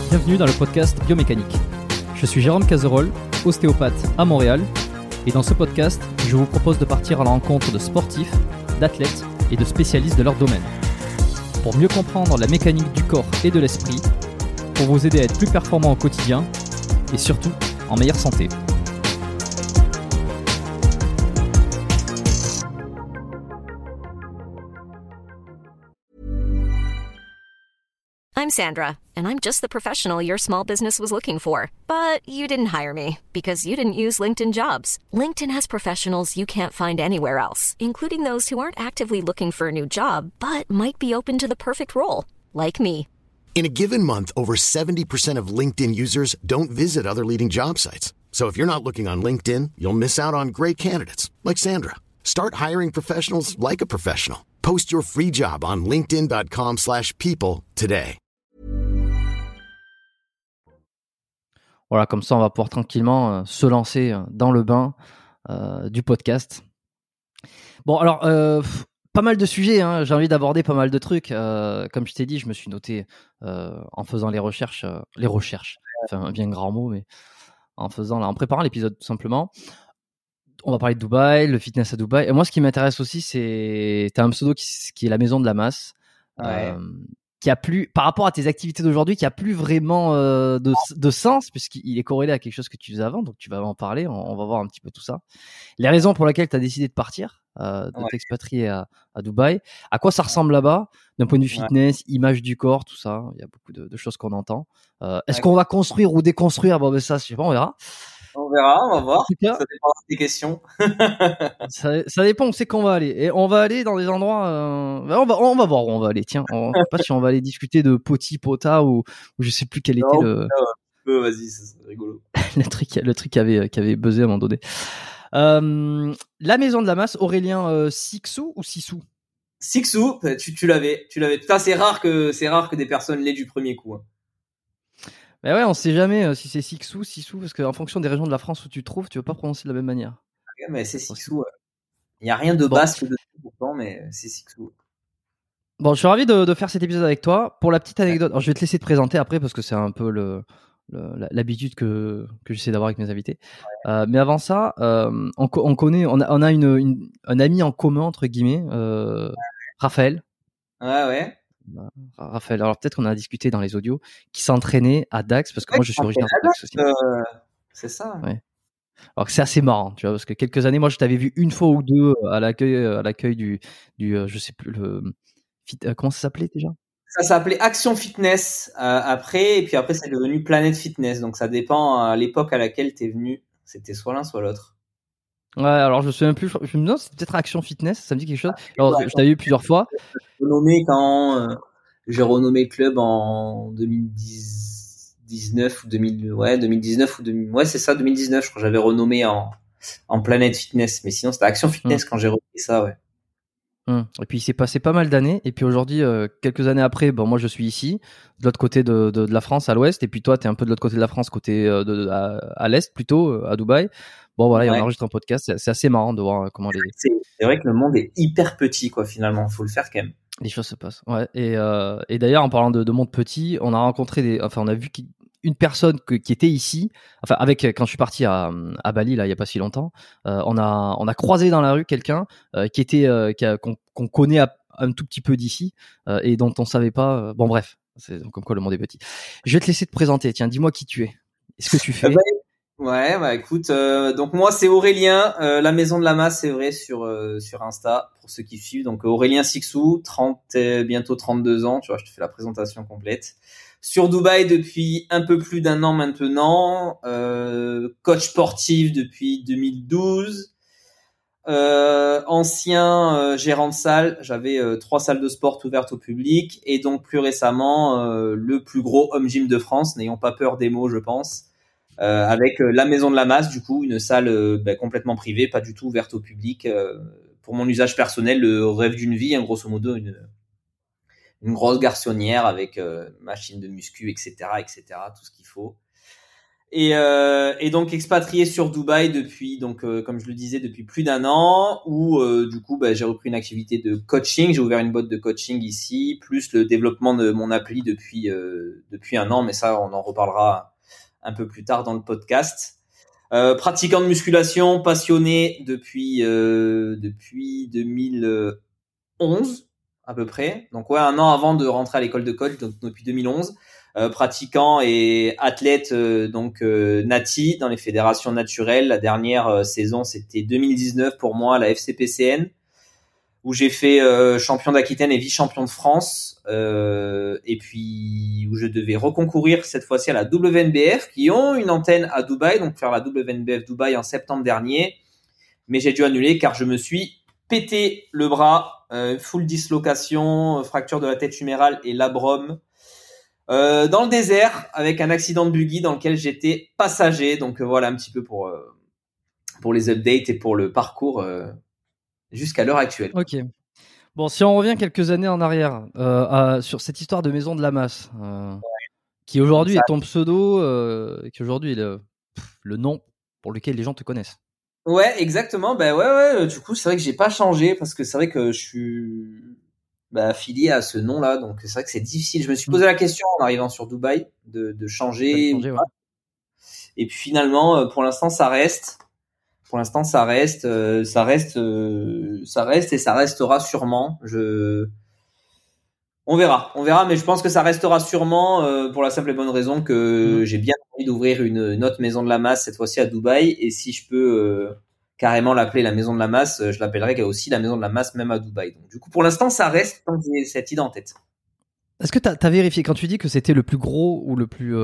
Bienvenue dans le podcast Biomécanique. Je suis Jérôme Cazerolle, ostéopathe à Montréal, et dans ce podcast, je vous propose de partir à la rencontre de sportifs, d'athlètes et de spécialistes de leur domaine. Pour mieux comprendre la mécanique du corps et de l'esprit, pour vous aider à être plus performant au quotidien et surtout en meilleure santé. I'm Sandra, and I'm just the professional your small business was looking for. But you didn't hire me because you didn't use LinkedIn Jobs. LinkedIn has professionals you can't find anywhere else, including those who aren't actively looking for a new job, but might be open to the perfect role, like me. In a given month, over 70% of LinkedIn users don't visit other leading job sites. So if you're not looking on LinkedIn, you'll miss out on great candidates like Sandra. Start hiring professionals like a professional. Post your free job on linkedin.com/people today. Voilà, comme ça, on va pouvoir tranquillement se lancer dans le bain du podcast. Bon, alors, pas mal de sujets, hein. J'ai envie d'aborder pas mal de trucs. Comme je t'ai dit, je me suis noté en faisant les recherches, enfin un bien grand mot, mais en préparant l'épisode tout simplement. On va parler de Dubaï, le fitness à Dubaï. Et moi, ce qui m'intéresse aussi, c'est t'as un pseudo qui est la maison de la masse, qui a plus, par rapport à tes activités d'aujourd'hui, qui a plus vraiment de sens, puisqu'il est corrélé à quelque chose que tu faisais avant. Donc, tu vas en parler. On va voir un petit peu tout ça. Les raisons pour lesquelles tu as décidé de partir, de t'expatrier à Dubaï. À quoi ça ressemble là-bas, d'un point de vue fitness, image du corps, tout ça. Il y a beaucoup de choses qu'on entend. Est-ce qu'on va construire ou déconstruire? Bon, ben ça, je sais pas, on verra. On verra, on va voir. Cas, ça dépend des questions. ça dépend où c'est qu'on va aller. Et on va aller dans des endroits. On va voir où on va aller. Tiens, je sais pas si on va aller discuter de pota ou je sais plus quel était le. Vas-y, c'est rigolo. le truc qui avait buzzé à un moment donné. La maison de la masse, Aurélien Sixou ou Sissou? Sixou, tu l'avais. Putain, c'est rare que des personnes l'aient du premier coup. Hein. Mais ouais, on sait jamais si c'est Sixou, parce qu'en fonction des régions de la France où tu te trouves, tu vas pas prononcer de la même manière. Ouais, mais c'est Sixou. Il n'y a rien de basque de tout pourtant, mais c'est Sixou. Bon, je suis ravi de faire cet épisode avec toi. Pour la petite anecdote, alors je vais te laisser te présenter après parce que c'est un peu l'habitude que j'essaie d'avoir avec mes invités. Mais avant ça, on a un ami en commun entre guillemets, Raphaël. Ouais. Raphaël, alors peut-être qu'on a discuté dans les audios, qui s'entraînait à Dax, parce que moi je suis originaire de Dax aussi. C'est ça. Ouais. Alors que c'est assez marrant, tu vois, parce que quelques années, moi je t'avais vu une fois ou deux à l'accueil du je sais plus comment ça s'appelait déjà? Ça s'appelait Action Fitness après, et puis après c'est devenu Planète Fitness, donc ça dépend à l'époque à laquelle t'es venu. C'était soit l'un soit l'autre. Ouais, alors je me souviens plus. Je me demande, c'est peut-être Action Fitness, ça me dit quelque chose. Alors je t'avais vu plusieurs fois. J'ai renommé le club en 2019 ou 2019 ou 2000. Ouais, c'est ça, 2019. Je crois que j'avais renommé en Planète Fitness, mais sinon c'était Action Fitness quand j'ai repris ça, ouais. Et puis il s'est passé pas mal d'années, et puis aujourd'hui, quelques années après, bon, moi je suis ici, de l'autre côté de la France, à l'ouest, et puis toi t'es un peu de l'autre côté de la France, côté à l'est plutôt, à Dubaï. Bon voilà, et on enregistre un podcast. C'est assez marrant de voir comment c'est vrai que le monde est hyper petit, quoi, finalement. Faut le faire quand même. Les choses se passent. Ouais. Et d'ailleurs, en parlant de monde petit, on a rencontré on a vu une personne qui était ici. Enfin, quand je suis parti à Bali là, il y a pas si longtemps, on a croisé dans la rue quelqu'un qu'on connaît un tout petit peu d'ici et dont on savait pas. Bon bref, c'est comme quoi le monde est petit. Je vais te laisser te présenter. Tiens, dis-moi qui tu es. Est-ce que tu fais? Ouais, écoute, donc moi c'est Aurélien, la maison de la masse, c'est vrai, sur Insta pour ceux qui suivent. Donc Aurélien Sixou, bientôt 32 ans, tu vois, je te fais la présentation complète. Sur Dubaï depuis un peu plus d'un an maintenant, coach sportif depuis 2012. Ancien gérant de salle, j'avais 3 salles de sport ouvertes au public, et donc plus récemment le plus gros home gym de France, n'ayons pas peur des mots, je pense. Avec la maison de la masse, du coup, une salle complètement privée, pas du tout ouverte au public, pour mon usage personnel, le rêve d'une vie, hein, grosso modo, une grosse garçonnière avec machine de muscu, etc., tout ce qu'il faut. Et donc expatrié sur Dubaï depuis, donc comme je le disais, depuis plus d'1 an, où du coup j'ai repris une activité de coaching. J'ai ouvert une boîte de coaching ici, plus le développement de mon appli depuis 1 an, mais ça on en reparlera un peu plus tard dans le podcast. Pratiquant de musculation, passionné depuis 2011 à peu près. Donc 1 an avant de rentrer à l'école de coach, donc depuis 2011. Pratiquant et athlète Nati dans les fédérations naturelles. La dernière saison, c'était 2019 pour moi à la FCPCN, où j'ai fait champion d'Aquitaine et vice-champion de France, et puis où je devais reconcourir cette fois-ci à la WNBF, qui ont une antenne à Dubaï, donc faire la WNBF Dubaï en septembre dernier. Mais j'ai dû annuler car je me suis pété le bras, full dislocation, fracture de la tête humérale et labrum, dans le désert, avec un accident de buggy dans lequel j'étais passager. Donc voilà un petit peu pour les updates et pour le parcours jusqu'à l'heure actuelle. Ok. Bon, si on revient quelques années en arrière sur cette histoire de Maison de la Masse, qui aujourd'hui est ton pseudo, qui aujourd'hui est le nom pour lequel les gens te connaissent. Ouais, exactement. Ouais. Du coup, c'est vrai que j'ai pas changé parce que c'est vrai que je suis affilié à ce nom-là, donc c'est vrai que c'est difficile. Je me suis posé la question en arrivant sur Dubaï de changer. Ouais. Et puis finalement, pour l'instant, ça reste. Ça reste et ça restera sûrement. On verra, mais je pense que ça restera sûrement pour la simple et bonne raison que j'ai bien envie d'ouvrir une autre Maison de la Masse cette fois-ci à Dubaï, et si je peux carrément l'appeler la Maison de la Masse, je l'appellerai aussi la Maison de la Masse même à Dubaï. Donc du coup, pour l'instant, ça reste tant que j'ai cette idée en tête. Est-ce que t'as vérifié quand tu dis que c'était le plus gros ou le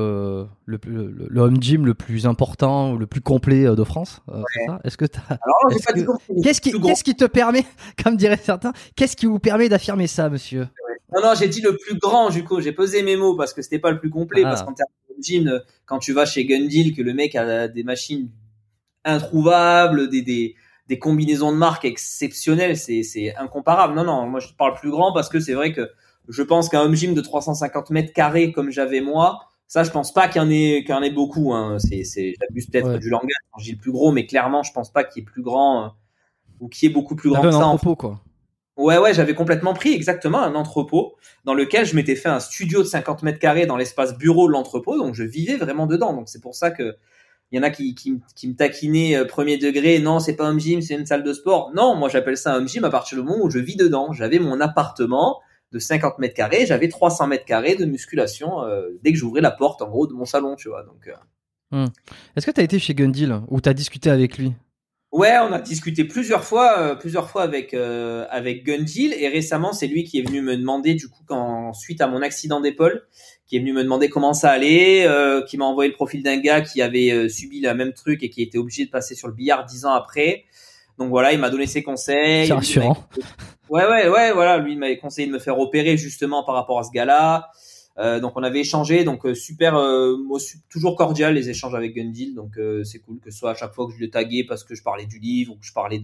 home gym le plus important ou le plus complet de France, c'est ça? Est-ce que qu'est-ce qui te permet, comme diraient certains, qu'est-ce qui vous permet d'affirmer ça, monsieur? Non, j'ai dit le plus grand, du coup, j'ai pesé mes mots parce que c'était pas le plus complet, parce qu'en termes de gym, quand tu vas chez Gundil, que le mec a des machines introuvables, des combinaisons de marques exceptionnelles, c'est incomparable. Non, moi je parle plus grand parce que c'est vrai que je pense qu'un home gym de 350 mètres carrés comme j'avais moi, ça je pense pas qu'il y en ait beaucoup, hein. J'abuse peut-être du langage quand je dis le plus gros, mais clairement je pense pas qu'il y ait plus grand ou qu'il y ait beaucoup plus grand que ça. Un entrepôt, quoi. Ouais, j'avais complètement pris exactement un entrepôt dans lequel je m'étais fait un studio de 50 mètres carrés dans l'espace bureau de l'entrepôt, donc je vivais vraiment dedans. Donc c'est pour ça que il y en a qui me taquinaient premier degré. Non, c'est pas un home gym, c'est une salle de sport. Non, moi j'appelle ça un home gym à partir du moment où je vis dedans. J'avais mon appartement de 50 mètres carrés, j'avais 300 mètres carrés de musculation dès que j'ouvrais la porte en gros de mon salon, tu vois. Donc Est-ce que tu as été chez Gundil ou tu as discuté avec lui? Ouais, on a discuté plusieurs fois avec Gundil, et récemment c'est lui qui est venu me demander, du coup, suite à mon accident d'épaule, qui est venu me demander comment ça allait, qui m'a envoyé le profil d'un gars qui avait subi le même truc et qui était obligé de passer sur le billard 10 ans après. Donc voilà, il m'a donné ses conseils. C'est rassurant. Ouais, voilà, lui il m'avait conseillé de me faire opérer justement par rapport à ce gars-là. Donc on avait échangé, donc super, toujours cordial les échanges avec Gundil, donc c'est cool que ce soit à chaque fois que je le taguais parce que je parlais du livre ou que je parlais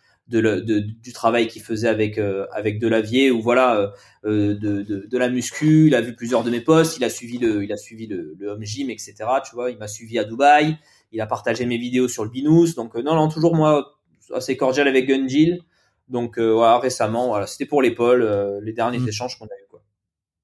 du travail qu'il faisait avec Delavier, ou voilà, de la muscu. Il a vu plusieurs de mes posts, il a suivi le home gym, etc. Tu vois, il m'a suivi à Dubaï, il a partagé mes vidéos sur le Binous, donc non, toujours moi assez cordial avec Gundil. Donc voilà, récemment, voilà, c'était pour l'épaule, les derniers échanges qu'on a eu, quoi.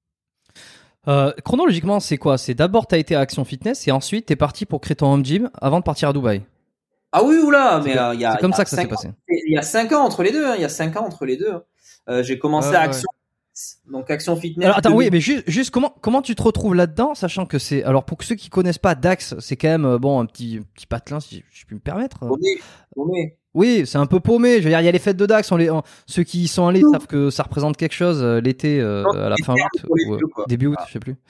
Chronologiquement, c'est quoi? C'est d'abord t'as été à Action Fitness et ensuite t'es parti pour créer ton home gym avant de partir à Dubaï. Ah oui, oula, mais il y a. C'est comme ça que ça s'est passé. Il y a 5 ans entre les deux. Il y a 5 ans entre les deux. J'ai commencé à Action. Donc Action Fitness. Alors attends, oui, mais juste comment tu te retrouves là-dedans, sachant que c'est, alors pour ceux qui connaissent pas Dax, c'est quand même un petit patelin, si je puis me permettre. Paumé. Oui, c'est un peu paumé. Je veux dire, il y a les fêtes de Dax. Ceux qui y sont allés savent que ça représente quelque chose l'été, à la fin août, début août, je sais plus.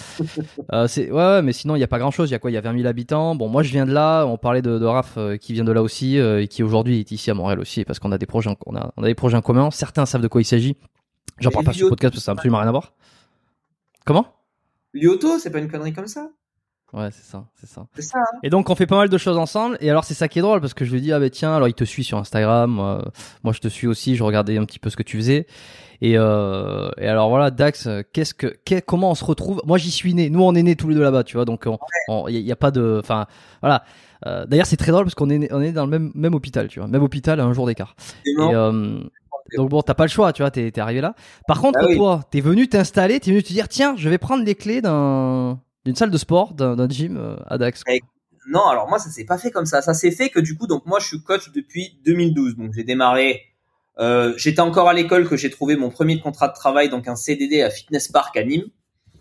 Ouais, mais sinon il y a pas grand-chose. Il y a quoi? Il y a 20 000 habitants. Bon, moi je viens de là. On parlait de Raph qui vient de là aussi et qui aujourd'hui est ici à Montréal aussi, parce qu'on a des projets, on a des projets en commun. Certains savent de quoi il s'agit. J'en parle pas sur le podcast parce que ça n'a absolument rien à voir. Comment? Lyoto, c'est pas une connerie comme ça? Ouais, c'est ça. C'est ça. Hein. Et donc, on fait pas mal de choses ensemble. Et alors, c'est ça qui est drôle parce que je lui dis, ah ben tiens, alors il te suit sur Instagram. Moi, je te suis aussi. Je regardais un petit peu ce que tu faisais. Et alors voilà, Dax, comment on se retrouve? Moi, j'y suis né. Nous, on est nés tous les deux là-bas, tu vois. Donc, il y a pas de, enfin, voilà. D'ailleurs, c'est très drôle parce qu'on est dans le même hôpital, tu vois. Même hôpital à un jour d'écart. Et donc bon, t'as pas le choix, tu vois. T'es arrivé là. Par contre, toi, t'es venu t'installer, t'es venu te dire, tiens, je vais prendre les clés d'une salle de sport, d'un gym à Dax. Non, alors moi ça s'est pas fait comme ça. Ça s'est fait que du coup, donc moi je suis coach depuis 2012. Donc j'ai démarré, j'étais encore à l'école que j'ai trouvé mon premier contrat de travail, donc un CDD à Fitness Park à Nîmes.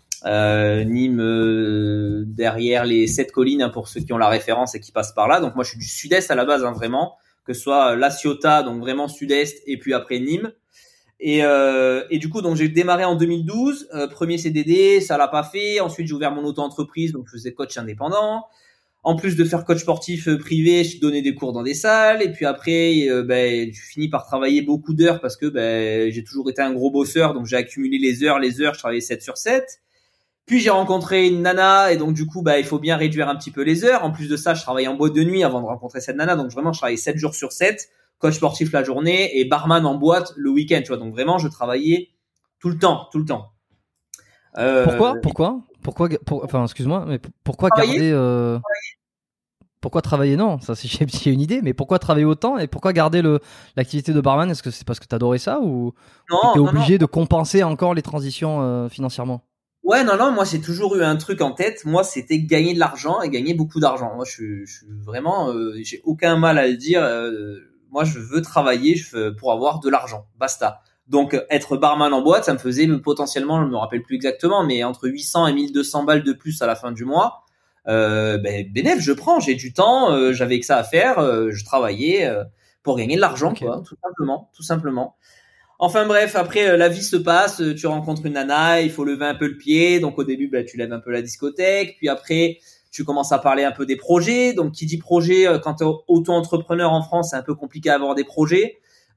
Nîmes, derrière les 7 collines, hein, pour ceux qui ont la référence et qui passent par là. Donc moi je suis du sud-est à la base, hein, vraiment, que ce soit La Ciotat, donc vraiment sud-est, et puis après Nîmes. Et du coup, donc j'ai démarré en 2012, premier CDD, ça l'a pas fait. Ensuite, j'ai ouvert mon auto-entreprise, donc je faisais coach indépendant. En plus de faire coach sportif privé, je donnais des cours dans des salles. Et puis après, je finis par travailler beaucoup d'heures parce que j'ai toujours été un gros bosseur, donc j'ai accumulé les heures. Je travaillais 7 sur 7. Puis j'ai rencontré une nana et donc du coup, il faut bien réduire un petit peu les heures. En plus de ça, je travaillais en boîte de nuit avant de rencontrer cette nana, donc vraiment, je travaillais 7 jours sur 7. Coach sportif la journée et barman en boîte le week-end, tu vois. Donc vraiment, je travaillais tout le temps. Pourquoi, enfin, excuse-moi, mais pourquoi garder, pourquoi travailler? Non, ça, j'ai une idée, mais pourquoi travailler autant et pourquoi garder l'activité de barman? Est-ce que c'est parce que t'adorais ça ou t'étais obligé de compenser encore les transitions financièrement? Ouais, non, moi j'ai toujours eu un truc en tête. Moi, c'était gagner de l'argent et gagner beaucoup d'argent. Moi, je suis vraiment, j'ai aucun mal à le dire. Moi, je veux travailler pour avoir de l'argent. Basta. Donc, être barman en boîte, ça me faisait potentiellement, je me rappelle plus exactement, mais entre 800 et 1200 balles de plus à la fin du mois. Bénéf, je prends. J'ai du temps. J'avais que ça à faire. Je travaillais pour gagner de l'argent, Okay. quoi, tout simplement. Enfin bref, après la vie se passe, tu rencontres une nana, il faut lever un peu le pied. Donc au début, tu lèves un peu la discothèque, puis après tu commences à parler un peu des projets. Donc qui dit projet, quand tu es auto-entrepreneur en France, c'est un peu compliqué à avoir des projets.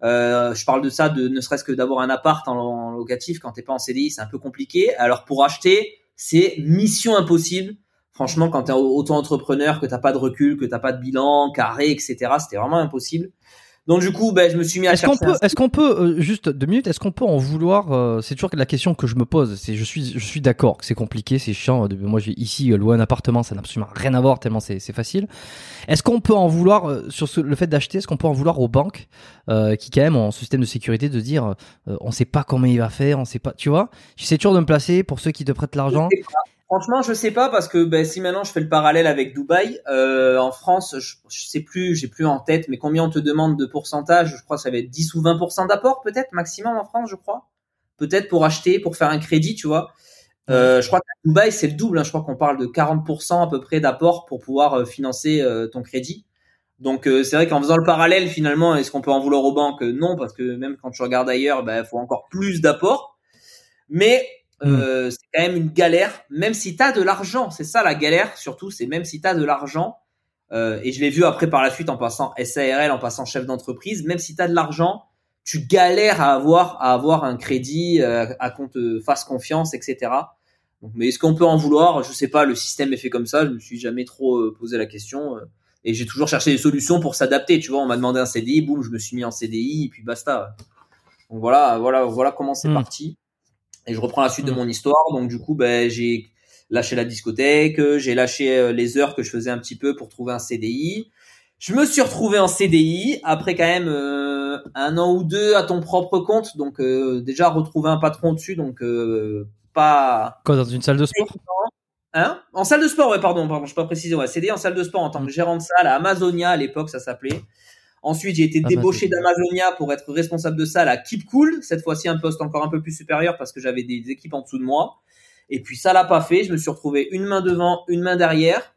Je parle de ça, ne serait-ce que d'avoir un appart en locatif quand t'es pas en CDI, c'est un peu compliqué. Alors pour acheter, c'est mission impossible. Franchement, quand t'es auto-entrepreneur, que t'as pas de recul, que t'as pas de bilan carré, etc., c'était vraiment impossible. Donc du coup, je me suis mis à chercher. Est-ce qu'on peut juste 2 minutes, est-ce qu'on peut en vouloir c'est toujours la question que je me pose. C'est je suis d'accord que c'est compliqué, c'est chiant. Moi, j'ai ici loué un appartement, ça n'a absolument rien à voir tellement c'est facile. Est-ce qu'on peut en vouloir sur le fait d'acheter? Est-ce qu'on peut en vouloir aux banques qui quand même ont un système de sécurité de dire on sait pas comment il va faire, on sait pas, tu vois? J'essaie toujours de me placer pour ceux qui te prêtent l'argent. Franchement, je sais pas parce que si maintenant je fais le parallèle avec Dubaï, en France, je sais plus, j'ai plus en tête, mais combien on te demande de pourcentage? Je crois que ça va être 10 ou 20% d'apport peut-être maximum en France, je crois. Peut-être pour acheter, pour faire un crédit, tu vois. Je crois qu'à Dubaï c'est le double. Hein. Je crois qu'on parle de 40% à peu près d'apport pour pouvoir financer ton crédit. Donc c'est vrai qu'en faisant le parallèle, finalement, est-ce qu'on peut en vouloir aux banques? Non, parce que même quand tu regardes ailleurs, faut encore plus d'apport. Mais c'est quand même une galère, même si t'as de l'argent. C'est ça la galère, surtout, c'est même si t'as de l'argent. Et je l'ai vu après par la suite en passant SARL, en passant chef d'entreprise. Même si t'as de l'argent, tu galères à avoir un crédit, à qu'on te fasse confiance, etc. Donc, mais est-ce qu'on peut en vouloir? Je sais pas. Le système est fait comme ça. Je me suis jamais trop posé la question. Et j'ai toujours cherché des solutions pour s'adapter. Tu vois, on m'a demandé un CDI, boum, je me suis mis en CDI et puis basta. Donc voilà comment c'est parti. Et je reprends la suite de mon histoire. Donc du coup, j'ai lâché la discothèque, j'ai lâché les heures que je faisais un petit peu pour trouver un CDI. Je me suis retrouvé en CDI après quand même 1 an ou 2 à ton propre compte. Donc déjà retrouver un patron dessus, donc pas. Quoi, dans une salle de sport? Hein? En salle de sport, ouais, pardon, je n'ai pas précisé. Ouais, CDI en salle de sport en tant que gérant de salle à Amazonia à l'époque, ça s'appelait. Ensuite, j'ai été débauché d'Amazonia pour être responsable de salle à Keep Cool. Cette fois-ci, un poste encore un peu plus supérieur parce que j'avais des équipes en dessous de moi. Et puis, ça l'a pas fait. Je me suis retrouvé une main devant, une main derrière,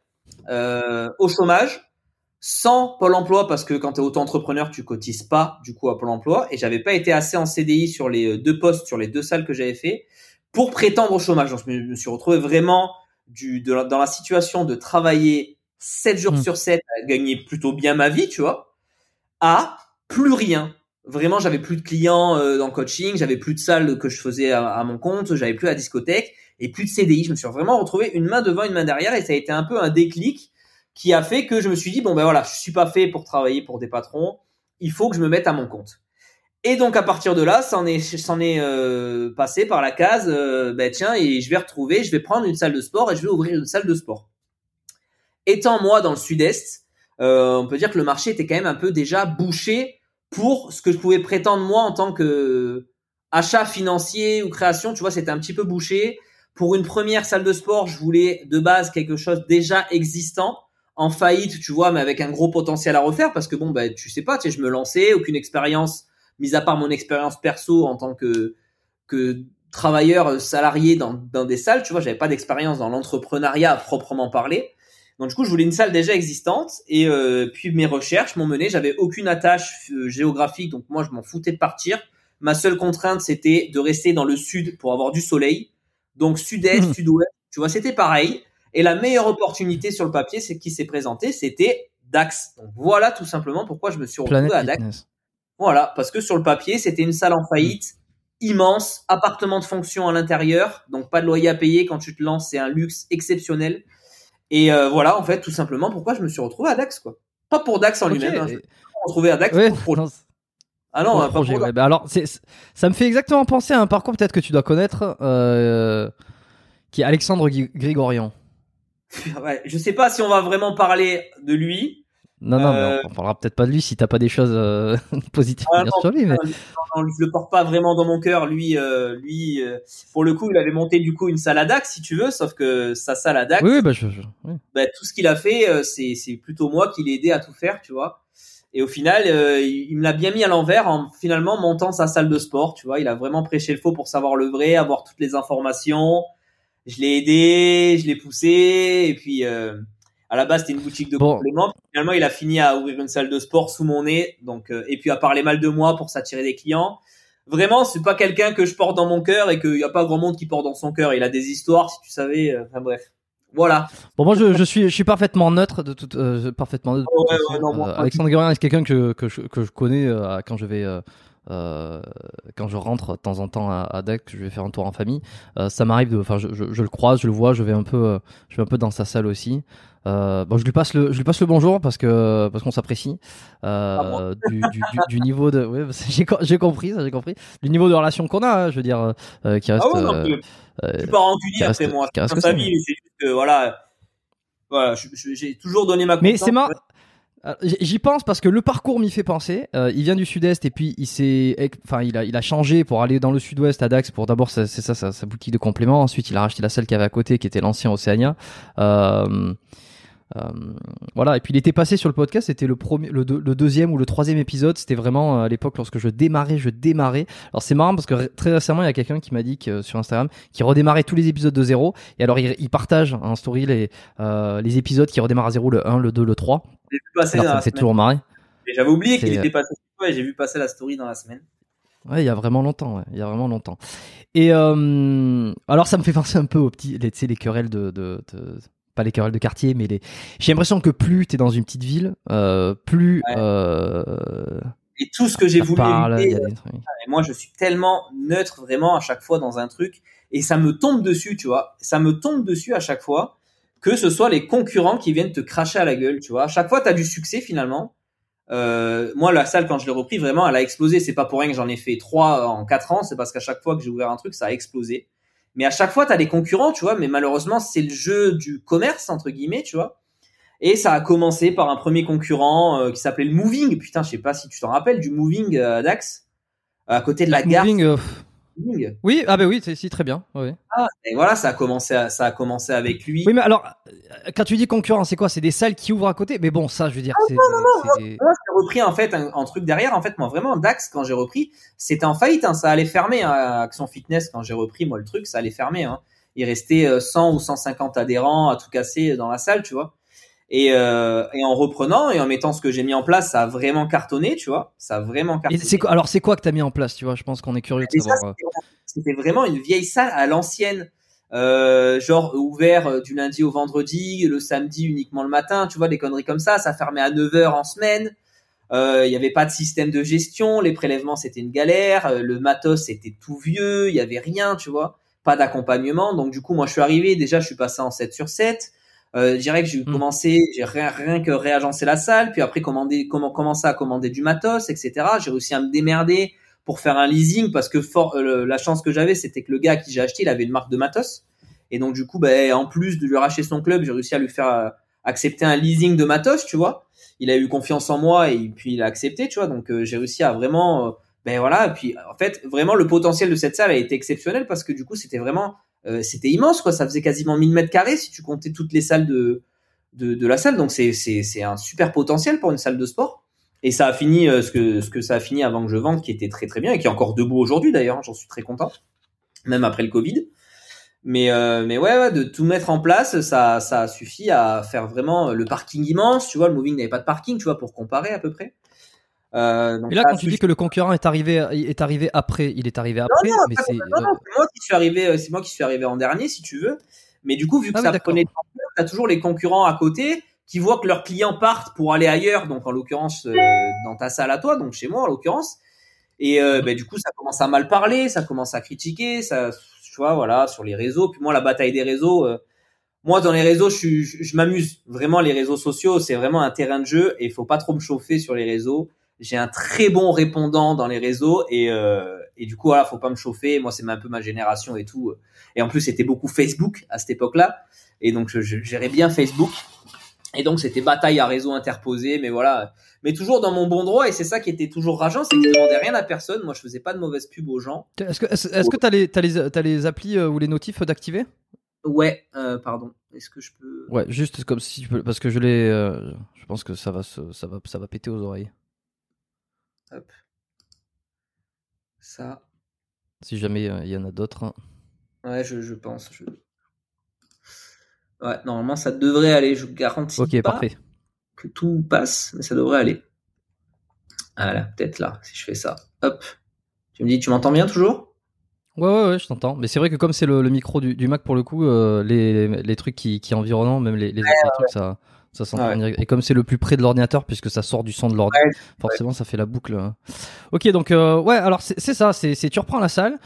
au chômage, sans Pôle emploi parce que quand tu es auto-entrepreneur, tu cotises pas, du coup, à Pôle emploi. Et j'avais pas été assez en CDI sur les 2 postes, sur les 2 salles que j'avais fait pour prétendre au chômage. Donc, je me suis retrouvé vraiment dans la situation de travailler 7 jours sur 7 à gagner plutôt bien ma vie, tu vois, à plus rien. vraiment, j'avais plus de clients dans le coaching, j'avais plus de salles que je faisais à mon compte, j'avais plus la discothèque et plus de CDI. Je me suis vraiment retrouvé une main devant, une main derrière et ça a été un peu un déclic qui a fait que je me suis dit bon ben voilà, je suis pas fait pour travailler pour des patrons, il faut que je me mette à mon compte. Et donc à partir de là, ça en est passé par la case tiens, et je vais prendre une salle de sport et je vais ouvrir une salle de sport. Étant moi dans le sud-est, on peut dire que le marché était quand même un peu déjà bouché pour ce que je pouvais prétendre moi en tant que achat financier ou création, tu vois, c'était un petit peu bouché. Pour une première salle de sport, je voulais de base quelque chose déjà existant, en faillite, tu vois, mais avec un gros potentiel à refaire parce que bon, tu sais pas, tu sais, je me lançais, aucune expérience, mis à part mon expérience perso en tant que travailleur salarié dans des salles, tu vois, j'avais pas d'expérience dans l'entrepreneuriat à proprement parler. Donc du coup, je voulais une salle déjà existante et puis mes recherches m'ont mené, j'avais aucune attache géographique, donc moi je m'en foutais de partir. Ma seule contrainte, c'était de rester dans le sud pour avoir du soleil. Donc sud-est, sud-ouest, tu vois, c'était pareil. Et la meilleure opportunité sur le papier, c'est qui s'est présentée, c'était Dax. Donc voilà tout simplement pourquoi je me suis retrouvé à Dax. Voilà, parce que sur le papier, c'était une salle en faillite, immense, appartement de fonction à l'intérieur, donc pas de loyer à payer quand tu te lances, c'est un luxe exceptionnel. Et voilà, en fait, tout simplement pourquoi je me suis retrouvé à Dax, quoi. Pas pour Dax en lui-même, je me suis retrouvé à Dax pour le projet. Ah non, pas projet, ouais. Alors, ça me fait exactement penser à un parcours peut-être que tu dois connaître, qui est Alexandre Grigorian. Ouais, je sais pas si on va vraiment parler de lui. Non, mais on parlera peut-être pas de lui si t'as pas des choses positives à dire sur lui. Mais... Non, je le porte pas vraiment dans mon cœur. Lui, pour le coup, il avait monté du coup une salle à Dax, si tu veux, sauf que sa salle à Dax, oui. Tout ce qu'il a fait, c'est plutôt moi qui l'ai aidé à tout faire, tu vois. Et au final, il me l'a bien mis à l'envers en finalement montant sa salle de sport, tu vois. Il a vraiment prêché le faux pour savoir le vrai, avoir toutes les informations. Je l'ai aidé, je l'ai poussé, et puis à la base c'était une boutique de compléments. Finalement, il a fini à ouvrir une salle de sport sous mon nez, donc et puis à parler mal de moi pour s'attirer des clients. Vraiment, c'est pas quelqu'un que je porte dans mon cœur et qu'il y a pas grand monde qui porte dans son cœur. Il a des histoires, si tu savais. Enfin bref, voilà. Bon, moi je suis parfaitement neutre de toute parfaitement neutre. Alexandre Grigorian est quelqu'un que je connais quand je vais. Quand je rentre de temps en temps à Dax, je vais faire un tour en famille. Ça m'arrive je le croise, je le vois, je vais un peu dans sa salle aussi. Je lui passe le bonjour parce qu'on s'apprécie. Du niveau de, ouais, j'ai compris. Du niveau de relation qu'on a, je veux dire, qui reste. Je suis pas rancunier après moi. C'est sa vie, mais c'est juste que voilà, j'ai toujours donné ma confiance. Mais c'est marrant. J'y pense parce que le parcours m'y fait penser. Il vient du sud-est et puis il a changé pour aller dans le sud-ouest à Dax pour d'abord sa boutique de compléments. Ensuite, il a racheté la salle qu'il y avait à côté qui était l'ancien Océania. Voilà, et puis il était passé sur le podcast, c'était le deuxième ou le troisième épisode, c'était vraiment à l'époque lorsque je démarrais. Alors c'est marrant parce que très récemment il y a quelqu'un qui m'a dit que sur Instagram qui redémarrait tous les épisodes de zéro, et alors il partage en story les épisodes qui redémarrent à zéro, le 1, le 2, le 3. J'ai vu passer alors ça me fait toujours marrer. Et j'avais oublié qu'il était passé sur toi et j'ai vu passer la story dans la semaine. Ouais, il y a vraiment longtemps, Et alors ça me fait penser un peu aux petits, les querelles de pas les querelles de quartier, mais j'ai l'impression que plus t'es dans une petite ville, plus et tout ce que j'ai voulu éviter, et moi je suis tellement neutre vraiment à chaque fois dans un truc, et ça me tombe dessus, tu vois, ça me tombe dessus à chaque fois, que ce soit les concurrents qui viennent te cracher à la gueule, tu vois. À chaque fois t'as du succès finalement. Moi la salle quand je l'ai repris vraiment elle a explosé, c'est pas pour rien que j'en ai fait 3 en 4 ans, c'est parce qu'à chaque fois que j'ai ouvert un truc ça a explosé. Mais à chaque fois, t'as des concurrents, tu vois, mais malheureusement, c'est le jeu du commerce, entre guillemets, tu vois. Et ça a commencé par un premier concurrent qui s'appelait le Moving. Putain, je sais pas si tu t'en rappelles, du Moving à Dax, à côté de la gare. Moving. Oui, oui, c'est très bien. Oui. Ah, et voilà, ça a commencé avec lui. Oui, mais alors, quand tu dis concurrent, c'est quoi? C'est des salles qui ouvrent à côté? Mais bon, ça, je veux dire, non. Moi, j'ai repris en fait un truc derrière. En fait, moi, vraiment, Dax, quand j'ai repris, c'était en faillite. Hein, ça allait fermer. Hein, Action Fitness, quand j'ai repris, moi, le truc, ça allait fermer. Hein. Il restait 100 ou 150 adhérents à tout casser dans la salle, tu vois. Et en reprenant et en mettant ce que j'ai mis en place, ça a vraiment cartonné, tu vois. Ça a vraiment cartonné. Alors, c'est quoi que t'as mis en place, tu vois? Je pense qu'on est curieux de savoir. C'était vraiment une vieille salle à l'ancienne, genre ouvert du lundi au vendredi, le samedi uniquement le matin, tu vois, des conneries comme ça. Ça fermait à 9h en semaine. Il y avait pas de système de gestion, les prélèvements c'était une galère, le matos c'était tout vieux, il y avait rien, tu vois, pas d'accompagnement. Donc du coup, moi je suis arrivé, déjà je suis passé en 7/7. Je dirais que j'ai commencé, j'ai rien que réagencé la salle, puis après commencer à commander du matos, etc. J'ai réussi à me démerder pour faire un leasing parce que la chance que j'avais, c'était que le gars à qui j'ai acheté, il avait une marque de matos. Et donc du coup, en plus de lui racheter son club, j'ai réussi à lui faire accepter un leasing de matos, tu vois. Il a eu confiance en moi et puis il a accepté, tu vois. Donc j'ai réussi à vraiment, voilà. Et puis en fait, vraiment le potentiel de cette salle a été exceptionnel parce que du coup, c'était vraiment, c'était immense, quoi. Ça faisait quasiment 1000 mètres carrés si tu comptais toutes les salles de la salle. Donc c'est un super potentiel pour une salle de sport. Et ça a fini ce que ça a fini avant que je vende, qui était très très bien et qui est encore debout aujourd'hui d'ailleurs. J'en suis très content, même après le Covid. Mais ouais, de tout mettre en place, ça a suffi à faire vraiment le parking immense. Tu vois, le Moving n'avait pas de parking, tu vois, pour comparer à peu près. Donc et là, quand tu dis que le concurrent est arrivé après, il est arrivé après, non, mais c'est moi qui suis arrivé, c'est moi qui suis arrivé en dernier, si tu veux. Mais du coup, vu que ça prenait du temps, t'as toujours les concurrents à côté qui voient que leurs clients partent pour aller ailleurs. Donc en l'occurrence, dans ta salle à toi, donc chez moi en l'occurrence. Et du coup, ça commence à mal parler, ça commence à critiquer, ça. Tu vois, voilà, sur les réseaux. Puis moi, la bataille des réseaux, moi, dans les réseaux, je m'amuse. Vraiment, les réseaux sociaux, c'est vraiment un terrain de jeu et il faut pas trop me chauffer sur les réseaux. J'ai un très bon répondant dans les réseaux et du coup, voilà, faut pas me chauffer. Moi, c'est un peu ma génération et tout. Et en plus, c'était beaucoup Facebook à cette époque-là. Et donc, je gérais bien Facebook. Et donc, c'était bataille à réseau interposé, mais voilà. Mais toujours dans mon bon droit, et c'est ça qui était toujours rageant, c'est que je demandais rien à personne. Moi, je faisais pas de mauvaise pub aux gens. Est-ce que t'as les applis ou les notifs d'activer? Ouais, pardon. Est-ce que je peux? Ouais, juste comme si tu peux, parce que je pense que ça va péter aux oreilles. Hop. Ça. Si jamais il y en a d'autres. Hein. Ouais, je pense. Ouais, normalement, ça devrait aller. Je garantis Ok, pas parfait. que tout passe, mais ça devrait aller. Voilà, peut-être là, si je fais ça. Hop. Tu me dis, tu m'entends bien toujours? Ouais, je t'entends. Mais c'est vrai que comme c'est le micro du Mac pour le coup, les trucs qui environnent, même les trucs, ça s'entend direct. Et comme c'est le plus près de l'ordinateur, puisque ça sort du son de l'ordinateur, forcément ça fait la boucle. Hein. Ok, donc ouais, alors c'est ça, c'est tu reprends la salle.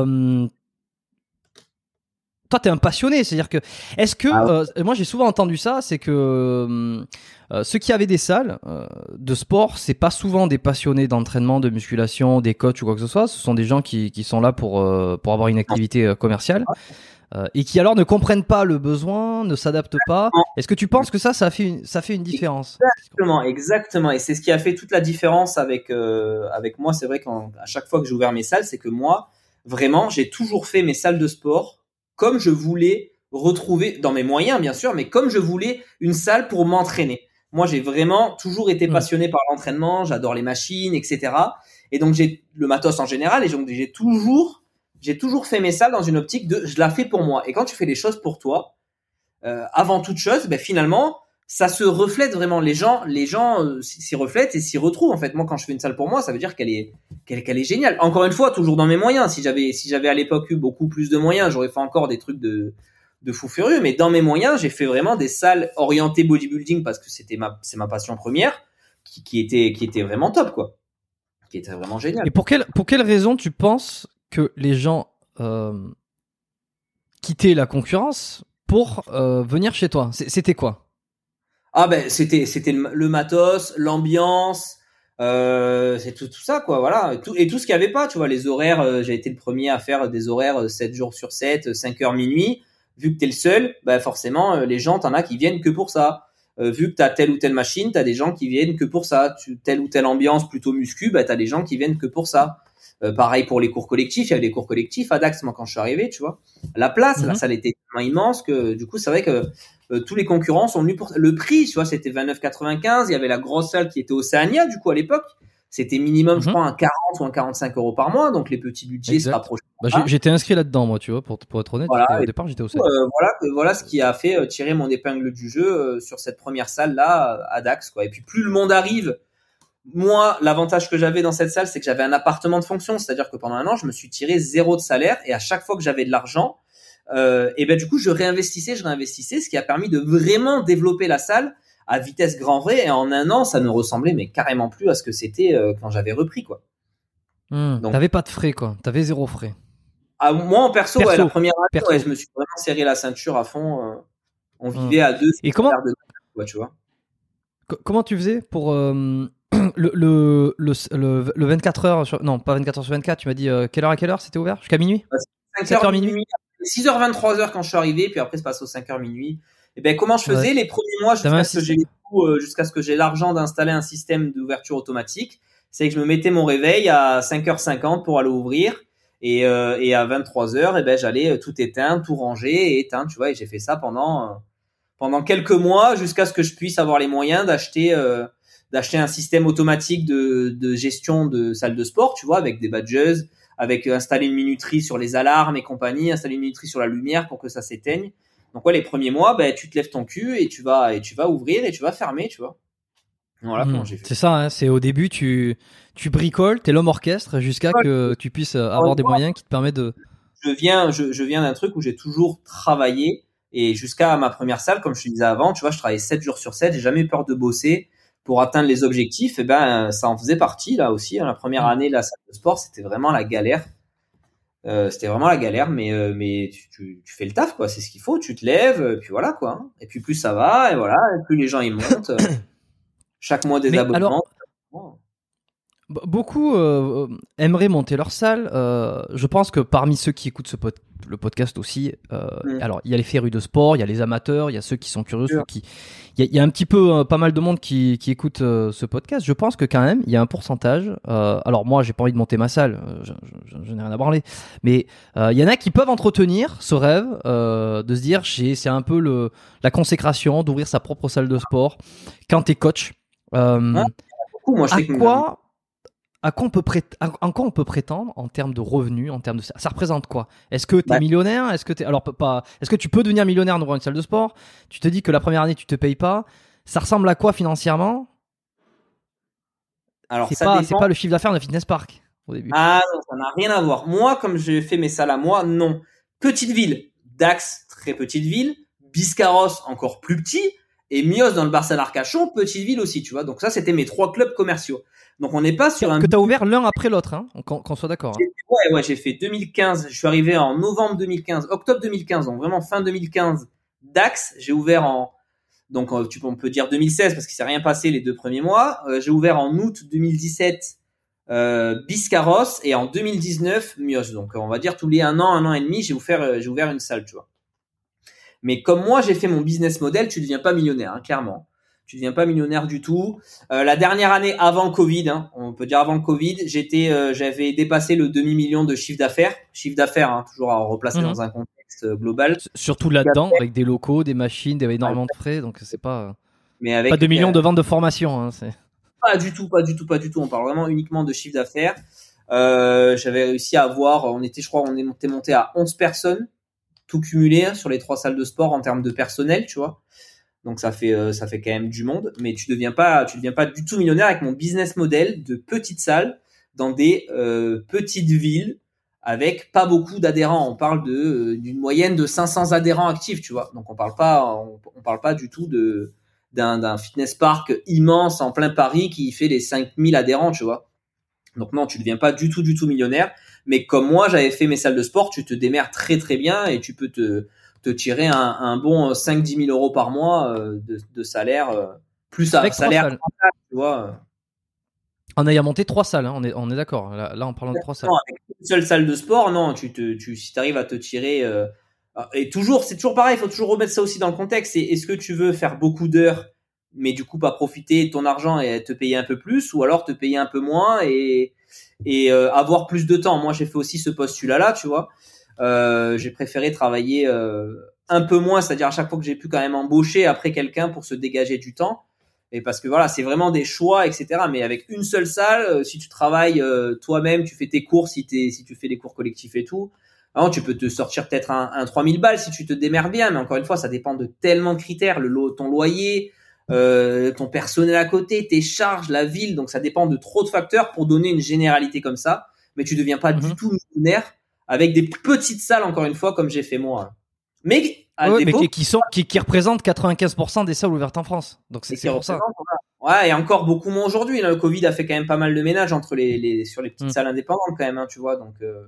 Toi, t'es un passionné, c'est-à-dire que est-ce que moi j'ai souvent entendu ça, c'est que ceux qui avaient des salles de sport, c'est pas souvent des passionnés d'entraînement, de musculation, des coachs ou quoi que ce soit. Ce sont des gens qui sont là pour avoir une activité commerciale et qui alors ne comprennent pas le besoin, ne s'adaptent pas. Est-ce que tu penses que ça fait une différence? Exactement. Et c'est ce qui a fait toute la différence avec moi. C'est vrai qu'à chaque fois que j'ai ouvert mes salles, c'est que moi, vraiment, j'ai toujours fait mes salles de sport comme je voulais retrouver, dans mes moyens bien sûr, mais comme je voulais une salle pour m'entraîner. Moi, j'ai vraiment toujours été passionné par l'entraînement, j'adore les machines, etc. Et donc, j'ai le matos en général, et donc j'ai toujours fait mes salles dans une optique de je la fais pour moi. Et quand tu fais les choses pour toi, avant toute chose, finalement, ça se reflète vraiment. Les gens s'y reflètent et s'y retrouvent. En fait, moi, quand je fais une salle pour moi, ça veut dire qu'elle est géniale. Encore une fois, toujours dans mes moyens. Si j'avais à l'époque eu beaucoup plus de moyens, j'aurais fait encore des trucs de fou furieux. Mais dans mes moyens, j'ai fait vraiment des salles orientées bodybuilding parce que c'est ma passion première, qui était vraiment top, quoi. Qui était vraiment génial. Et pour quelle raison tu penses que les gens quittaient la concurrence pour venir chez toi? C'était quoi? C'était le matos, l'ambiance, c'est tout ça, quoi, voilà, et tout ce qu'il y avait pas, tu vois, les horaires, j'ai été le premier à faire des horaires 7 jours sur 7, 5h minuit. Vu que t'es le seul, forcément les gens, t'en as qui viennent que pour ça. Vu que t'as telle ou telle machine, t'as des gens qui viennent que pour ça. Telle ou telle ambiance plutôt muscu, t'as des gens qui viennent que pour ça. Pareil pour les cours collectifs, il y avait des cours collectifs à Dax, moi, quand je suis arrivé, tu vois. La place, la salle était tellement immense que, du coup, c'est vrai que tous les concurrents sont venus pour le prix, tu vois, c'était 29,95. Il y avait la grosse salle qui était Océania, du coup, à l'époque. C'était minimum, je crois, un 40 ou un 45 € par mois, donc les petits budgets se rapprochaient. J'étais inscrit là-dedans, moi, tu vois, pour être honnête. Voilà, au départ, j'étais Océania. Voilà ce qui a fait tirer mon épingle du jeu sur cette première salle-là, à Dax, quoi. Et puis, plus le monde arrive, moi, l'avantage que j'avais dans cette salle, c'est que j'avais un appartement de fonction, c'est-à-dire que pendant un an, je me suis tiré 0 de salaire, et à chaque fois que j'avais de l'argent, du coup, je réinvestissais, ce qui a permis de vraiment développer la salle à vitesse grand V, et en un an, ça ne ressemblait mais carrément plus à ce que c'était quand j'avais repris, quoi. Donc, t'avais pas de frais, quoi. T'avais 0 frais. Moi, en perso, ouais, la première année, ouais, je me suis vraiment serré la ceinture à fond. On vivait à 2. Et comment quoi, tu vois. Comment tu faisais pour le 24 heures non, pas 24 heures sur 24, tu m'as dit quelle heure à quelle heure c'était ouvert? Jusqu'à minuit? 5h minuit. 6h 23h quand je suis arrivé, puis après c'est passé aux 5h minuit. Et ben comment je faisais les premiers mois jusqu'à ce que j'ai l'argent d'installer un système d'ouverture automatique, c'est que je me mettais mon réveil à 5h50 pour aller ouvrir, et à 23h, et ben j'allais tout éteindre, tout ranger et éteindre, tu vois, et j'ai fait ça pendant quelques mois jusqu'à ce que je puisse avoir les moyens d'acheter un système automatique de gestion de salle de sport, tu vois, avec des badges, avec installer une minuterie sur les alarmes et compagnie, installer une minuterie sur la lumière pour que ça s'éteigne. Donc ouais, les premiers mois, ben tu te lèves ton cul et tu vas ouvrir et tu vas fermer, tu vois. Voilà comment j'ai fait. C'est ça, hein, c'est au début tu bricoles, t'es l'homme orchestre jusqu'à que tu puisses avoir des moyens qui te permettent de. Je viens d'un truc où j'ai toujours travaillé, et jusqu'à ma première salle, comme je te disais avant, tu vois, je travaillais 7 jours sur 7, j'ai jamais eu peur de bosser pour atteindre les objectifs. Et ben ça en faisait partie là aussi. La première année, la salle de sport, c'était vraiment la galère. Mais tu fais le taf, quoi. C'est ce qu'il faut. Tu te lèves, puis voilà, quoi. Et puis plus ça va, et voilà, et plus les gens ils montent. Chaque mois des abonnements. Alors, beaucoup aimeraient monter leur salle. Je pense que parmi ceux qui écoutent le podcast aussi, alors il y a les férus de sport, il y a les amateurs, il y a ceux qui sont curieux, il y a un petit peu pas mal de monde qui écoute ce podcast. Je pense que quand même il y a un pourcentage. Alors moi j'ai pas envie de monter ma salle, je n'ai rien à branler, mais il y en a qui peuvent entretenir ce rêve de se dire c'est un peu la consécration d'ouvrir sa propre salle de sport quand t'es coach. Moi, en quoi on peut prétendre en termes de revenus, en termes de ça représente quoi? Est-ce que t'es millionnaire? Est-ce que tu peux devenir millionnaire en ouvrant une salle de sport? Tu te dis que la première année tu te payes pas. Ça ressemble à quoi financièrement? Alors c'est pas le chiffre d'affaires d'un fitness park au début. Ah non, ça n'a rien à voir. Moi, comme j'ai fait mes salles à moi, non. Petite ville, Dax, très petite ville, Biscarrosse, encore plus petit, et Mios dans le Barça-Arcachon, petite ville aussi, tu vois. Donc ça, c'était mes 3 clubs commerciaux. Donc on n'est pas sur que t'as ouvert l'un après l'autre, hein, qu'on soit d'accord. Hein. Ouais, j'ai fait 2015. Je suis arrivé en novembre 2015, octobre 2015, donc vraiment fin 2015. Dax, j'ai ouvert donc on peut dire 2016 parce qu'il s'est rien passé les 2 premiers mois. J'ai ouvert en août 2017 Biscarrosse, et en 2019 Mios. Donc on va dire tous les un an et demi, j'ai ouvert une salle, tu vois. Mais comme moi j'ai fait mon business model, tu deviens pas millionnaire, hein, clairement. Tu deviens pas millionnaire du tout. La dernière année avant le Covid, hein, on peut dire avant le Covid, j'avais dépassé le demi-million de chiffre d'affaires. Chiffre d'affaires, hein, toujours à replacer dans un contexte global. Surtout là-dedans, avec des locaux, des machines, énormément de frais, donc c'est pas. Mais avec pas 2 millions de ventes de formation, hein, c'est. Pas du tout. On parle vraiment uniquement de chiffre d'affaires. J'avais réussi à avoir, on était monté à 11 personnes, tout cumulé, hein, sur les 3 salles de sport en termes de personnel, tu vois. Donc ça fait quand même du monde, mais tu deviens pas du tout millionnaire avec mon business model de petites salles dans des petites villes avec pas beaucoup d'adhérents. On parle d'une moyenne de 500 adhérents actifs, tu vois. Donc on parle pas du tout d'un fitness park immense en plein Paris qui fait les 5000 adhérents, tu vois. Donc non, tu deviens pas du tout plus, mais comme moi j'avais fait mes salles de sport, tu te démerdes très très bien et tu peux te tirer un bon 5-10 000 euros par mois de salaire, plus un salaire, tu vois. En ayant monté 3 salles, hein, on est d'accord. Là, on parle de 3 salles. Non, avec une seule salle de sport, non, si tu arrives à te tirer, et c'est toujours pareil, il faut toujours remettre ça aussi dans le contexte. Est-ce que tu veux faire beaucoup d'heures, mais du coup pas profiter de ton argent et te payer un peu plus, ou alors te payer un peu moins et avoir plus de temps? Moi, j'ai fait aussi ce postulat-là, tu vois. J'ai préféré travailler un peu moins, c'est-à-dire à chaque fois que j'ai pu quand même embaucher après quelqu'un pour se dégager du temps, et parce que voilà, c'est vraiment des choix, etc. Mais avec une seule salle, si tu travailles toi-même, tu fais tes cours, si tu fais des cours collectifs et tout, alors tu peux te sortir peut-être un 3000 balles si tu te démerdes bien, mais encore une fois, ça dépend de tellement de critères, ton loyer, ton personnel à côté, tes charges, la ville, donc ça dépend de trop de facteurs pour donner une généralité comme ça. Mais tu deviens pas du tout millionnaire avec des petites salles, encore une fois, comme j'ai fait moi. Mais mais qui représentent 95% des salles ouvertes en France. Donc c'est pour ça. Ouais, et encore beaucoup moins aujourd'hui. Là, le Covid a fait quand même pas mal de ménage entre sur les petites salles indépendantes quand même, hein, tu vois.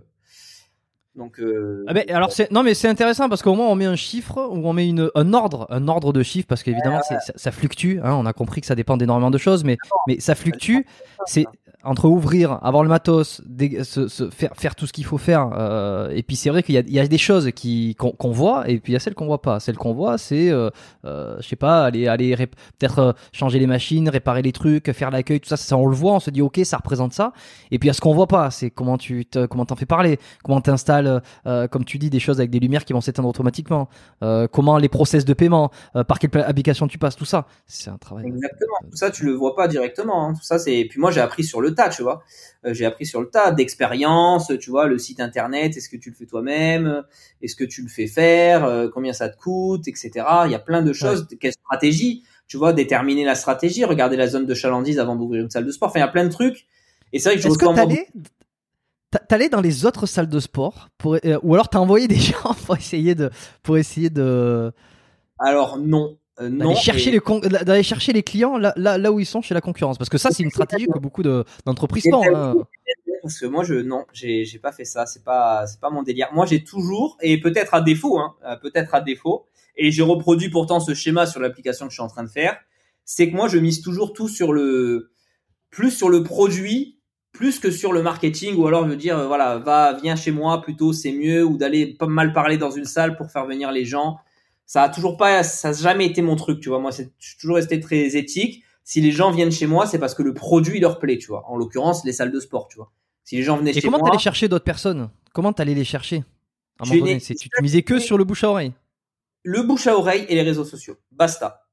Alors c'est intéressant parce qu'au moins on met un chiffre ou on met un ordre de chiffres parce qu'évidemment ça fluctue. Hein, on a compris que ça dépend d'énormément de choses, mais ça fluctue. C'est entre ouvrir, avoir le matos, faire tout ce qu'il faut faire, et puis c'est vrai qu'il y a des choses qu'on voit et puis il y a celles qu'on voit pas. Celles qu'on voit, c'est je sais pas, aller peut-être changer les machines, réparer les trucs, faire l'accueil, tout ça, on le voit, on se dit ok, ça représente ça. Et puis il y a ce qu'on voit pas, c'est comment t'en fais parler, comment t'installes, comme tu dis, des choses avec des lumières qui vont s'éteindre automatiquement, comment les process de paiement, par quelle application tu passes, tout ça, c'est un travail. Exactement. Tout ça tu le vois pas directement. Hein. Tout ça et puis moi j'ai appris sur le tas, tu vois. J'ai appris sur le tas d'expérience, tu vois, le site internet, est-ce que tu le fais toi-même, est-ce que tu le fais faire, combien ça te coûte, etc. Il y a plein de choses. Quelle stratégie, tu vois, déterminer la stratégie, regarder la zone de chalandise avant d'ouvrir une salle de sport. Enfin, il y a plein de trucs. Et c'est vrai que t'allais dans les autres salles de sport ou alors t'as envoyé des gens pour essayer de. Alors non. D'aller chercher les clients là où ils sont chez la concurrence, parce que ça c'est une stratégie que beaucoup d'entreprises font. Parce que moi j'ai pas fait ça, c'est pas mon délire. Moi j'ai toujours, et peut-être à défaut, et j'ai reproduit pourtant ce schéma sur l'application que je suis en train de faire, c'est que moi je mise toujours tout plus sur le produit plus que sur le marketing, ou alors je veux dire voilà, viens chez moi plutôt, c'est mieux, ou d'aller pas mal parler dans une salle pour faire venir les gens. Ça a jamais été mon truc, tu vois. Moi, je suis toujours resté très éthique. Si les gens viennent chez moi, c'est parce que le produit leur plaît, tu vois. En l'occurrence, les salles de sport, tu vois. Si les gens venaient chez moi. Et comment t'allais chercher d'autres personnes? Comment t'allais les chercher? À un moment donné, tu misais que sur le bouche à oreille. Le bouche à oreille et les réseaux sociaux. Basta.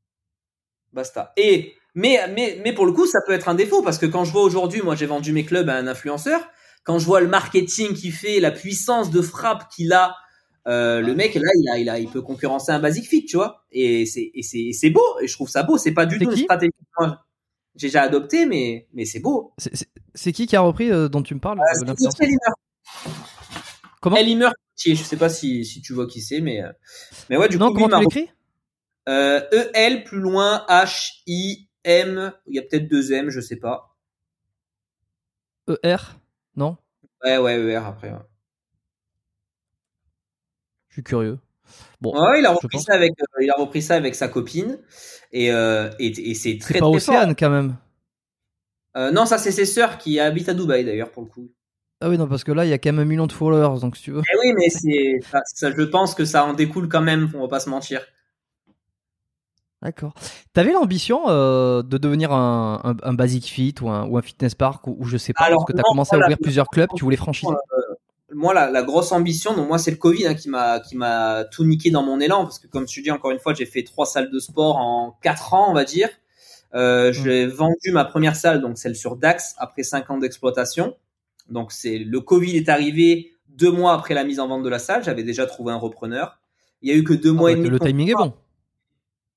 Mais pour le coup, ça peut être un défaut, parce que quand je vois aujourd'hui, moi, j'ai vendu mes clubs à un influenceur. Quand je vois le marketing qu'il fait, la puissance de frappe qu'il a, le mec là il peut concurrencer un Basic Fit, tu vois, et c'est beau, et je trouve ça beau. C'est pas du tout une stratégie que moi j'ai déjà adopté, mais c'est beau. C'est qui a repris dont tu me parles? C'est Elimer. Comment? Elimer, je sais pas si tu vois qui c'est, mais ouais, du coup comment tu l'écris? EL plus loin HIM, il y a peut-être 2 M, je sais pas. ER, non? Ouais, ER après. Ouais. Je suis curieux. Bon, ouais, il a repris ça avec sa copine, et c'est très, c'est pas très Océane fort. Quand même. Non, ça c'est ses sœurs qui habitent à Dubaï d'ailleurs pour le coup. Ah oui, non, parce que là il y a quand même 1 million de followers, donc si tu veux. Eh oui, mais ça, je pense que ça en découle quand même, on va pas se mentir. D'accord. T'avais l'ambition de devenir un Basic Fit ou un Fitness Park ou je sais pas, parce que t'as commencé à ouvrir plusieurs clubs, tu voulais franchiser. Moi, la grosse ambition, donc moi, c'est le Covid qui m'a tout niqué dans mon élan, parce que comme je te dis encore une fois, j'ai fait 3 salles de sport en 4 ans, on va dire. J'ai vendu ma première salle, donc celle sur Dax, après 5 ans d'exploitation. Donc le Covid est arrivé 2 mois après la mise en vente de la salle. J'avais déjà trouvé un repreneur. Il y a eu que 2 mois et demi. Le timing est bon. Pardon ?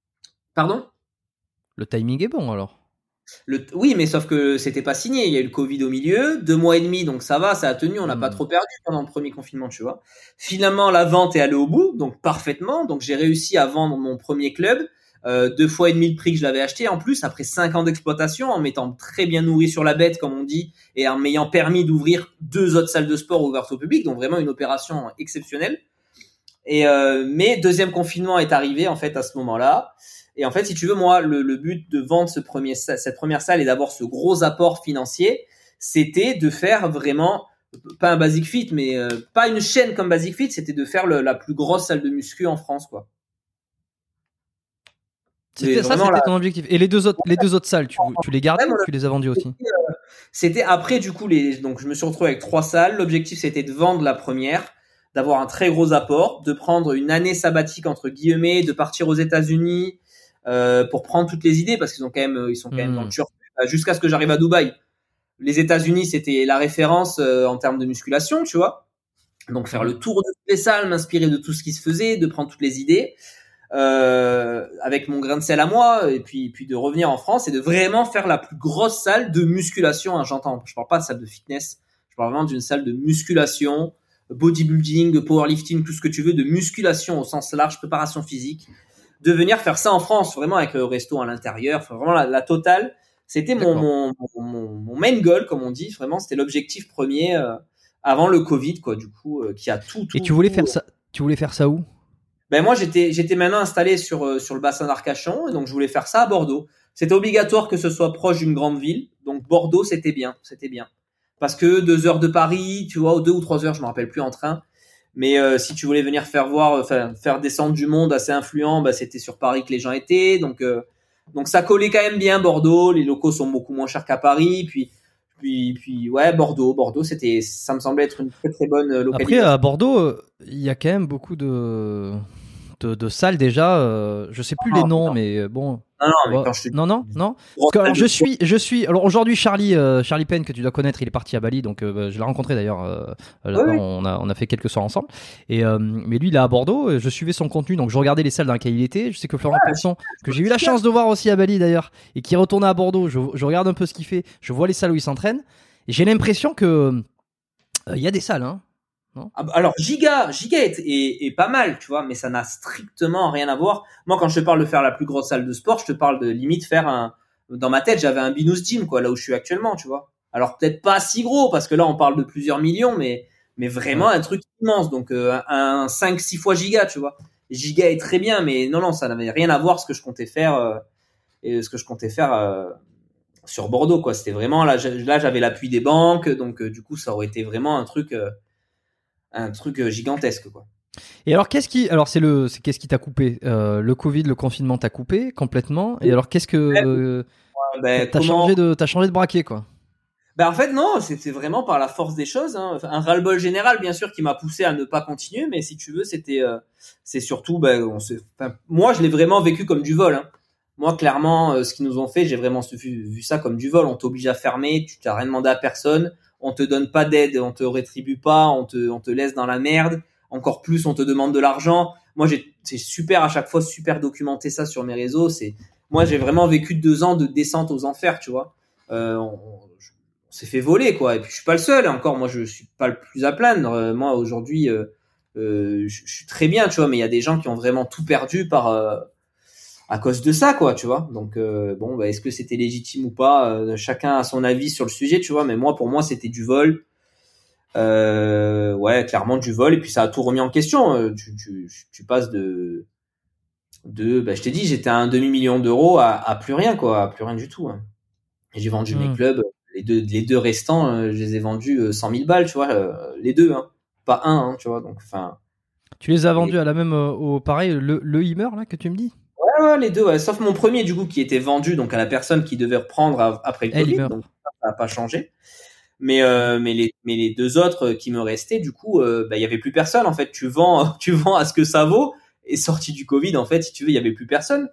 Le timing est bon alors. Oui, mais sauf que c'était pas signé. Il y a eu le Covid au milieu, 2 mois et demi, donc ça va, ça a tenu. On n'a pas trop perdu pendant le premier confinement, tu vois. Finalement, la vente est allée au bout, donc parfaitement. Donc j'ai réussi à vendre mon premier club, 2 fois et demi le prix que je l'avais acheté. En plus, après 5 ans d'exploitation, en m'étant très bien nourri sur la bête, comme on dit, et en m'ayant permis d'ouvrir 2 autres salles de sport ouvertes au public, donc vraiment une opération exceptionnelle. Mais deuxième confinement est arrivé en fait à ce moment-là. Et en fait, si tu veux, moi, le but de vendre cette première salle et d'avoir ce gros apport financier, c'était de faire vraiment, pas un Basic Fit, mais pas une chaîne comme Basic Fit, c'était de faire la plus grosse salle de muscu en France, quoi. C'était ton objectif. Et les deux autres salles, tu les gardais ou tu les as vendues aussi? C'était après, du coup, donc je me suis retrouvé avec 3 salles. L'objectif, c'était de vendre la première, d'avoir un très gros apport, de prendre une année sabbatique entre guillemets, de partir aux États-Unis pour prendre toutes les idées, parce qu'ils sont quand même dans le turc, jusqu'à ce que j'arrive à Dubaï. Les États-Unis, c'était la référence en termes de musculation, tu vois. Donc faire le tour de toutes les salles, m'inspirer de tout ce qui se faisait, de prendre toutes les idées avec mon grain de sel à moi, et puis de revenir en France et de vraiment faire la plus grosse salle de musculation. Hein, j'entends, je parle pas de salle de fitness, je parle vraiment d'une salle de musculation bodybuilding, powerlifting, tout ce que tu veux, de musculation au sens large, préparation physique, de venir faire ça en France, vraiment avec resto à l'intérieur, enfin, vraiment la totale. C'était mon main goal, comme on dit, vraiment, c'était l'objectif premier avant le Covid, quoi, du coup, qui a tout. Et tu voulais faire ça où? Ben moi, j'étais maintenant installé sur le bassin d'Arcachon, et donc je voulais faire ça à Bordeaux. C'était obligatoire que ce soit proche d'une grande ville, donc Bordeaux, c'était bien. Parce que 2 heures de Paris, tu vois, ou 2 ou 3 heures, je me rappelle plus en train. Mais si tu voulais venir faire descendre du monde assez influent, bah c'était sur Paris que les gens étaient. Donc ça collait quand même bien Bordeaux. Les locaux sont beaucoup moins chers qu'à Paris. Puis ouais, Bordeaux, ça me semblait être une très très bonne localité. Après à Bordeaux, il y a quand même beaucoup de salles déjà. Je sais plus les noms, mais bon. Non, mais quand je te... non. Parce que, alors, je suis. Alors aujourd'hui, Charlie Penn, que tu dois connaître, il est parti à Bali, donc je l'ai rencontré d'ailleurs. Oui. On a fait quelques soirs ensemble. Et mais lui, il est à Bordeaux. Je suivais son contenu, donc je regardais les salles dans lesquelles il était. Je sais que Florent Persson, que j'ai eu la chance de voir aussi à Bali d'ailleurs, et qui est retourné à Bordeaux. Je regarde un peu ce qu'il fait. Je vois les salles où il s'entraîne. Et j'ai l'impression que il y a des salles, hein. Alors Giga est pas mal, tu vois, mais ça n'a strictement rien à voir. Moi, quand je te parle de faire la plus grosse salle de sport, je te parle de limite faire dans ma tête, j'avais un Binous Gym, quoi, là où je suis actuellement, tu vois. Alors peut-être pas si gros, parce que là on parle de plusieurs millions, mais vraiment un truc immense, donc un 5-6 fois Giga, tu vois. Giga est très bien, mais non, ça n'avait rien à voir ce que je comptais faire sur Bordeaux, quoi. C'était vraiment là j'avais l'appui des banques, donc du coup ça aurait été vraiment un truc gigantesque, quoi. Et alors qu'est-ce qui t'a coupé? Le Covid, le confinement t'a coupé complètement. Et alors qu'est-ce que t'as changé de braquet, quoi? Ben en fait non, c'était vraiment par la force des choses, hein. Un ras-le-bol général bien sûr qui m'a poussé à ne pas continuer, mais si tu veux c'est surtout moi je l'ai vraiment vécu comme du vol, hein. Moi clairement ce qu'ils nous ont fait, j'ai vraiment vu ça comme du vol. On t'oblige à fermer, tu t'as rien demandé à personne. On te donne pas d'aide, on te rétribue pas, on te laisse dans la merde. Encore plus, on te demande de l'argent. Moi, c'est super à chaque fois, super documenté ça sur mes réseaux. Moi, j'ai vraiment vécu 2 ans de descente aux enfers, tu vois. On s'est fait voler, quoi. Et puis, je suis pas le seul. Encore, moi, je suis pas le plus à plaindre. Moi, aujourd'hui, je suis très bien, tu vois. Mais il y a des gens qui ont vraiment tout perdu à cause de ça, quoi, tu vois. Donc est-ce que c'était légitime ou pas, chacun a son avis sur le sujet, tu vois, mais pour moi c'était du vol. Ouais, clairement du vol, et puis ça a tout remis en question. Tu passes de je t'ai dit, j'étais à un demi-million d'euros à plus rien, quoi, à plus rien du tout, hein. Et j'ai vendu mes clubs, les deux restants, je les ai vendus 100 000 balles, tu vois, les deux, hein, pas un, hein, tu vois, donc enfin. Tu les as vendus à la même pareil, le Himmer là que tu me dis? Ouais, les deux, ouais. Sauf mon premier, du coup, qui était vendu donc à la personne qui devait reprendre après le Covid. Donc, ça n'a pas changé. Mais les 2 autres qui me restaient, du coup, il y avait plus personne. En fait, tu vends à ce que ça vaut. Et sorti du Covid, en fait, si tu veux, il y avait plus personne.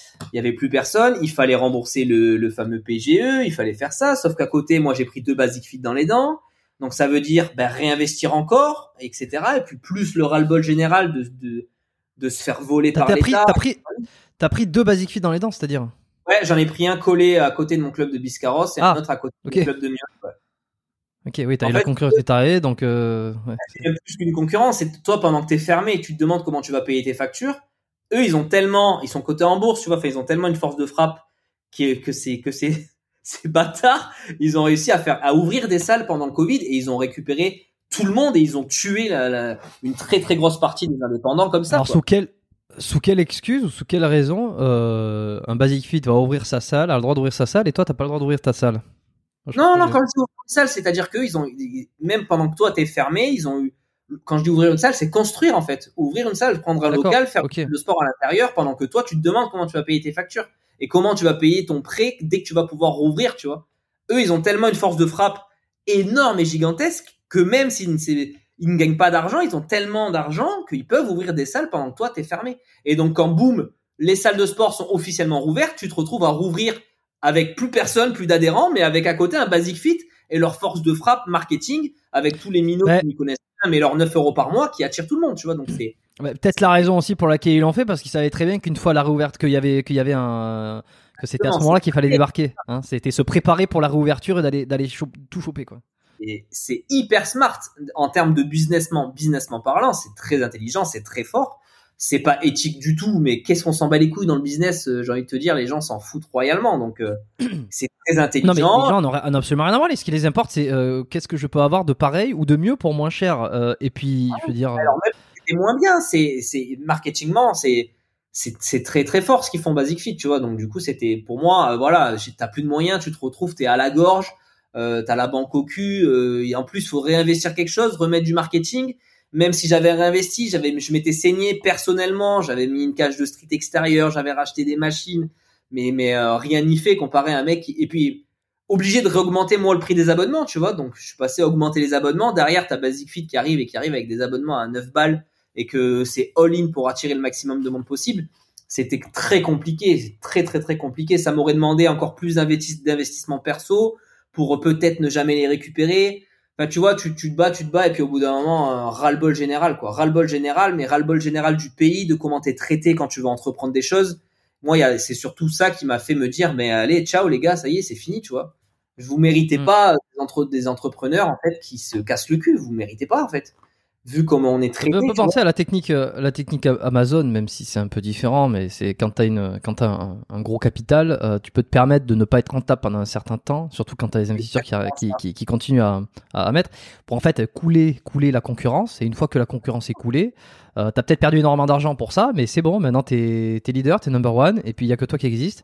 Il fallait rembourser le fameux PGE. Il fallait faire ça. Sauf qu'à côté, moi, j'ai pris 2 Basic Fit dans les dents. Donc, ça veut dire, réinvestir encore, etc. Et puis, plus le ras-le-bol général de se faire voler par l'État. T'as pris 2 Basic Fit dans les dents, c'est-à-dire? Ouais, j'en ai pris un collé à côté de mon club de Biscarrosse et un autre à côté du club de Mion. Ouais. Ok, oui, t'as eu la concurrence qui est arrivée, donc ouais. C'est même plus qu'une concurrence. C'est toi, pendant que t'es fermé et que tu te demandes comment tu vas payer tes factures, eux, ils sont cotés en bourse, tu vois, ils ont tellement une force de frappe que ces bâtards, ils ont réussi à ouvrir des salles pendant le Covid et ils ont récupéré tout le monde et ils ont tué une très très grosse partie des indépendants comme ça. Alors, quoi. Sous quelle excuse ou sous quelle raison un Basic Fit va ouvrir sa salle, a le droit d'ouvrir sa salle, et toi, t'as pas le droit d'ouvrir ta salle? Non, quand je dis ouvrir une salle, c'est-à-dire que même pendant que toi t'es fermé, ils ont eu. Quand je dis ouvrir une salle, c'est construire en fait. Ouvrir une salle, prendre un local, faire le sport à l'intérieur, pendant que toi tu te demandes comment tu vas payer tes factures et comment tu vas payer ton prêt dès que tu vas pouvoir rouvrir, tu vois. Eux, ils ont tellement une force de frappe énorme et gigantesque que même s'ils ne gagnent pas d'argent, ils ont tellement d'argent qu'ils peuvent ouvrir des salles pendant que toi t'es fermé. Et donc quand boum, les salles de sport sont officiellement rouvertes, tu te retrouves à rouvrir avec plus personne, plus d'adhérents, mais avec à côté un Basic Fit et leur force de frappe marketing avec tous les minots qui n'y connaissent pas, mais leurs 9 € par mois qui attirent tout le monde, tu vois. Donc c'est peut-être la raison aussi pour laquelle ils l'ont fait, parce qu'ils savaient très bien qu'une fois la réouverte, que c'était à ce moment-là qu'il fallait débarquer, hein. C'était se préparer pour la réouverture et d'aller tout choper, quoi. c'est hyper smart en termes de businessment parlant. C'est très intelligent, c'est très fort. C'est pas éthique du tout, mais qu'est-ce qu'on s'en bat les couilles dans le business? J'ai envie de te dire, les gens s'en foutent royalement. Donc, c'est très intelligent. Non, mais les gens n'ont absolument rien à voir. Ce qui les importe, c'est qu'est-ce que je peux avoir de pareil ou de mieux pour moins cher. Et puis, je veux dire. Alors, même si c'est moins bien, c'est marketingement, c'est très très fort ce qu'ils font Basic Fit, tu vois. Donc, du coup, c'était pour moi, voilà, t'as plus de moyens, tu te retrouves, t'es à la gorge, t'as la banque au cul, et en plus, faut réinvestir quelque chose, remettre du marketing. Même si j'avais réinvesti, je m'étais saigné personnellement, j'avais mis une cage de street extérieure, j'avais racheté des machines, mais rien n'y fait comparé à un mec et puis obligé de réaugmenter moi le prix des abonnements, tu vois. Donc je suis passé à augmenter les abonnements. Derrière, t'as Basic Fit qui arrive avec des abonnements à 9 balles et que c'est all-in pour attirer le maximum de monde possible. C'était très compliqué, très très très compliqué. Ça m'aurait demandé encore plus d'investissement perso pour peut-être ne jamais les récupérer. Enfin, tu vois, tu te bats, et puis au bout d'un moment, ras-le-bol général, quoi. Ras-le-bol général, mais ras-le-bol général du pays, de comment t'es traité quand tu vas entreprendre des choses. Moi, c'est surtout ça qui m'a fait me dire, mais allez, ciao les gars, ça y est, c'est fini, tu vois. Vous méritez pas des entrepreneurs, en fait, qui se cassent le cul. Vous méritez pas, en fait. Vu comment on est traité. On peut penser à la technique Amazon, même si c'est un peu différent, mais c'est quand t'as un gros capital, tu peux te permettre de ne pas être rentable pendant un certain temps, surtout quand t'as des investisseurs qui continuent à mettre, pour en fait couler la concurrence. Et une fois que la concurrence est coulée, t'as peut-être perdu énormément d'argent pour ça, mais c'est bon, maintenant t'es leader, t'es number one, et puis il y a que toi qui existe.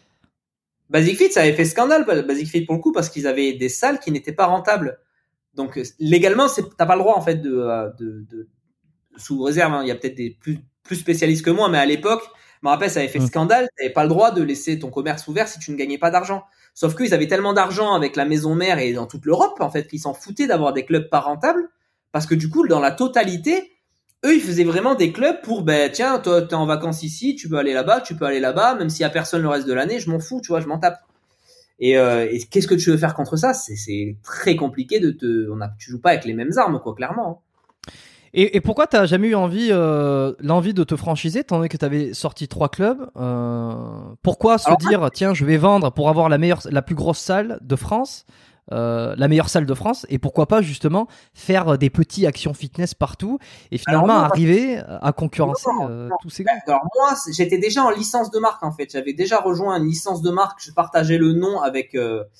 Basic Fit, ça avait fait scandale, Basic Fit pour le coup, parce qu'ils avaient des salles qui n'étaient pas rentables. Donc légalement, t'as pas le droit en fait de sous réserve. Hein. Il y a peut-être des plus spécialistes que moi, mais à l'époque, je me rappelle, ça avait fait scandale. T'avais pas le droit de laisser ton commerce ouvert si tu ne gagnais pas d'argent. Sauf qu'ils avaient tellement d'argent avec la maison mère et dans toute l'Europe en fait qu'ils s'en foutaient d'avoir des clubs pas rentables, parce que du coup, dans la totalité, eux, ils faisaient vraiment des clubs pour tiens, toi t'es en vacances ici, tu peux aller là-bas, même s'il y a personne le reste de l'année, je m'en fous, tu vois, je m'en tape. Et qu'est-ce que tu veux faire contre ça? C'est très compliqué tu joues pas avec les mêmes armes, quoi, clairement. Et pourquoi t'as jamais eu l'envie de te franchiser, étant donné que t'avais sorti 3 clubs? Pourquoi dire, tiens, je vais vendre pour avoir la plus grosse salle de France, la meilleure salle de France, et pourquoi pas justement faire des petits actions fitness partout et finalement arriver à concurrencer tous ces gars? Alors moi, j'étais déjà en licence de marque en fait. J'avais déjà rejoint une licence de marque. Je partageais le nom avec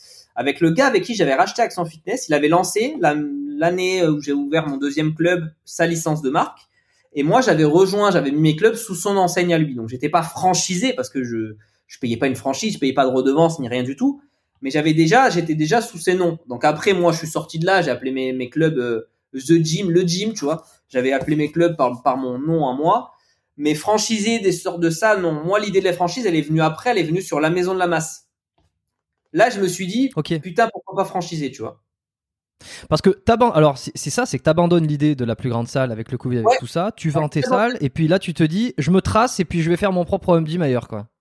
le gars avec qui j'avais racheté Action Fitness. Il avait lancé l'année où j'ai ouvert mon deuxième club sa licence de marque. Et moi, j'avais mis mes clubs sous son enseigne à lui. Donc j'étais pas franchisé parce que je payais pas une franchise, je payais pas de redevance ni rien du tout. Mais j'étais déjà sous ses noms. Donc après, moi, je suis sorti de là, j'ai appelé mes clubs The Gym, le gym, tu vois. J'avais appelé mes clubs par mon nom à moi. Mais franchiser des sortes de ça, non. Moi, l'idée de la franchise, elle est venue sur la Maison de la Masse. Là, je me suis dit, putain, pourquoi pas franchiser, tu vois. Parce que alors c'est ça, c'est que t'abandonnes l'idée de la plus grande salle avec le Covid, avec tout ça. Tu vends tes salles et puis là, tu te dis, je me trace et puis je vais faire mon propre home gym ailleurs, quoi.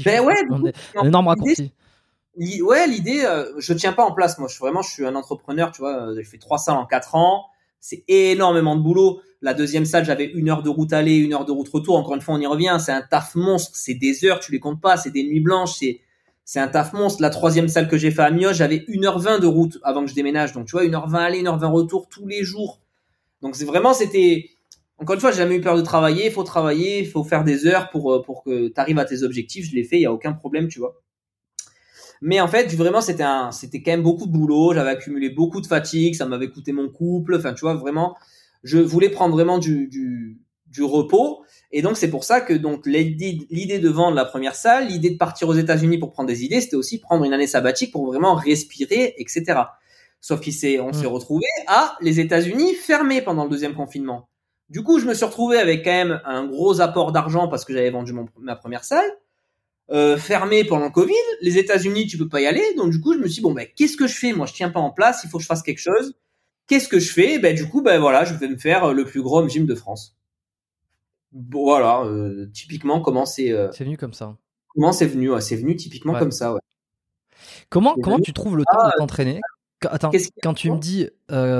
Un énorme raccourci. L'idée, je tiens pas en place. Moi, je suis un entrepreneur, tu vois. J'ai fait 3 salles en 4 ans. C'est énormément de boulot. La deuxième salle, j'avais 1 heure de route aller, 1 heure de route retour. Encore une fois, on y revient. C'est un taf monstre. C'est des heures, tu les comptes pas. C'est des nuits blanches. C'est un taf monstre. La troisième salle que j'ai fait à Mioche, j'avais 1h20 de route avant que je déménage. Donc, tu vois, 1h20 aller, 1h20 retour tous les jours. Donc, c'était, encore une fois, j'ai jamais eu peur de travailler. Il faut travailler. Il faut faire des heures pour que t'arrives à tes objectifs. Je l'ai fait. Il y a aucun problème, tu vois. Mais en fait, vraiment, c'était quand même beaucoup de boulot. J'avais accumulé beaucoup de fatigue. Ça m'avait coûté mon couple. Enfin, tu vois, vraiment, je voulais prendre vraiment du repos. Et donc, c'est pour ça que donc l'idée de vendre la première salle, l'idée de partir aux États-Unis pour prendre des idées, c'était aussi prendre une année sabbatique pour vraiment respirer, etc. Sauf qu'on s'est retrouvé les États-Unis fermés pendant le deuxième confinement. Du coup, je me suis retrouvé avec quand même un gros apport d'argent parce que j'avais vendu ma première salle. Fermé pendant le Covid, les États-Unis, tu peux pas y aller. Donc du coup, je me suis dit qu'est-ce que je fais? Moi, je tiens pas en place. Il faut que je fasse quelque chose. Qu'est-ce que je fais? Du coup, voilà, je vais me faire le plus gros home gym de France. Bon, voilà, typiquement comment c'est venu comme ça. Comment c'est venu? C'est venu typiquement comme ça, ouais. Comment tu trouves le temps de t'entraîner? Attends, quand tu me dis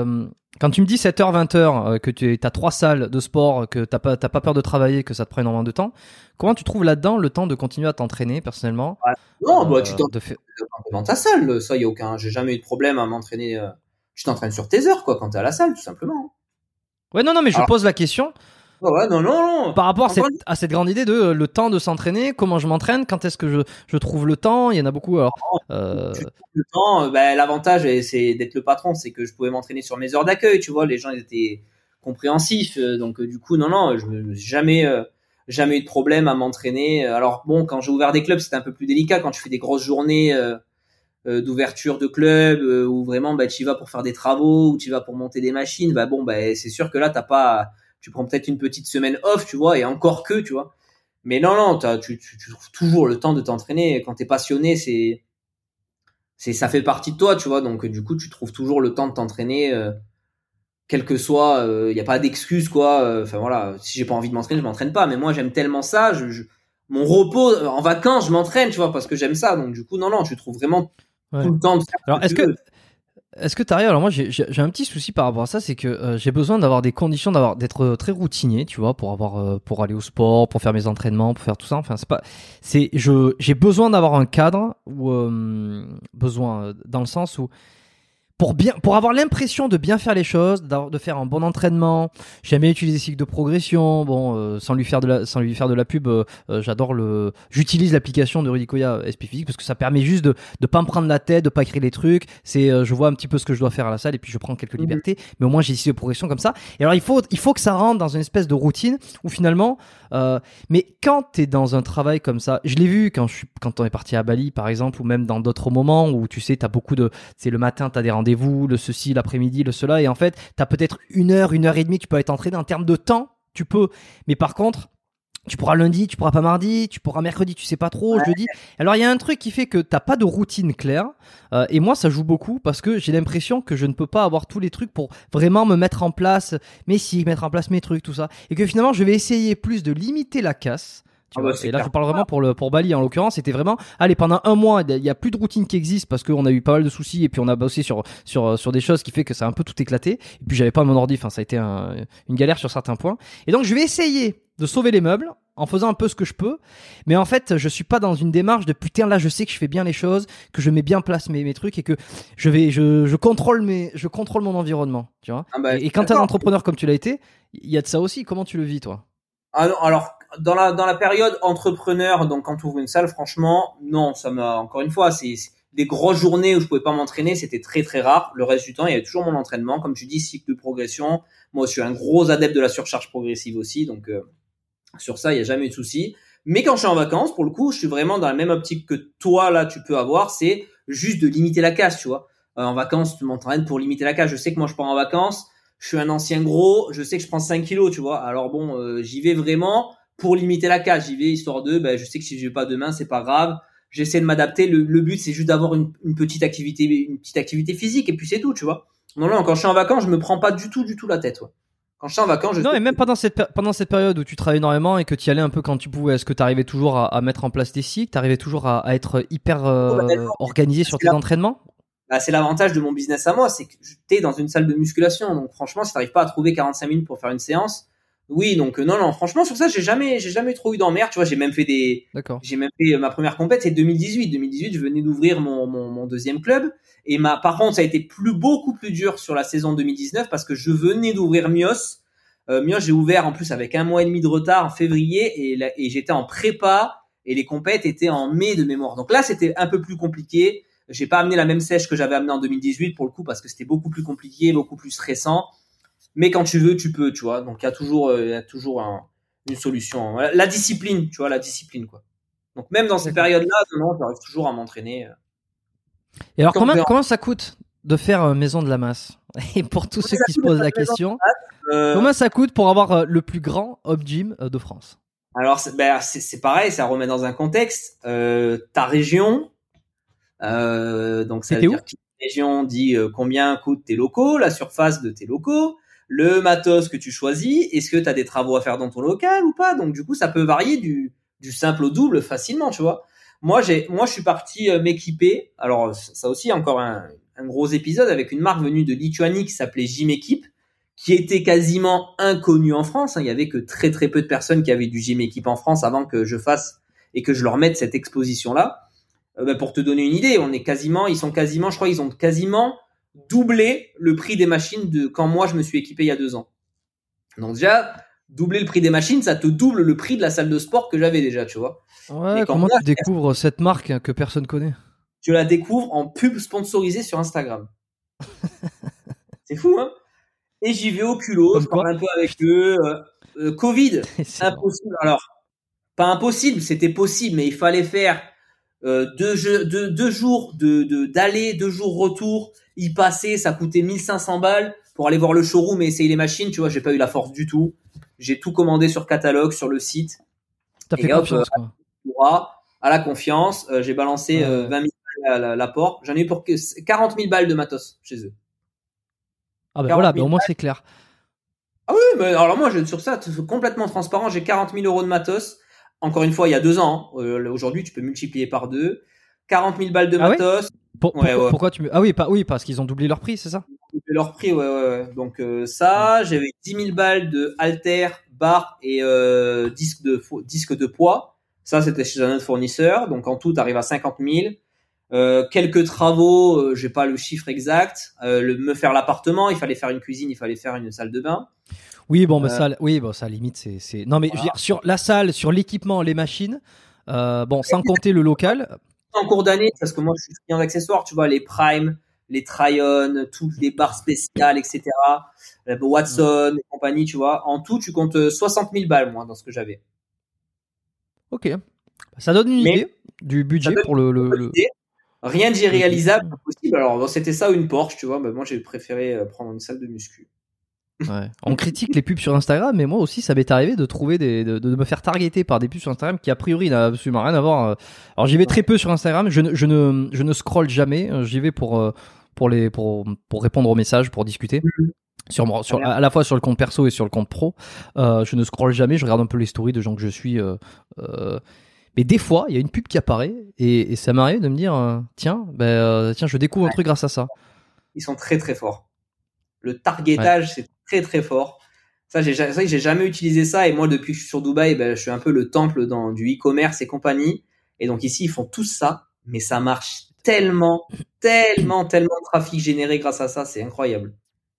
7h 20h que tu as 3 salles de sport, que t'as pas peur de travailler, que ça te prend énormément de temps, comment tu trouves là-dedans le temps de continuer à t'entraîner personnellement? Non, tu t'entraînes dans ta salle, ça y a aucun, j'ai jamais eu de problème à m'entraîner. tu t'entraînes sur tes heures, quoi, quand t'es à la salle, tout simplement. Ouais, non, mais je pose la question. Ouais, non. Par rapport à cette grande idée de le temps de s'entraîner, comment je m'entraîne, quand est-ce que je trouve le temps. Il y en a beaucoup. Alors, tu trouves le temps, l'avantage, c'est d'être le patron, c'est que je pouvais m'entraîner sur mes heures d'accueil, tu vois, les gens ils étaient compréhensifs, donc du coup, non, je n'ai jamais eu de problème à m'entraîner. Alors bon, quand j'ai ouvert des clubs, c'était un peu plus délicat, quand tu fais des grosses journées d'ouverture de club, où vraiment tu y vas pour faire des travaux, ou tu y vas pour monter des machines, c'est sûr que là, tu prends peut-être une petite semaine off, tu vois, et encore que, tu vois. Mais non, tu trouves toujours le temps de t'entraîner. Quand t'es passionné, ça fait partie de toi, tu vois. Donc, du coup, tu trouves toujours le temps de t'entraîner, quel que soit. Il y a pas d'excuse, quoi. Enfin voilà, si j'ai pas envie de m'entraîner, je m'entraîne pas. Mais moi, j'aime tellement ça. Mon repos en vacances, je m'entraîne, tu vois, parce que j'aime ça. Donc, du coup, non, tu trouves vraiment tout le temps de faire. Alors, est-ce que t'arrives? Alors moi j'ai un petit souci par rapport à ça, c'est que j'ai besoin d'avoir des conditions, d'être très routinier, tu vois, pour aller au sport, pour faire mes entraînements, pour faire tout ça. Enfin j'ai besoin d'avoir un cadre ou besoin dans le sens où pour avoir l'impression de bien faire les choses, de faire un bon entraînement. J'aime bien utiliser des cycles de progression. Bon, sans lui faire de la pub, j'utilise l'application de Rudy Koya SP Physique parce que ça permet juste de pas me prendre la tête, de pas écrire les trucs. Je vois un petit peu ce que je dois faire à la salle et puis je prends quelques libertés. Mais au moins j'ai des cycles de progression comme ça. Et alors il faut que ça rentre dans une espèce de routine où finalement, mais quand t'es dans un travail comme ça, je l'ai vu quand on est parti à Bali par exemple, ou même dans d'autres moments où tu sais t'as beaucoup c'est le matin t'as des rendez-vous, le ceci, l'après-midi, le cela, et en fait, t'as peut-être une heure et demie que tu peux être entraîné. En termes de temps, tu peux, mais par contre, tu pourras lundi, tu pourras pas mardi, tu pourras mercredi, tu sais pas trop, jeudi. Alors, il y a un truc qui fait que t'as pas de routine claire, et moi, ça joue beaucoup parce que j'ai l'impression que je ne peux pas avoir tous les trucs pour vraiment me mettre en place mettre en place mes trucs, tout ça, et que finalement, je vais essayer plus de limiter la casse. Et là, je parle vraiment pour Bali en l'occurrence. C'était vraiment, allez, pendant un mois, il y a plus de routine qui existe parce qu'on a eu pas mal de soucis et puis on a bossé sur des choses qui fait que ça a un peu tout éclaté. Et puis j'avais pas mon ordi, enfin ça a été une galère sur certains points. Et donc je vais essayer de sauver les meubles en faisant un peu ce que je peux. Mais en fait, je suis pas dans une démarche de putain là, je sais que je fais bien les choses, que je mets bien en place mes trucs et que je contrôle mon environnement, tu vois. Et quand t'es un entrepreneur comme tu l'as été, il y a de ça aussi. Comment tu le vis, toi? Ah non, alors dans la période entrepreneur, donc quand tu ouvres une salle, franchement, non, encore une fois, c'est des grosses journées où je pouvais pas m'entraîner, c'était très très rare. Le reste du temps, il y avait toujours mon entraînement, comme tu dis, cycle de progression. Moi, je suis un gros adepte de la surcharge progressive aussi, donc sur ça, il y a jamais eu de souci. Mais quand je suis en vacances, pour le coup, je suis vraiment dans la même optique que toi là, tu peux avoir, c'est juste de limiter la casse, tu vois. En vacances, tu m'entraînes pour limiter la casse. Je sais que moi, je pars en vacances. Je suis un ancien gros, je sais que je prends 5 kilos, tu vois. Alors bon, j'y vais vraiment pour limiter la casse. J'y vais histoire de, je sais que si je vais pas demain, c'est pas grave. J'essaie de m'adapter. Le but, c'est juste d'avoir une petite activité physique et puis c'est tout, tu vois. Non, quand je suis en vacances, je me prends pas du tout la tête, ouais. Quand je suis en vacances, non, et même pendant cette période où tu travailles énormément et que tu y allais un peu quand tu pouvais, est-ce que tu arrivais toujours à mettre en place tes cycles, tu arrivais toujours à être hyper organisé sur tes entraînements? C'est l'avantage de mon business à moi, c'est que t'es dans une salle de musculation. Donc franchement, si t'arrives pas à trouver 45 minutes pour faire une séance, oui, donc non, franchement sur ça, j'ai jamais trop eu d'emmerde, tu vois, j'ai même fait ma première compète, c'est 2018. 2018, je venais d'ouvrir mon deuxième club et par contre, ça a été beaucoup plus dur sur la saison 2019 parce que je venais d'ouvrir Mios. Mios, j'ai ouvert en plus avec 1 mois et demi de retard en février et j'étais en prépa et les compètes étaient en mai de mémoire. Donc là, c'était un peu plus compliqué. J'ai pas amené la même sèche que j'avais amené en 2018 pour le coup parce que c'était beaucoup plus compliqué, beaucoup plus stressant. Mais quand tu veux, tu peux, tu vois. Donc il y a toujours une solution. La discipline, tu vois, quoi. Donc même dans ces périodes-là, non, j'arrive toujours à m'entraîner. Et alors comment ça coûte de faire Maison de la Masse? Et pour tous ceux qui se posent la question, comment ça coûte pour avoir le plus grand home gym de France? Alors c'est pareil, ça remet dans un contexte. Ta région. Donc ça veut dire que la région dit combien coûtent tes locaux, la surface de tes locaux, le matos que tu choisis, est-ce que tu as des travaux à faire dans ton local ou pas. Donc du coup ça peut varier du simple au double facilement, tu vois. Moi je suis parti m'équiper. Alors ça aussi encore un gros épisode avec une marque venue de Lituanie qui s'appelait Gym Equip, qui était quasiment inconnue en France. Il y avait que très très peu de personnes qui avaient du Gym Equip en France avant que je fasse et que je leur mette cette exposition là. Pour te donner une idée, je crois qu'ils ont quasiment doubler le prix des machines de quand moi je me suis équipé il y a 2 ans. Donc déjà, doubler le prix des machines, ça te double le prix de la salle de sport que j'avais déjà, tu vois. Ouais, comment tu découvres cette marque que personne connaît? Je la découvre en pub sponsorisée sur Instagram. C'est fou, hein? Et j'y vais au culot, je parle un peu avec eux. Covid, impossible. Alors, pas impossible, c'était possible, mais il fallait faire 2 jours d'aller, 2 jours retour. Y passer, ça coûtait 1500 balles pour aller voir le showroom et essayer les machines. Tu vois, j'ai pas eu la force du tout. J'ai tout commandé sur catalogue, sur le site. T'as fait confiance, quoi. À la confiance, j'ai balancé 20 000 balles à l'apport. J'en ai eu pour 40 000 balles de matos chez eux. Ah ben voilà, au moins c'est clair. Ah oui, mais alors moi, sur ça, complètement transparent, j'ai 40 000 euros de matos. Encore une fois, il y a 2 ans. Aujourd'hui, tu peux multiplier par 2. 40 000 balles de matos. Ouais pourquoi tu me... Ah oui, parce qu'ils ont doublé leur prix, c'est ça? Doublé leur prix, ouais. Donc ça, j'avais 10 000 balles de halter, barre et disque de poids. Ça, c'était chez un autre fournisseur. Donc en tout, t'arrives à 50 000. Quelques travaux, j'ai pas le chiffre exact. Me faire l'appartement, il fallait faire une cuisine, il fallait faire une salle de bain. Oui, ça limite, c'est. Non, mais voilà. Je veux dire, sur la salle, sur l'équipement, les machines, sans compter le local. En cours d'année, parce que moi, je suis client d'accessoires, tu vois, les Prime, les Tryon, toutes les barres spéciales, etc. Watson et compagnie, tu vois. En tout, tu comptes 60 000 balles, moi, dans ce que j'avais. Ok. Ça donne une idée du budget pour le... Rien de réalisable possible. Alors, c'était ça ou une Porsche, tu vois. Moi, j'ai préféré prendre une salle de muscu. Ouais. On critique les pubs sur Instagram, mais moi aussi, ça m'est arrivé de trouver de me faire targeter par des pubs sur Instagram qui a priori n'a absolument rien à voir. Alors, j'y vais très peu sur Instagram. Je ne scrolle jamais. J'y vais pour répondre aux messages, pour discuter. À la fois sur le compte perso et sur le compte pro. Je ne scrolle jamais. Je regarde un peu les stories de gens que je suis. Mais des fois, il y a une pub qui apparaît et ça m'arrive de me dire tiens, je découvre un truc grâce à ça. Ils sont très très forts. Le targetage, c'est très très fort. Ça, c'est vrai que j'ai jamais utilisé ça. Et moi, depuis que je suis sur Dubaï, je suis un peu le temple du e-commerce et compagnie. Et donc ici, ils font tous ça, mais ça marche tellement de trafic généré grâce à ça, c'est incroyable.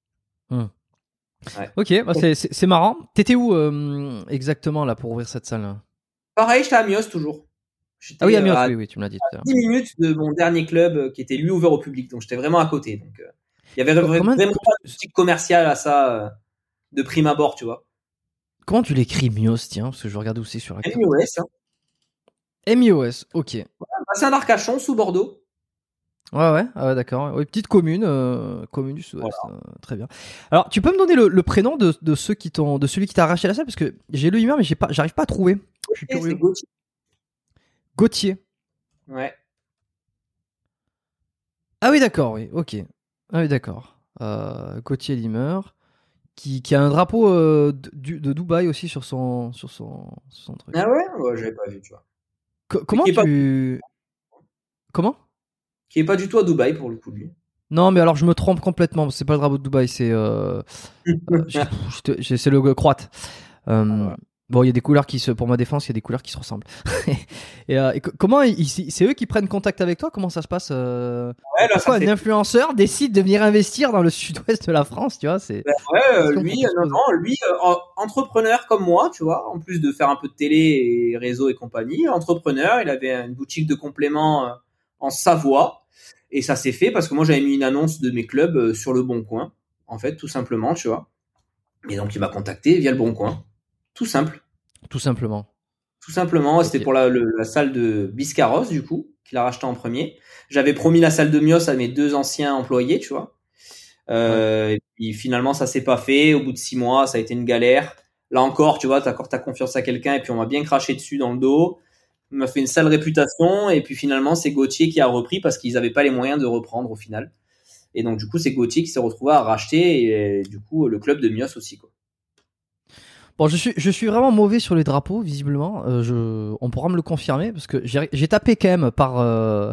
Ouais. Ok, c'est marrant. T'étais où exactement là pour ouvrir cette salle? Pareil, j'étais à Mios toujours. Ah oui, à Mios, oui, tu me l'as dit tout à l'heure. 10 minutes de mon dernier club qui était lui ouvert au public, donc j'étais vraiment à côté. Donc il y avait vraiment pas de boutique commerciale à ça de prime abord, tu vois. Comment tu l'écris Mios, tiens, parce que je regarde où c'est sur la carte. MIOS. MIOS, ok. Ouais, c'est un Arcachon sous Bordeaux. Ouais, d'accord. Ouais, petite commune du Sud-Ouest, voilà. Très bien. Alors, tu peux me donner le prénom de celui qui t'a arraché la salle, parce que j'ai le email, mais j'arrive pas à trouver. Je suis curieux. C'est Gauthier. Ouais. Ah oui, d'accord, oui, ok. Ah oui, d'accord. Gauthier Limer, qui a un drapeau de Dubaï aussi sur son truc. Ah ouais, j'avais pas vu, tu vois. Comment Qui est pas du tout à Dubaï pour le coup, lui. Non, mais alors je me trompe complètement. C'est pas le drapeau de Dubaï, c'est c'est le croate. Bon, il y a des couleurs pour ma défense, il y a des couleurs qui se ressemblent. et comment c'est eux qui prennent contact avec toi? Comment ça se passe? Pourquoi un influenceur décide de venir investir dans le sud-ouest de la France, tu vois? Lui, entrepreneur comme moi, tu vois, en plus de faire un peu de télé et réseau et compagnie, entrepreneur, il avait une boutique de compléments en Savoie, et ça s'est fait parce que moi j'avais mis une annonce de mes clubs sur le Bon Coin, en fait, tout simplement, tu vois. Et donc il m'a contacté via le Bon Coin. Tout simple. Tout simplement. Okay. C'était pour la salle de Biscarros, du coup, qu'il a racheté en premier. J'avais promis la salle de Mios à mes 2 anciens employés, tu vois. Et puis finalement, ça s'est pas fait. Au bout de 6 mois, ça a été une galère. Là encore, tu vois, t'accordes ta confiance à quelqu'un et puis on m'a bien craché dessus dans le dos. On m'a fait une sale réputation et puis finalement, c'est Gauthier qui a repris parce qu'ils avaient pas les moyens de reprendre au final. Et donc, du coup, c'est Gauthier qui s'est retrouvé à racheter et du coup, le club de Mios aussi, quoi. Bon, je suis vraiment mauvais sur les drapeaux, visiblement. On pourra me le confirmer parce que j'ai tapé quand même par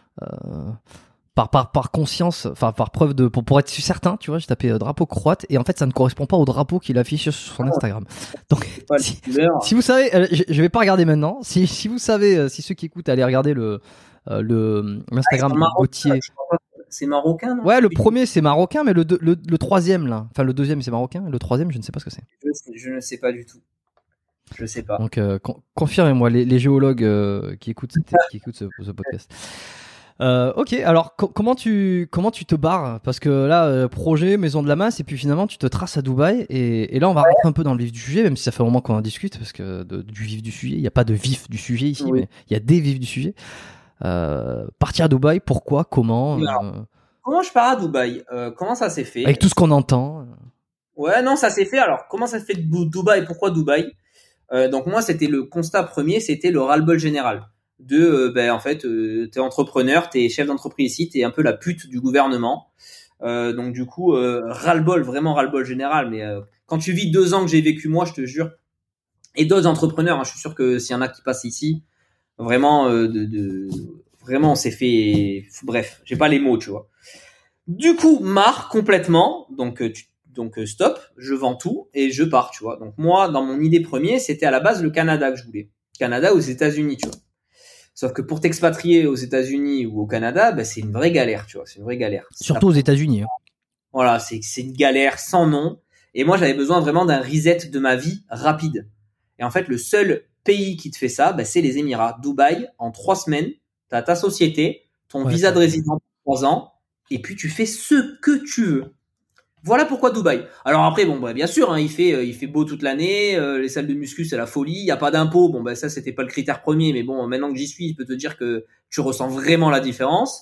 conscience, enfin par preuve pour être certain, tu vois, j'ai tapé drapeau croate et en fait ça ne correspond pas au drapeau qu'il affiche sur son Instagram. Donc si vous savez, je vais pas regarder maintenant. Si vous savez, si ceux qui écoutent, allez regarder l'Instagram de Gauthier. c'est marocain, non? Ouais, le premier c'est marocain, mais le troisième là, enfin le deuxième c'est marocain, le troisième je ne sais pas ce que c'est. Je ne sais pas du tout. Je sais pas. Donc confirmez-moi les géologues qui écoutent ce podcast. Ok, alors comment tu te barres? Parce que là, projet, maison de la masse, et puis finalement tu te traces à Dubaï, et là on va rentrer un peu dans le vif du sujet, même si ça fait un moment qu'on en discute, parce que du vif du sujet, il n'y a pas de vif du sujet ici, Oui. mais il y a des vifs du sujet. Partir à Dubaï, pourquoi, comment Alors, comment je pars à Dubaï? Comment ça s'est fait? avec tout ce qu'on entend. Ouais, non, ça s'est fait. Alors, comment ça se fait Dubaï? Pourquoi Dubaï? Donc moi, c'était le constat premier, c'était le ras-le-bol général. En fait, t'es entrepreneur, t'es chef d'entreprise ici, t'es un peu la pute du gouvernement. Donc du coup, ras-le-bol, vraiment ras-le-bol général. Mais quand tu vis 2 ans que j'ai vécu moi, je te jure, et d'autres entrepreneurs, hein, je suis sûr que s'il y en a qui passent ici, vraiment, vraiment, on s'est fait. Bref, j'ai pas les mots, tu vois. Du coup, marre complètement. Donc stop, je vends tout et je pars, tu vois. Donc moi, dans mon idée première, c'était à la base le Canada que je voulais. Canada aux États-Unis, tu vois. Sauf que pour t'expatrier aux États-Unis ou au Canada, bah, c'est une vraie galère, tu vois. C'est une vraie galère. Surtout aux États-Unis. Hein. Voilà, c'est une galère sans nom. Et moi, j'avais besoin vraiment d'un reset de ma vie rapide. Et en fait, le seul pays qui te fait ça, bah, c'est les Émirats. Dubaï, en 3 semaines, t'as ta société, ton visa de résident pour 3 ans, et puis tu fais ce que tu veux. Voilà pourquoi Dubaï. Alors après, bon, bah, bien sûr, hein, il fait beau toute l'année, les salles de muscu, c'est la folie, il y a pas d'impôt. Bon, bah, ça, c'était pas le critère premier, mais bon, maintenant que j'y suis, je peux te dire que tu ressens vraiment la différence.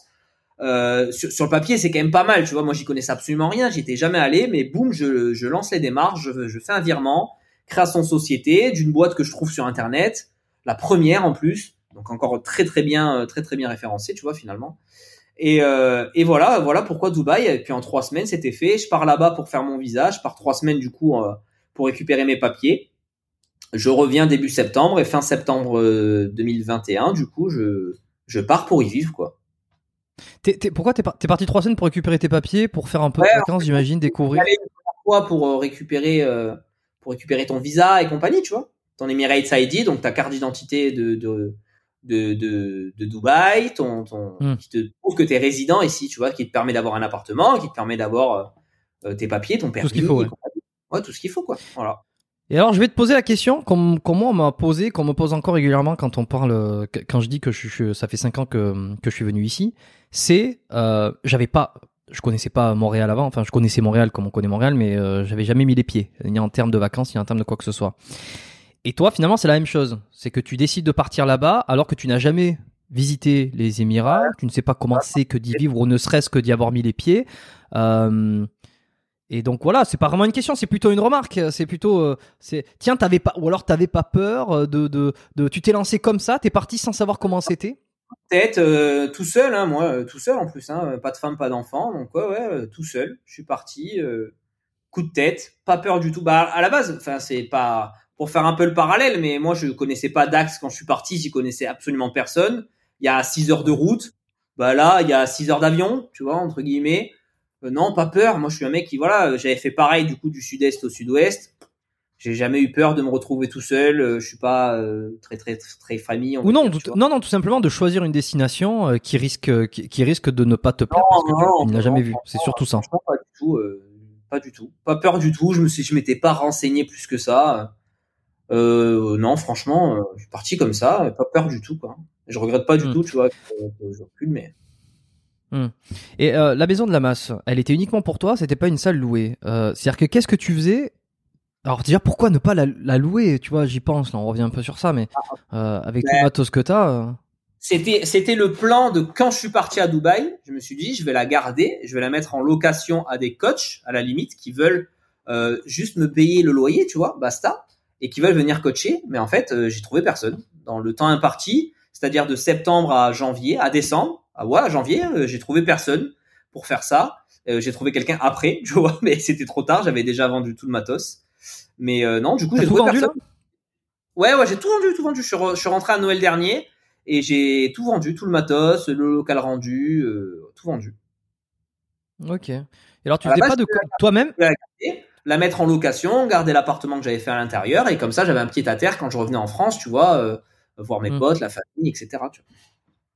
Sur le papier, c'est quand même pas mal, tu vois. Moi, j'y connaissais absolument rien, j'y étais jamais allé, mais boum, je lance les démarches, je fais un virement, création de société d'une boîte que je trouve sur Internet, la première en plus, donc encore très bien référencée, tu vois, finalement. Et voilà pourquoi Dubaï. Et puis en 3 semaines, c'était fait. Je pars là-bas pour faire mon visa. Je pars 3 semaines du coup pour récupérer mes papiers. Je reviens début septembre et fin septembre 2021. Du coup, je pars pour y vivre, quoi. Pourquoi t'es parti 3 semaines pour récupérer tes papiers, pour faire un peu de vacances, j'imagine, découvrir. Une fois pour récupérer ton visa et compagnie, tu vois. Ton Emirates ID, donc ta carte d'identité de Dubaï, qui te prouve que t'es résident ici, tu vois, qui te permet d'avoir un appartement, qui te permet d'avoir tes papiers, ton permis, tout ce qu'il faut, ouais, tout ce qu'il faut, quoi. Voilà. Et alors, je vais te poser la question qu'on me pose encore régulièrement quand on parle, quand je dis que ça fait 5 ans que je suis venu ici. C'est, je connaissais pas Montréal avant. Enfin, je connaissais Montréal comme on connaît Montréal, mais j'avais jamais mis les pieds, ni en termes de vacances, ni en termes de quoi que ce soit. Et toi, finalement, c'est la même chose. C'est que tu décides de partir là-bas alors que tu n'as jamais visité les Émirats, tu ne sais pas comment c'est que d'y vivre ou ne serait-ce que d'y avoir mis les pieds. Et donc voilà, c'est pas vraiment une question, c'est plutôt une remarque. C'est plutôt, tiens, t'avais pas peur tu t'es lancé comme ça, t'es parti sans savoir comment c'était. Peut-être tout seul, hein, moi, tout seul en plus, hein, pas de femme, pas d'enfant, donc ouais, tout seul. Je suis parti, coup de tête, pas peur du tout. Bah à la base, enfin c'est pas pour faire un peu le parallèle, mais moi je connaissais pas Dax quand je suis parti, j'y connaissais absolument personne. Il y a 6 heures de route, bah là il y a 6 heures d'avion, tu vois, entre guillemets. Non, pas peur. Moi je suis un mec qui voilà, j'avais fait pareil du coup du sud-est au sud-ouest. J'ai jamais eu peur de me retrouver tout seul. Je suis pas très famille. Ou non, tout simplement de choisir une destination qui risque de ne pas te plaire parce que tu ne l'as jamais vue. C'est surtout ça. Pas du tout. Pas peur du tout. Je m'étais pas renseigné plus que ça. Non, franchement, je suis parti comme ça, pas peur du tout, quoi. Je regrette pas du tout, tu vois, que je recule, mais. Et la maison de la masse, elle était uniquement pour toi, c'était pas une salle louée. C'est-à-dire que qu'est-ce que tu faisais? Alors déjà, pourquoi ne pas la louer? Tu vois, j'y pense, là, on revient un peu sur ça, mais avec tout le matos que t'as. C'était le plan de quand je suis parti à Dubaï. Je me suis dit, je vais la garder, je vais la mettre en location à des coachs, à la limite, qui veulent juste me payer le loyer, tu vois, basta, et qui veulent venir coacher. Mais en fait, j'ai trouvé personne dans le temps imparti, c'est-à-dire de septembre à décembre, à janvier, j'ai trouvé personne pour faire ça. J'ai trouvé quelqu'un après, tu vois, mais c'était trop tard, j'avais déjà vendu tout le matos. Mais non, du coup, j'ai trouvé personne. Ouais, j'ai tout vendu. Je suis rentré à Noël dernier et j'ai tout vendu, tout le matos, le local rendu, tout vendu. Ok. Et alors, tu faisais pas de toi-même? La mettre en location, garder l'appartement que j'avais fait à l'intérieur et comme ça, j'avais un pied à terre quand je revenais en France, tu vois, voir mes potes, la famille, etc. Tu vois.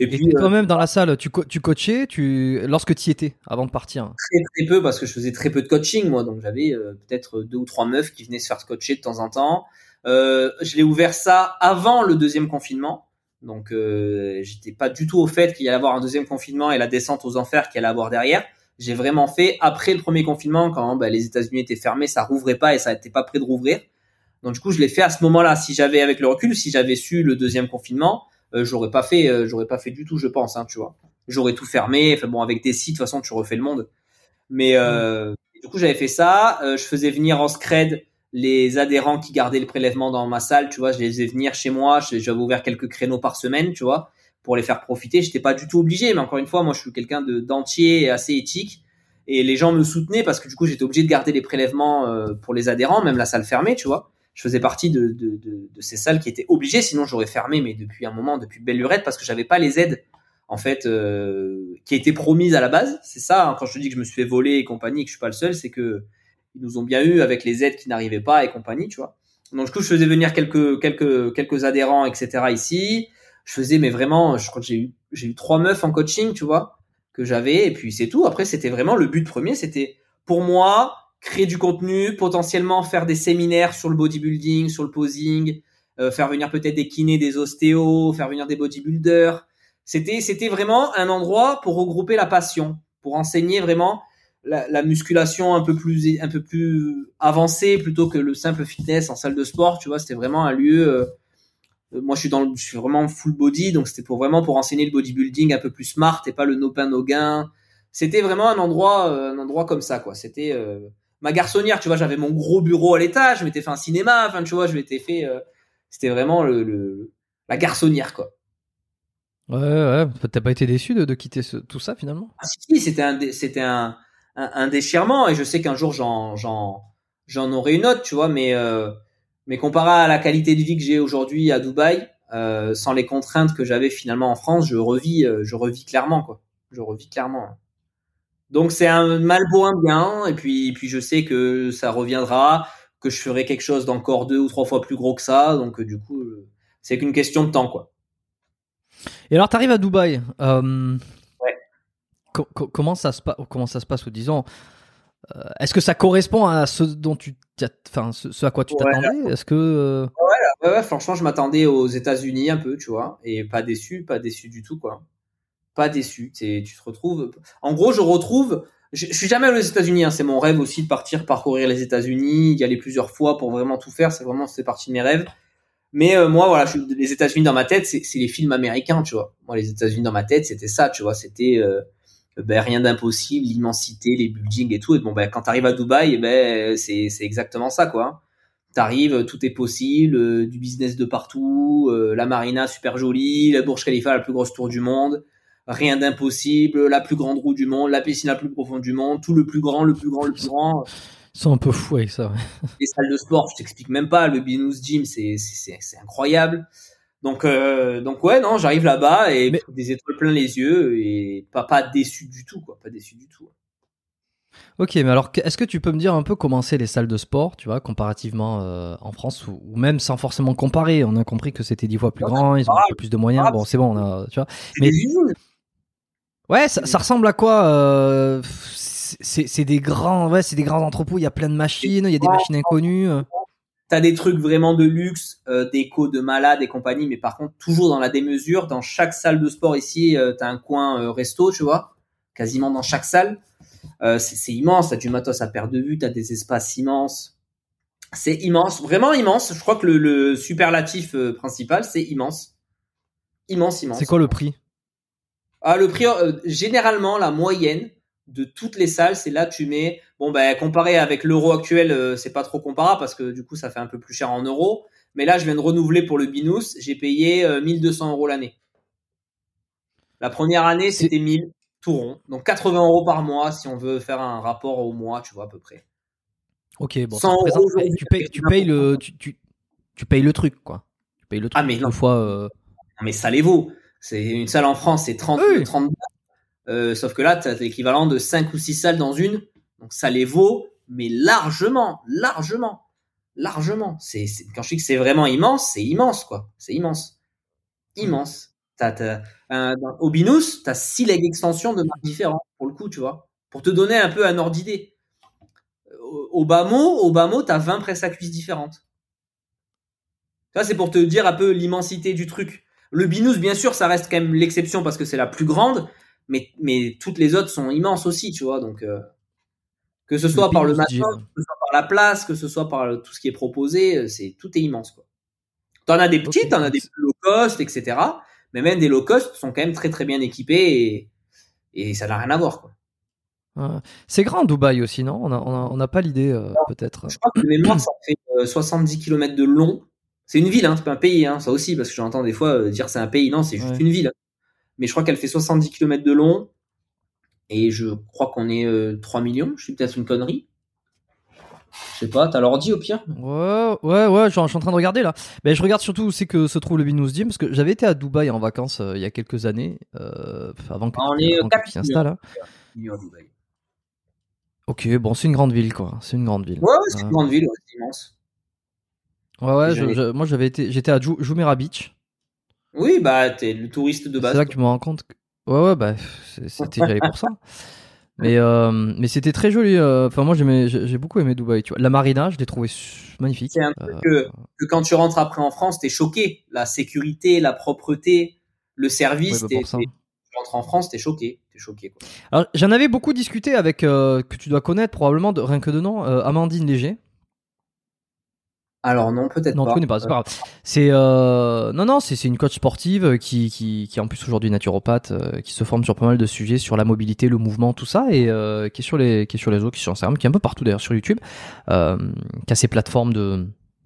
Et puis toi-même dans la salle, tu coachais, lorsque tu y étais avant de partir? Très peu, parce que je faisais très peu de coaching moi, donc j'avais peut-être 2 ou 3 meufs qui venaient se faire coacher de temps en temps. Je l'ai ouvert ça avant le deuxième confinement, donc j'étais pas du tout au fait qu'il y allait avoir un deuxième confinement et la descente aux enfers qu'il allait avoir derrière. J'ai vraiment fait après le premier confinement, quand les États-Unis étaient fermés, ça rouvrait pas et ça n'était pas prêt de rouvrir. Donc du coup, je l'ai fait à ce moment-là. Si j'avais, avec le recul, si j'avais su le deuxième confinement, j'aurais pas fait du tout, je pense, tu vois. J'aurais tout fermé. Enfin bon, avec des sites, de toute façon, tu refais le monde. Mais du coup, j'avais fait ça. Je faisais venir en scred les adhérents qui gardaient le prélèvement dans ma salle, tu vois. Je les faisais venir chez moi. J'avais ouvert quelques créneaux par semaine, tu vois, pour les faire profiter. J'étais pas du tout obligé, mais encore une fois, moi, je suis quelqu'un d'entier et assez éthique. Et les gens me soutenaient parce que du coup, j'étais obligé de garder les prélèvements pour les adhérents, même la salle fermée, tu vois. Je faisais partie de ces salles qui étaient obligées, sinon j'aurais fermé, mais depuis un moment, depuis belle lurette, parce que j'avais pas les aides en fait qui étaient promises à la base. C'est ça, hein, quand je te dis que je me suis fait voler et compagnie, et que je suis pas le seul, c'est que ils nous ont bien eu avec les aides qui n'arrivaient pas et compagnie, tu vois. Donc du coup, je faisais venir quelques adhérents, etc. ici. Je faisais, mais vraiment, je crois que j'ai eu 3 meufs en coaching, tu vois, que j'avais, et puis c'est tout. Après, c'était vraiment le but premier, c'était pour moi créer du contenu, potentiellement faire des séminaires sur le bodybuilding, sur le posing, faire venir peut-être des kinés, des ostéos, faire venir des bodybuilders. C'était vraiment un endroit pour regrouper la passion, pour enseigner vraiment la musculation un peu plus avancée plutôt que le simple fitness en salle de sport, tu vois. C'était vraiment un lieu moi je suis vraiment full body, donc c'était pour enseigner le bodybuilding un peu plus smart et pas le no pain no gain. C'était vraiment un endroit comme ça, quoi. C'était ma garçonnière, tu vois. J'avais mon gros bureau à l'étage, je m'étais fait un cinéma, enfin tu vois, je m'étais fait c'était vraiment la garçonnière, quoi. Ouais, t'as pas été déçu de quitter tout ça finalement? Ah, si, c'était un déchirement, et je sais qu'un jour j'en aurai une autre, tu vois, mais comparé à la qualité de vie que j'ai aujourd'hui à Dubaï, sans les contraintes que j'avais finalement en France, je revis clairement, quoi. Je revis clairement. Donc c'est un mal pour un bien, et puis je sais que ça reviendra, que je ferai quelque chose d'encore 2 ou 3 fois plus gros que ça, donc du coup c'est qu'une question de temps, quoi. Et alors t'arrives à Dubaï, Ouais. comment ça se passe, ou disons, est-ce que ça correspond à ce à quoi tu t'attendais? Est-ce que Ouais, franchement, je m'attendais aux États-Unis un peu, tu vois, et pas déçu du tout, quoi. Pas déçu. Tu te retrouves. En gros, je suis jamais allé aux États-Unis, hein. C'est mon rêve aussi de partir parcourir les États-Unis, y aller plusieurs fois pour vraiment tout faire. C'est partie de mes rêves. Mais moi, voilà, les États-Unis dans ma tête, c'est les films américains, tu vois. Moi, les États-Unis dans ma tête, c'était ça, tu vois. C'était rien d'impossible, l'immensité, les buildings et tout. Et bon, quand t'arrives à Dubaï, c'est exactement ça, quoi. T'arrives, tout est possible, du business de partout, la marina super jolie, la Burj Khalifa, la plus grosse tour du monde, rien d'impossible, la plus grande roue du monde, la piscine la plus profonde du monde, tout le plus grand. ils sont un peu fous avec ça? Ouais. Les salles de sport, je t'explique même pas, le Binous Gym, c'est incroyable. Donc ouais, non, j'arrive là-bas et des étoiles plein les yeux, et pas déçu du tout, quoi, pas déçu du tout. Ok, mais alors est-ce que tu peux me dire un peu comment c'est les salles de sport, tu vois, comparativement en France, ou même sans forcément comparer? On a compris que c'était 10 fois plus grand, ils ont un peu plus de moyens. Bon, c'est bon, tu vois. Mais des usines. Ouais, ça ressemble à quoi? C'est des grands entrepôts. Il y a plein de machines, il y a des machines inconnues. T'as des trucs vraiment de luxe, déco de malade et compagnie, mais par contre toujours dans la démesure. Dans chaque salle de sport ici, t'as un coin resto, tu vois, quasiment dans chaque salle. C'est immense, t'as du matos à perte de vue, t'as des espaces immenses. C'est immense, vraiment immense. Je crois que le superlatif principal, c'est immense. Immense. C'est quoi le prix? Ah, le prix, généralement, la moyenne de toutes les salles, c'est là tu mets, comparé avec l'euro actuel, c'est pas trop comparable parce que du coup, ça fait un peu plus cher en euros. Mais là, je viens de renouveler pour le Binous, j'ai payé 1200 € l'année. La première année, c'était 1000, tout rond. Donc 80 € par mois si on veut faire un rapport au mois, tu vois, à peu près. Ok, bon, ça représente, tu payes le truc, quoi. Tu payes le truc. Ah, mais non. Une fois, Non, mais ça les vaut. C'est une salle en France, c'est 30, oui. 30 sauf que là, tu as l'équivalent de 5 ou 6 salles dans une. Donc ça les vaut, mais largement. Quand je dis que c'est vraiment immense, c'est immense, quoi. C'est immense. Immense. Au Binous, t'as 6 leg extensions de marques différentes, pour le coup, tu vois. Pour te donner un peu un ordre d'idée. Au Bamo, t'as 20 presses à cuisse différentes. Ça, c'est pour te dire un peu l'immensité du truc. Le Binous, bien sûr, ça reste quand même l'exception parce que c'est la plus grande, mais toutes les autres sont immenses aussi, tu vois. Donc, que ce soit par le matos, que ce soit par la place, que ce soit par tout ce qui est proposé, tout est immense, quoi. T'en as des petites, t'en as des plus low cost, etc. Mais même des low cost sont quand même très très bien équipés et ça n'a rien à voir, quoi. C'est grand Dubaï aussi, non? On n'a pas l'idée, peut-être. Je crois que de mémoire, ça fait 70 km de long. C'est une ville, hein, c'est pas un pays, hein, ça aussi, parce que j'entends des fois dire c'est un pays. Non, c'est juste une ville. Hein. Mais je crois qu'elle fait 70 km de long. Et je crois qu'on est 3 millions. Je suis peut-être une connerie. Je sais pas, t'as l'ordi au pire? Ouais, je suis en train de regarder là. Mais je regarde surtout où c'est que se trouve le Binous Gym, parce que j'avais été à Dubaï en vacances il y a quelques années, avant que tu t'installes. Hein. Ok, bon, c'est une grande ville, quoi. C'est une grande ville. Ouais, c'est une grande ville, c'est immense. Ouais, moi j'étais à Jumeirah Beach. Oui, bah t'es le touriste de base. C'est là que je me rends compte que... Ouais, bah j'allais pour ça. Mais c'était très joli. Enfin, moi j'ai beaucoup aimé Dubaï. Tu vois, la marina, je l'ai trouvé magnifique. C'est un truc que quand tu rentres après en France, t'es choqué. La sécurité, la propreté, le service. Tu rentres en France, t'es choqué. Quoi. Alors, j'en avais beaucoup discuté avec que tu dois connaître probablement rien que de nom, Amandine Léger. Alors non, peut-être non, pas. Non, tu connais pas, c'est pas grave. C'est une coach sportive qui est en plus aujourd'hui naturopathe, qui se forme sur pas mal de sujets sur la mobilité, le mouvement, tout ça, et qui est sur les réseaux, qui est sur Instagram, qui est un peu partout d'ailleurs sur YouTube, qui a ses plateformes de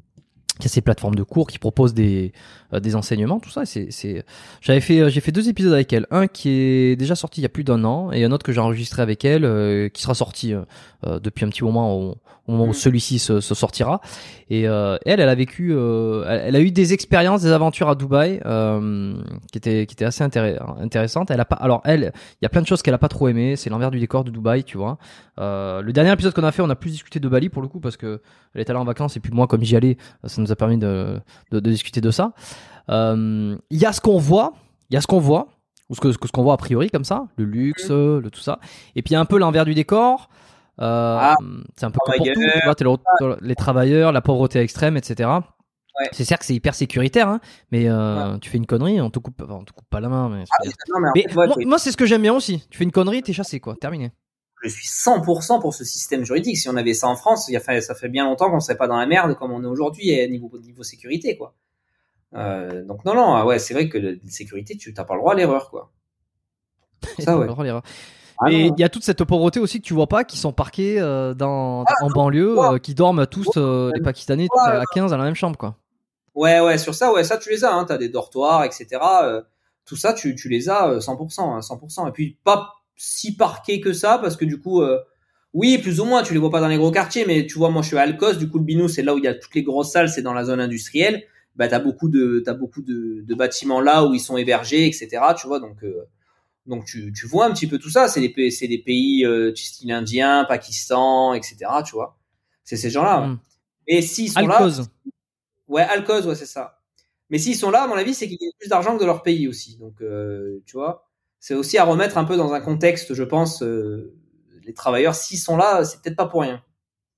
cours, qui propose des enseignements, tout ça. J'ai fait 2 épisodes avec elle, un qui est déjà sorti il y a plus d'1 an et un autre que j'ai enregistré avec elle, qui sera sorti depuis un petit moment au moment où celui-ci se sortira. Et elle a vécu, elle a eu des expériences, des aventures à Dubaï qui étaient assez intéressantes. Il y a plein de choses qu'elle a pas trop aimé. C'est l'envers du décor de Dubaï, tu vois. Le dernier épisode qu'on a fait, on a plus discuté de Bali pour le coup parce que elle était allée en vacances et puis moi, comme j'y allais, ça nous a permis de discuter de ça. Il y a ce qu'on voit, ou ce qu'on voit a priori comme ça, le luxe, le tout ça. Et puis il y a un peu l'envers du décor. C'est un peu comme pour tout, tu vois, les travailleurs, la pauvreté extrême, etc. Ouais. C'est certes que c'est hyper sécuritaire, hein, mais tu fais une connerie, on te coupe pas la main. Moi, c'est ce que j'aime bien aussi. Tu fais une connerie, t'es chassé, quoi, terminé. Je suis 100% pour ce système juridique. Si on avait ça en France, ça fait bien longtemps qu'on serait pas dans la merde comme on est aujourd'hui niveau sécurité, quoi. Donc non, ouais, c'est vrai que la sécurité, tu t'as pas le droit à l'erreur, quoi. Ça, ouais. Mais il y a toute cette pauvreté aussi que tu vois pas, qui sont parqués en banlieue, qui dorment tous, les Pakistanais, tous à 15 dans la même chambre, quoi. Ouais, sur ça, ça tu les as, hein, t'as des dortoirs, etc. Tout ça, tu les as 100%, 100%. Et puis pas si parqués que ça, parce que du coup, oui, plus ou moins, tu les vois pas dans les gros quartiers, mais tu vois, moi je suis à Al Quoz, du coup le Binous, c'est là où il y a toutes les grosses salles, c'est dans la zone industrielle. Bah t'as beaucoup de bâtiments là où ils sont hébergés, etc. Tu vois, donc tu vois un petit peu tout ça. C'est des pays style indien, Pakistan, etc. Tu vois, c'est ces gens-là. Et s'ils sont là, Al Quoz, ouais, c'est ça. Mais s'ils sont là, à mon avis, c'est qu'ils gagnent plus d'argent que de leur pays aussi. Donc tu vois, c'est aussi à remettre un peu dans un contexte, je pense. Les travailleurs, s'ils sont là, c'est peut-être pas pour rien.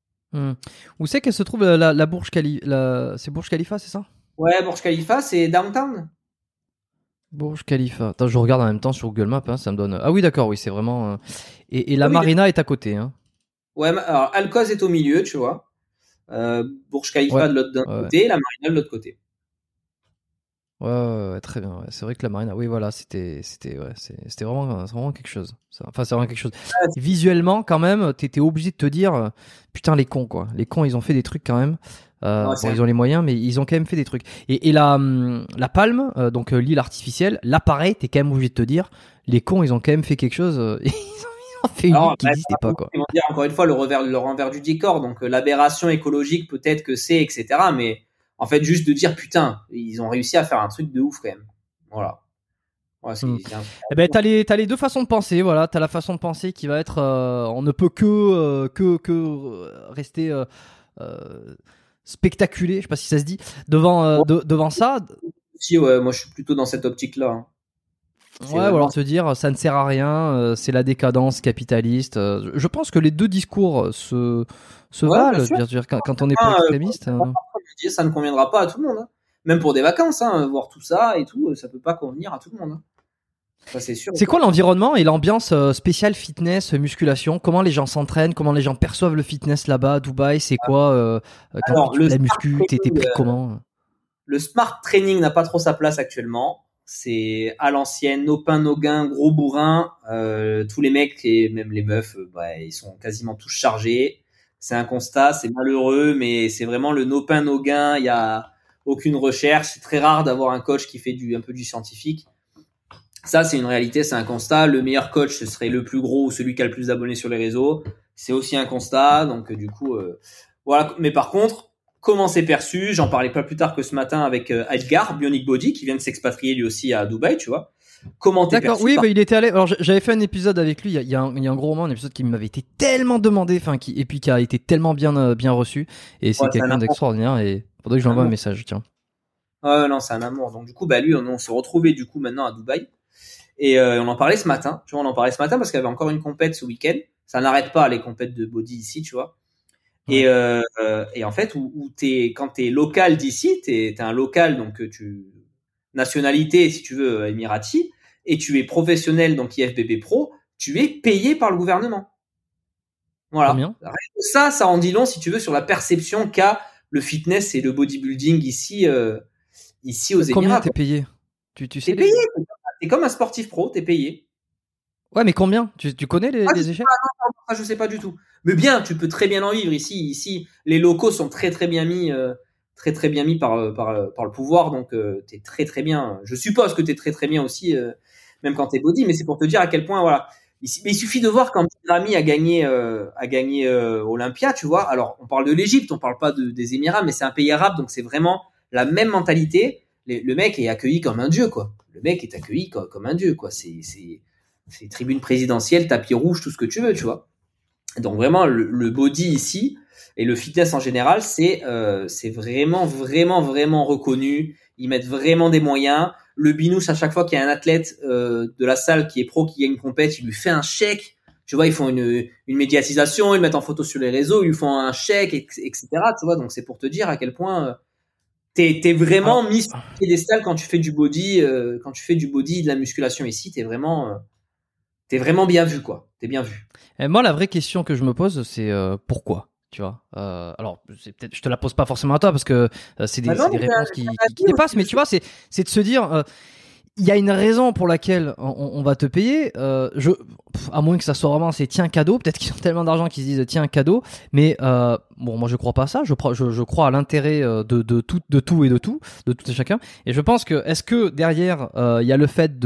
Où c'est qu'elle se trouve la Burj Khalifa? C'est Burj Khalifa, c'est ça? Ouais, Burj Khalifa, c'est downtown. Burj Khalifa. Attends, je regarde en même temps sur Google Maps, hein, ça me donne. Ah oui, d'accord, oui, c'est vraiment. Et la marina est à côté, hein. Ouais, alors Al Quoz est au milieu, tu vois. Burj Khalifa de l'autre côté, la marina de l'autre côté. Ouais, très bien. Ouais. C'est vrai que la marina, oui, voilà, c'était vraiment quelque chose. Enfin, c'est vraiment quelque chose. Visuellement, quand même, t'étais obligé de te dire, putain, les cons, quoi. Les cons, ils ont fait des trucs quand même. Ils ont les moyens, mais ils ont quand même fait des trucs. Et la Palme, donc l'île artificielle, là, pareil, t'es quand même obligé de te dire, les cons, ils ont quand même fait quelque chose. Ils ont fait une île qui n'existait pas, quoi. Ils vont dire encore une fois le renvers du décor. Donc l'aberration écologique, peut-être que c'est, etc. Mais en fait, juste de dire putain, ils ont réussi à faire un truc de ouf quand même. Voilà. Ouais, Eh ben, t'as les 2 façons de penser. Voilà, t'as la façon de penser qui va être, on ne peut que rester spectaculé, je sais pas si ça se dit, devant ça. Si, ouais, moi je suis plutôt dans cette optique-là. Hein. Ouais, ou alors te dire ça ne sert à rien, c'est la décadence capitaliste. Je pense que les deux discours se valent. Je veux dire, quand on n'est pas extrémiste. Ça ne conviendra pas à tout le monde. Hein. Même pour des vacances, hein, voir tout ça et tout, ça peut pas convenir à tout le monde. Hein. Ça, c'est sûr. C'est quoi l'environnement et l'ambiance spéciale fitness, musculation? Comment les gens s'entraînent? Comment les gens perçoivent le fitness là-bas à Dubaï? C'est quoi quand tu fais la muscu? T'es pris comment? Le smart training n'a pas trop sa place actuellement. C'est à l'ancienne, no pain, no gain, gros bourrin. Tous les mecs et même les meufs, ils sont quasiment tous chargés. C'est un constat, c'est malheureux, mais c'est vraiment le no pain, no gain. Il y a aucune recherche. C'est très rare d'avoir un coach qui fait un peu du scientifique. Ça, c'est une réalité, c'est un constat. Le meilleur coach, ce serait le plus gros ou celui qui a le plus d'abonnés sur les réseaux. C'est aussi un constat. Donc, du coup, voilà. Mais par contre, comment c'est perçu? J'en parlais pas plus tard que ce matin avec Edgar, Bionic Body, qui vient de s'expatrier lui aussi à Dubaï, tu vois. Comment t'es perçu? D'accord, oui, il était allé. Alors, j'avais fait un épisode avec lui. Il y a un gros moment, un épisode qui m'avait été tellement demandé, et puis qui a été tellement bien reçu. Et c'est quelqu'un d'extraordinaire. Et faudrait que je lui envoie un message, tiens. Non, c'est un amour. Donc, du coup, lui, on s'est retrouvés du coup maintenant à Dubaï. Et on en parlait ce matin, tu vois, parce qu'il y avait encore une compète ce week-end. Ça n'arrête pas les compètes de body ici, tu vois. Ouais. Et en fait, quand t'es local d'ici, t'es un local, donc nationalité, si tu veux, émirati, et tu es professionnel, donc IFBB Pro, tu es payé par le gouvernement. Voilà. Combien? Ça en dit long, si tu veux, sur la perception qu'a le fitness et le bodybuilding ici aux Émirats. Combien t'es payé? Tu sais? T'es payé. T'es comme un sportif pro, t'es payé. Ouais, mais combien? Tu connais les échelles? Non, je sais pas du tout. Mais bien, tu peux très bien en vivre ici. Ici, les locaux sont très bien mis, par le pouvoir. Donc, t'es très bien. Je suppose que t'es très bien aussi, même quand t'es body. Mais c'est pour te dire à quel point, voilà. Mais il suffit de voir quand Rami a gagné Olympia, tu vois. Alors, on parle de l'Égypte, on parle pas des Émirats, mais c'est un pays arabe, donc c'est vraiment la même mentalité. Le mec est accueilli comme un dieu, quoi. Le mec est accueilli comme un dieu, quoi. C'est tribune présidentielle, tapis rouge, tout ce que tu veux, tu vois. Donc vraiment, le body ici et le fitness en général, c'est vraiment reconnu. Ils mettent vraiment des moyens. Le binouche, à chaque fois qu'il y a un athlète de la salle qui est pro, qui gagne une compète, il lui fait un chèque. Tu vois, ils font une médiatisation, ils le mettent en photo sur les réseaux, ils lui font un chèque, etc. Tu vois, donc c'est pour te dire à quel point t'es vraiment mis sur le piédestal quand tu fais du body, de la musculation ici, t'es vraiment bien vu, quoi. T'es bien vu. Et moi, la vraie question que je me pose, c'est pourquoi, tu vois. Alors, je te la pose pas forcément à toi parce que c'est des réponses qui dépassent, mais tu vois, c'est de se dire, il y a une raison pour laquelle on va te payer. À moins que ça soit vraiment c'est tiens cadeau. Peut-être qu'ils ont tellement d'argent qu'ils se disent tiens cadeau. Mais moi je crois pas à ça. Je crois à l'intérêt de tout et chacun. Et je pense que est-ce que derrière il y a le fait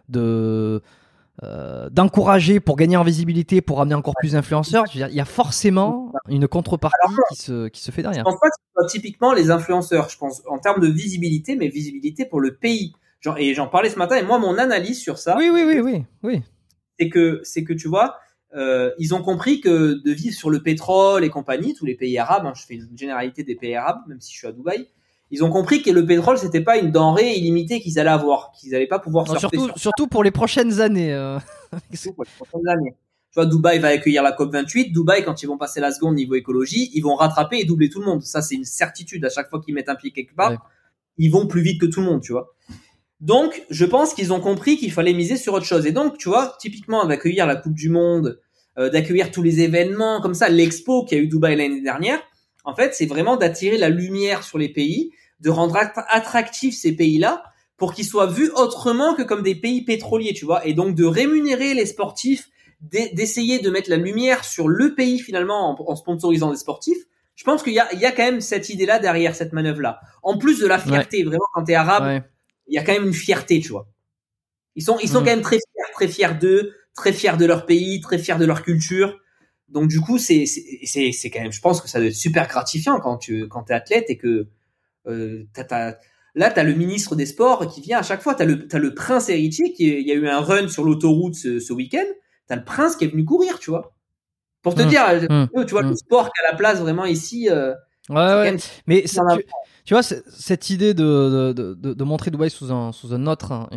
d'encourager pour gagner en visibilité, pour amener encore plus d'influenceurs. Je veux dire, il y a forcément une contrepartie qui se fait derrière. Je pense pas que ce soit typiquement les influenceurs. Je pense en termes de visibilité, mais visibilité pour le pays. Et j'en parlais ce matin. Et moi, mon analyse sur ça, oui. c'est que tu vois, ils ont compris que de vivre sur le pétrole et compagnie, tous les pays arabes, hein, je fais une généralité des pays arabes, même si je suis à Dubaï. Ils ont compris que le pétrole, c'était pas une denrée illimitée qu'ils allaient avoir, qu'ils allaient pas pouvoir surfer surtout pour les prochaines années. Surtout pour les prochaines années. Tu vois, Dubaï va accueillir la COP28. Dubaï, quand ils vont passer la seconde niveau écologie, ils vont rattraper et doubler tout le monde. Ça, c'est une certitude. À chaque fois qu'ils mettent un pied quelque part, ils vont plus vite que tout le monde, tu vois. Donc, je pense qu'ils ont compris qu'il fallait miser sur autre chose. Et donc, tu vois, typiquement, d'accueillir la Coupe du Monde, d'accueillir tous les événements, comme ça, l'expo qu'il y a eu Dubaï l'année dernière, en fait, c'est vraiment d'attirer la lumière sur les pays, de rendre attractifs ces pays-là pour qu'ils soient vus autrement que comme des pays pétroliers, tu vois, et donc de rémunérer les sportifs, d'essayer de mettre la lumière sur le pays finalement en sponsorisant des sportifs. Je pense qu'il y a quand même cette idée-là derrière cette manœuvre-là. En plus de la fierté, vraiment, quand t'es arabe, il y a quand même une fierté, tu vois. Ils sont quand même très fiers d'eux, très fiers de leur pays, très fiers de leur culture. Donc du coup, c'est quand même, je pense que ça doit être super gratifiant quand t'es athlète et que là, t'as le ministre des Sports qui vient à chaque fois. T'as le prince héritier il y a eu un run sur l'autoroute ce week-end. T'as le prince qui est venu courir, tu vois. Pour te dire, tu vois, le sport qui a la place vraiment ici. Mais tu vois, cette idée de montrer Dubaï sous une autre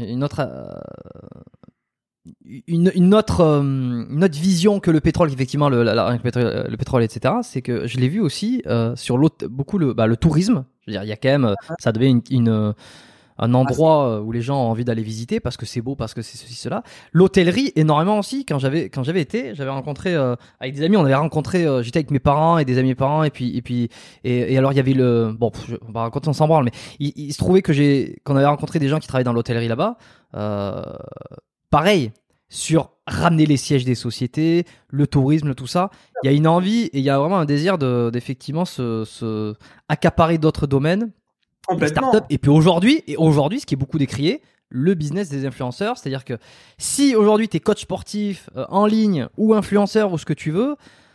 vision que le pétrole, effectivement, le pétrole, etc. C'est que je l'ai vu aussi sur beaucoup le tourisme. Je veux dire, il y a quand même, ça devait un endroit où les gens ont envie d'aller visiter parce que c'est beau, parce que c'est ceci, cela. L'hôtellerie, énormément aussi. Quand j'avais été, j'avais rencontré avec des amis, on avait rencontré, j'étais avec mes parents et des amis parents, et alors il y avait on va raconter, on s'en branle, mais il se trouvait qu'on avait rencontré des gens qui travaillaient dans l'hôtellerie là-bas. Pareil, sur ramener les sièges des sociétés, le tourisme, tout ça. Il y a une envie et il y a vraiment un désir d'effectivement se accaparer d'autres domaines. Les startups. Et puis aujourd'hui, ce qui est beaucoup décrié, le business des influenceurs, c'est-à-dire que si aujourd'hui tu es coach sportif en ligne ou influenceur ou ce que tu veux,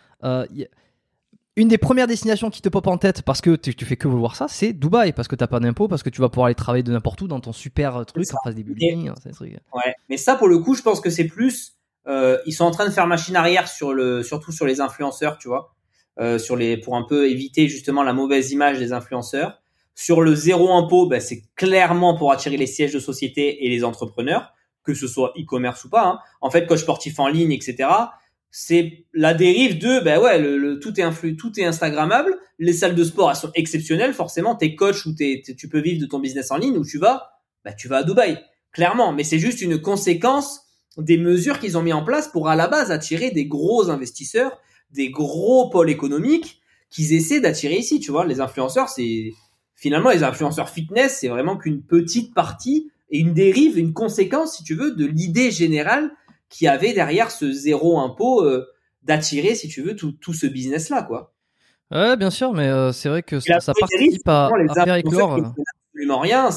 une des premières destinations qui te pop en tête parce que tu fais que vouloir ça, c'est Dubaï, parce que t'as pas d'impôts, parce que tu vas pouvoir aller travailler de n'importe où dans ton super truc en face des buildings. Ouais, mais ça pour le coup, je pense que c'est plus ils sont en train de faire machine arrière surtout sur les influenceurs, tu vois, pour un peu éviter justement la mauvaise image des influenceurs. Sur le zéro impôt, c'est clairement pour attirer les sièges de société et les entrepreneurs, que ce soit e-commerce ou pas. Hein. En fait, coach sportif en ligne, etc. C'est la dérive de tout est instagrammable. Les salles de sport, elles sont exceptionnelles. Forcément, t'es coach ou tu peux vivre de ton business en ligne. Où tu vas à Dubaï, clairement. Mais c'est juste une conséquence des mesures qu'ils ont mis en place pour à la base attirer des gros investisseurs, des gros pôles économiques qu'ils essaient d'attirer ici. Tu vois, les influenceurs, finalement, les influenceurs fitness, c'est vraiment qu'une petite partie et une dérive, une conséquence, si tu veux, de l'idée générale qui avait derrière ce zéro impôt d'attirer, si tu veux, tout ce business-là, quoi. Ouais, bien sûr, mais c'est vrai que ça participe à faire éclore. Absolument rien.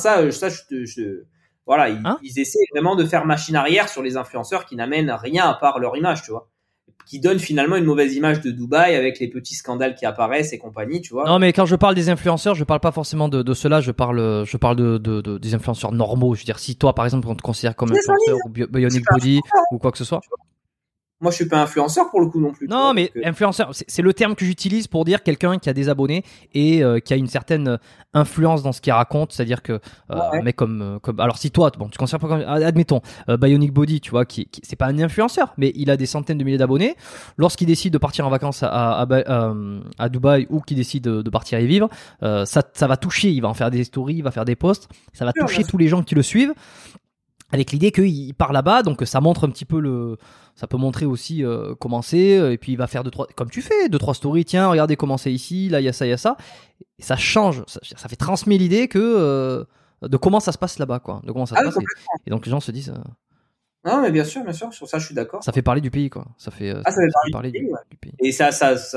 Voilà, ils essaient vraiment de faire machine arrière sur les influenceurs qui n'amènent rien à part leur image, tu vois. Qui donne finalement une mauvaise image de Dubaï avec les petits scandales qui apparaissent et compagnie, tu vois. Non, mais quand je parle des influenceurs, je parle pas forcément de ceux-là, je parle des influenceurs normaux. Je veux dire, si toi, par exemple, on te considère comme influenceur ou Bionic Body ou quoi que ce soit. Moi, je suis pas influenceur pour le coup non plus. Non, mais influenceur, c'est le terme que j'utilise pour dire quelqu'un qui a des abonnés et qui a une certaine influence dans ce qu'il raconte. C'est-à-dire que, mais comme, alors si toi, tu considères pas comme, admettons, Bionic Body, tu vois, qui c'est pas un influenceur, mais il a des centaines de milliers d'abonnés. Lorsqu'il décide de partir en vacances à Dubaï ou qu'il décide de partir y vivre, ça va toucher. Il va en faire des stories, il va faire des posts. Ça va toucher tous les gens qui le suivent. Avec l'idée qu'il part là-bas, donc ça montre un petit peu ça peut montrer aussi comment c'est, et puis il va faire comme tu fais, 2-3 stories, tiens, regardez comment c'est ici, là il y a ça, et ça change, ça fait transmettre l'idée de comment ça se passe là-bas, quoi, de comment ça se passe, et donc les gens se disent. Non, mais bien sûr, sur ça je suis d'accord. Ça fait parler du pays, quoi. Ça fait parler du pays. Et ça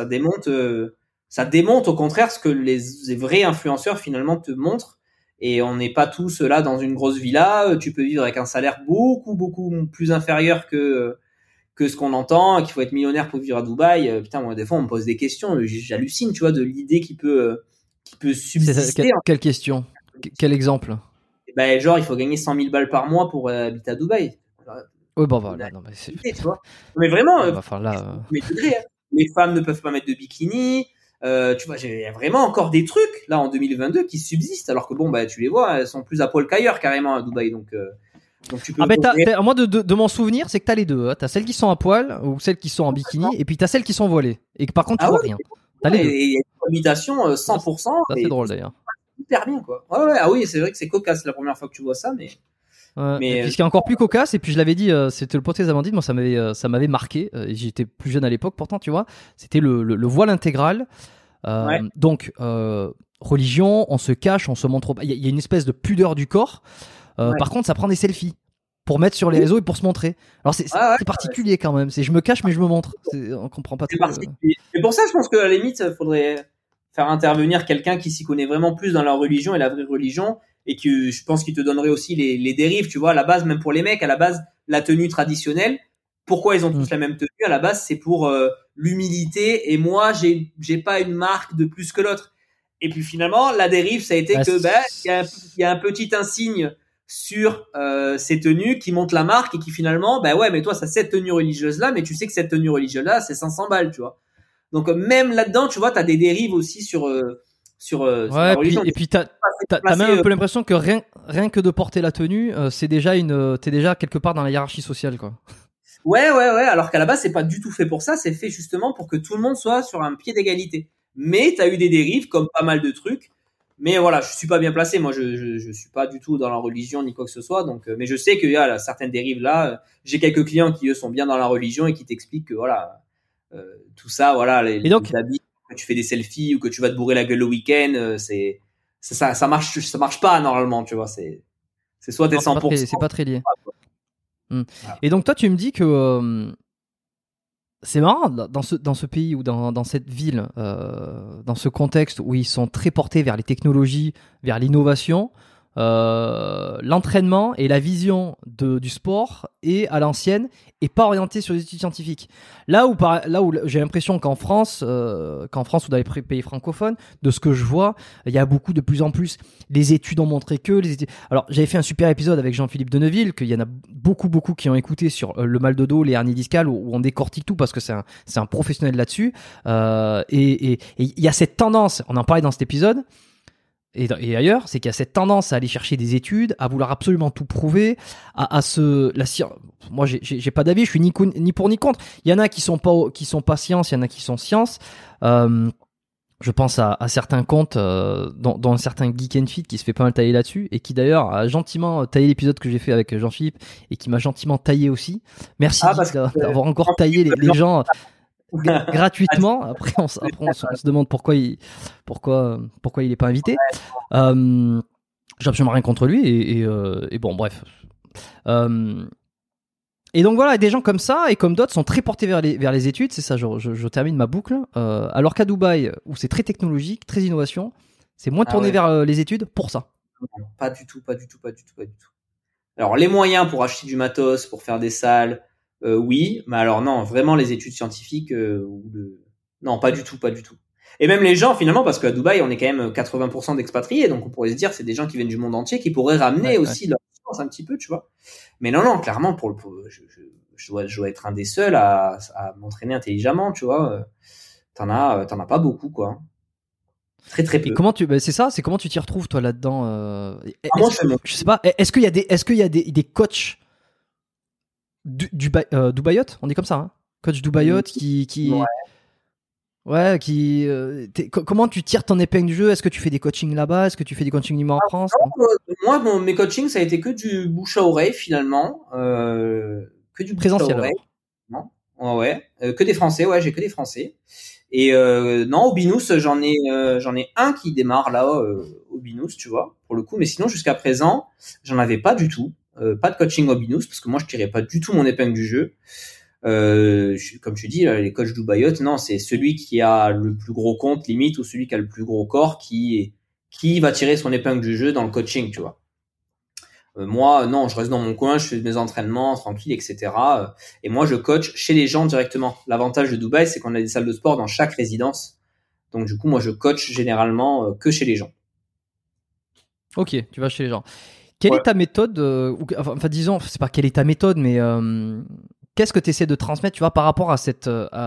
démonte au contraire ce que les vrais influenceurs finalement te montrent. Et on n'est pas tous là dans une grosse villa. Tu peux vivre avec un salaire beaucoup, beaucoup plus inférieur que ce qu'on entend, qu'il faut être millionnaire pour vivre à Dubaï. Putain, moi, des fois, on me pose des questions. J'hallucine, tu vois, de l'idée qui peut subsister. Quelle question? Quel exemple? Genre, il faut gagner 100 000 balles par mois pour habiter à Dubaï. Oui, bon, voilà. Non, mais tu vois. Mais vraiment, mais les femmes ne peuvent pas mettre de bikini. Tu vois, j'ai vraiment encore des trucs là en 2022 qui subsistent, alors que tu les vois, elles sont plus à poil qu'ailleurs carrément à Dubaï, donc tu peux. Moi de mon souvenir, c'est que t'as les deux. Hein. T'as celles qui sont à poil ou celles qui sont en bikini, et puis t'as celles qui sont voilées. Et que par contre tu vois rien. T'as les deux. Et il y a une habitation 100%. C'est drôle d'ailleurs. Hyper bien quoi. Ouais. Ah oui, c'est vrai que c'est cocasse la première fois que tu vois ça, mais. Et puis ce qui est encore plus cocasse, et puis je l'avais dit, c'était le podcast d'Amandine, moi ça m'avait marqué, et j'étais plus jeune à l'époque pourtant, tu vois, c'était le voile intégral. Donc religion, on se cache, on se montre, il y a une espèce de pudeur du corps. Par contre, ça prend des selfies pour mettre sur les réseaux et pour se montrer. Alors c'est particulier quand même. C'est je me cache mais je me montre. On comprend pas trop. Et pour ça, je pense que à la limite, faudrait faire intervenir quelqu'un qui s'y connaît vraiment plus dans la religion et la vraie religion, et que je pense qu'il te donnerait aussi les dérives. Tu vois, à la base, même pour les mecs, à la base, la tenue traditionnelle. Pourquoi ils ont tous la même tenue? À la base, c'est pour l'humilité. Et moi, j'ai pas une marque de plus que l'autre. Et puis finalement, la dérive, ça a été il y a un petit insigne sur ces tenues qui montre la marque et qui finalement, mais toi, ça cette tenue religieuse là, mais tu sais que cette tenue religieuse là, c'est 500 balles, tu vois. Donc même là-dedans, tu vois, t'as des dérives aussi sur sur Ouais, la religion. et puis t'as même un peu l'impression que rien que de porter la tenue, t'es déjà quelque part dans la hiérarchie sociale, quoi. Ouais. Alors qu'à la base, c'est pas du tout fait pour ça. C'est fait justement pour que tout le monde soit sur un pied d'égalité. Mais t'as eu des dérives, comme pas mal de trucs. Mais voilà, je suis pas bien placé. Moi, je suis pas du tout dans la religion ni quoi que ce soit. Donc, mais je sais qu'il y a là, certaines dérives là. J'ai quelques clients qui eux sont bien dans la religion et qui t'expliquent que voilà, tout ça, voilà, Et donc, les habits, que tu fais des selfies ou que tu vas te bourrer la gueule le week-end, ça marche pas normalement, tu vois. C'est soit t'es non, 100%. c'est pas très lié. Voilà. Et donc toi, tu me dis que c'est marrant dans ce pays ou dans cette ville, dans ce contexte où ils sont très portés vers les technologies, vers l'innovation, l'entraînement et la vision du sport est à l'ancienne et pas orienté sur les études scientifiques. Là où j'ai l'impression qu'en France ou dans les pays francophones, de ce que je vois, il y a de plus en plus, les études ont montré que les études. Alors j'avais fait un super épisode avec Jean-Philippe Deneville, qu'il y en a beaucoup qui ont écouté sur le mal de dos, les hernies discales, où on décortique tout parce que c'est un professionnel là-dessus. Et il y a cette tendance, on en parlait dans cet épisode, et ailleurs, c'est qu'il y a cette tendance à aller chercher des études, à vouloir absolument tout prouver, la science. Moi, j'ai pas d'avis, je suis ni pour ni contre. Il y en a qui sont pas sciences, il y en a qui sont sciences. Je pense à certains comptes, dont un certain Geek and Fit qui se fait pas mal tailler là-dessus, et qui d'ailleurs a gentiment taillé l'épisode que j'ai fait avec Jean-Philippe, et qui m'a gentiment taillé aussi. Merci d'avoir encore taillé les gens gratuitement. Après, on se demande pourquoi il est pas invité. J'ai absolument rien contre lui, et bon, bref. Et donc voilà, des gens comme ça et comme d'autres sont très portés vers les études. C'est ça, je termine ma boucle. Alors qu'à Dubaï, où c'est très technologique, très innovation, c'est moins tourné vers les études pour ça. Non, pas du tout. Alors les moyens pour acheter du matos, pour faire des salles, oui, mais alors non, vraiment les études scientifiques, non, pas du tout. Et même les gens finalement, parce qu'à Dubaï, on est quand même 80% d'expatriés, donc on pourrait se dire c'est des gens qui viennent du monde entier qui pourraient ramener aussi leur science un petit peu, tu vois. Mais non, clairement, je dois être un des seuls à m'entraîner intelligemment, tu vois. T'en as pas beaucoup, quoi. Très peu. Et comment c'est comment tu t'y retrouves toi là-dedans Moi, je sais pas. Est-ce qu'il y a des coachs Dubaïote, on dit comme ça, hein, coach Dubaïote qui comment tu tires ton épingle du jeu? Est-ce que tu fais des coachings là-bas? Est-ce que tu fais des coachings en France? Moi, mes coachings, ça a été que du bouche à oreille finalement, que du présentiel. Bouche à oreille. Ouais. Que des Français. Ouais, j'ai que des Français. Et non, au Binous, j'en ai un qui démarre là au Binous, tu vois, pour le coup. Mais sinon, jusqu'à présent, j'en avais pas du tout. Pas de coaching au Binous parce que moi, je tirais pas du tout mon épingle du jeu. Comme tu dis, les coachs Dubaïote, non, c'est celui qui a le plus gros compte limite ou celui qui a le plus gros corps qui va tirer son épingle du jeu dans le coaching, tu vois. Moi, non, je reste dans mon coin, je fais mes entraînements tranquilles, etc. Et moi, je coach chez les gens directement. L'avantage de Dubaï, c'est qu'on a des salles de sport dans chaque résidence. Donc, du coup, moi, je coach généralement que chez les gens. Ok, tu vas chez les gens. Quelle est ta méthode enfin, disons, c'est pas quelle est ta méthode, mais qu'est-ce que tu essaies de transmettre, tu vois, par rapport à cet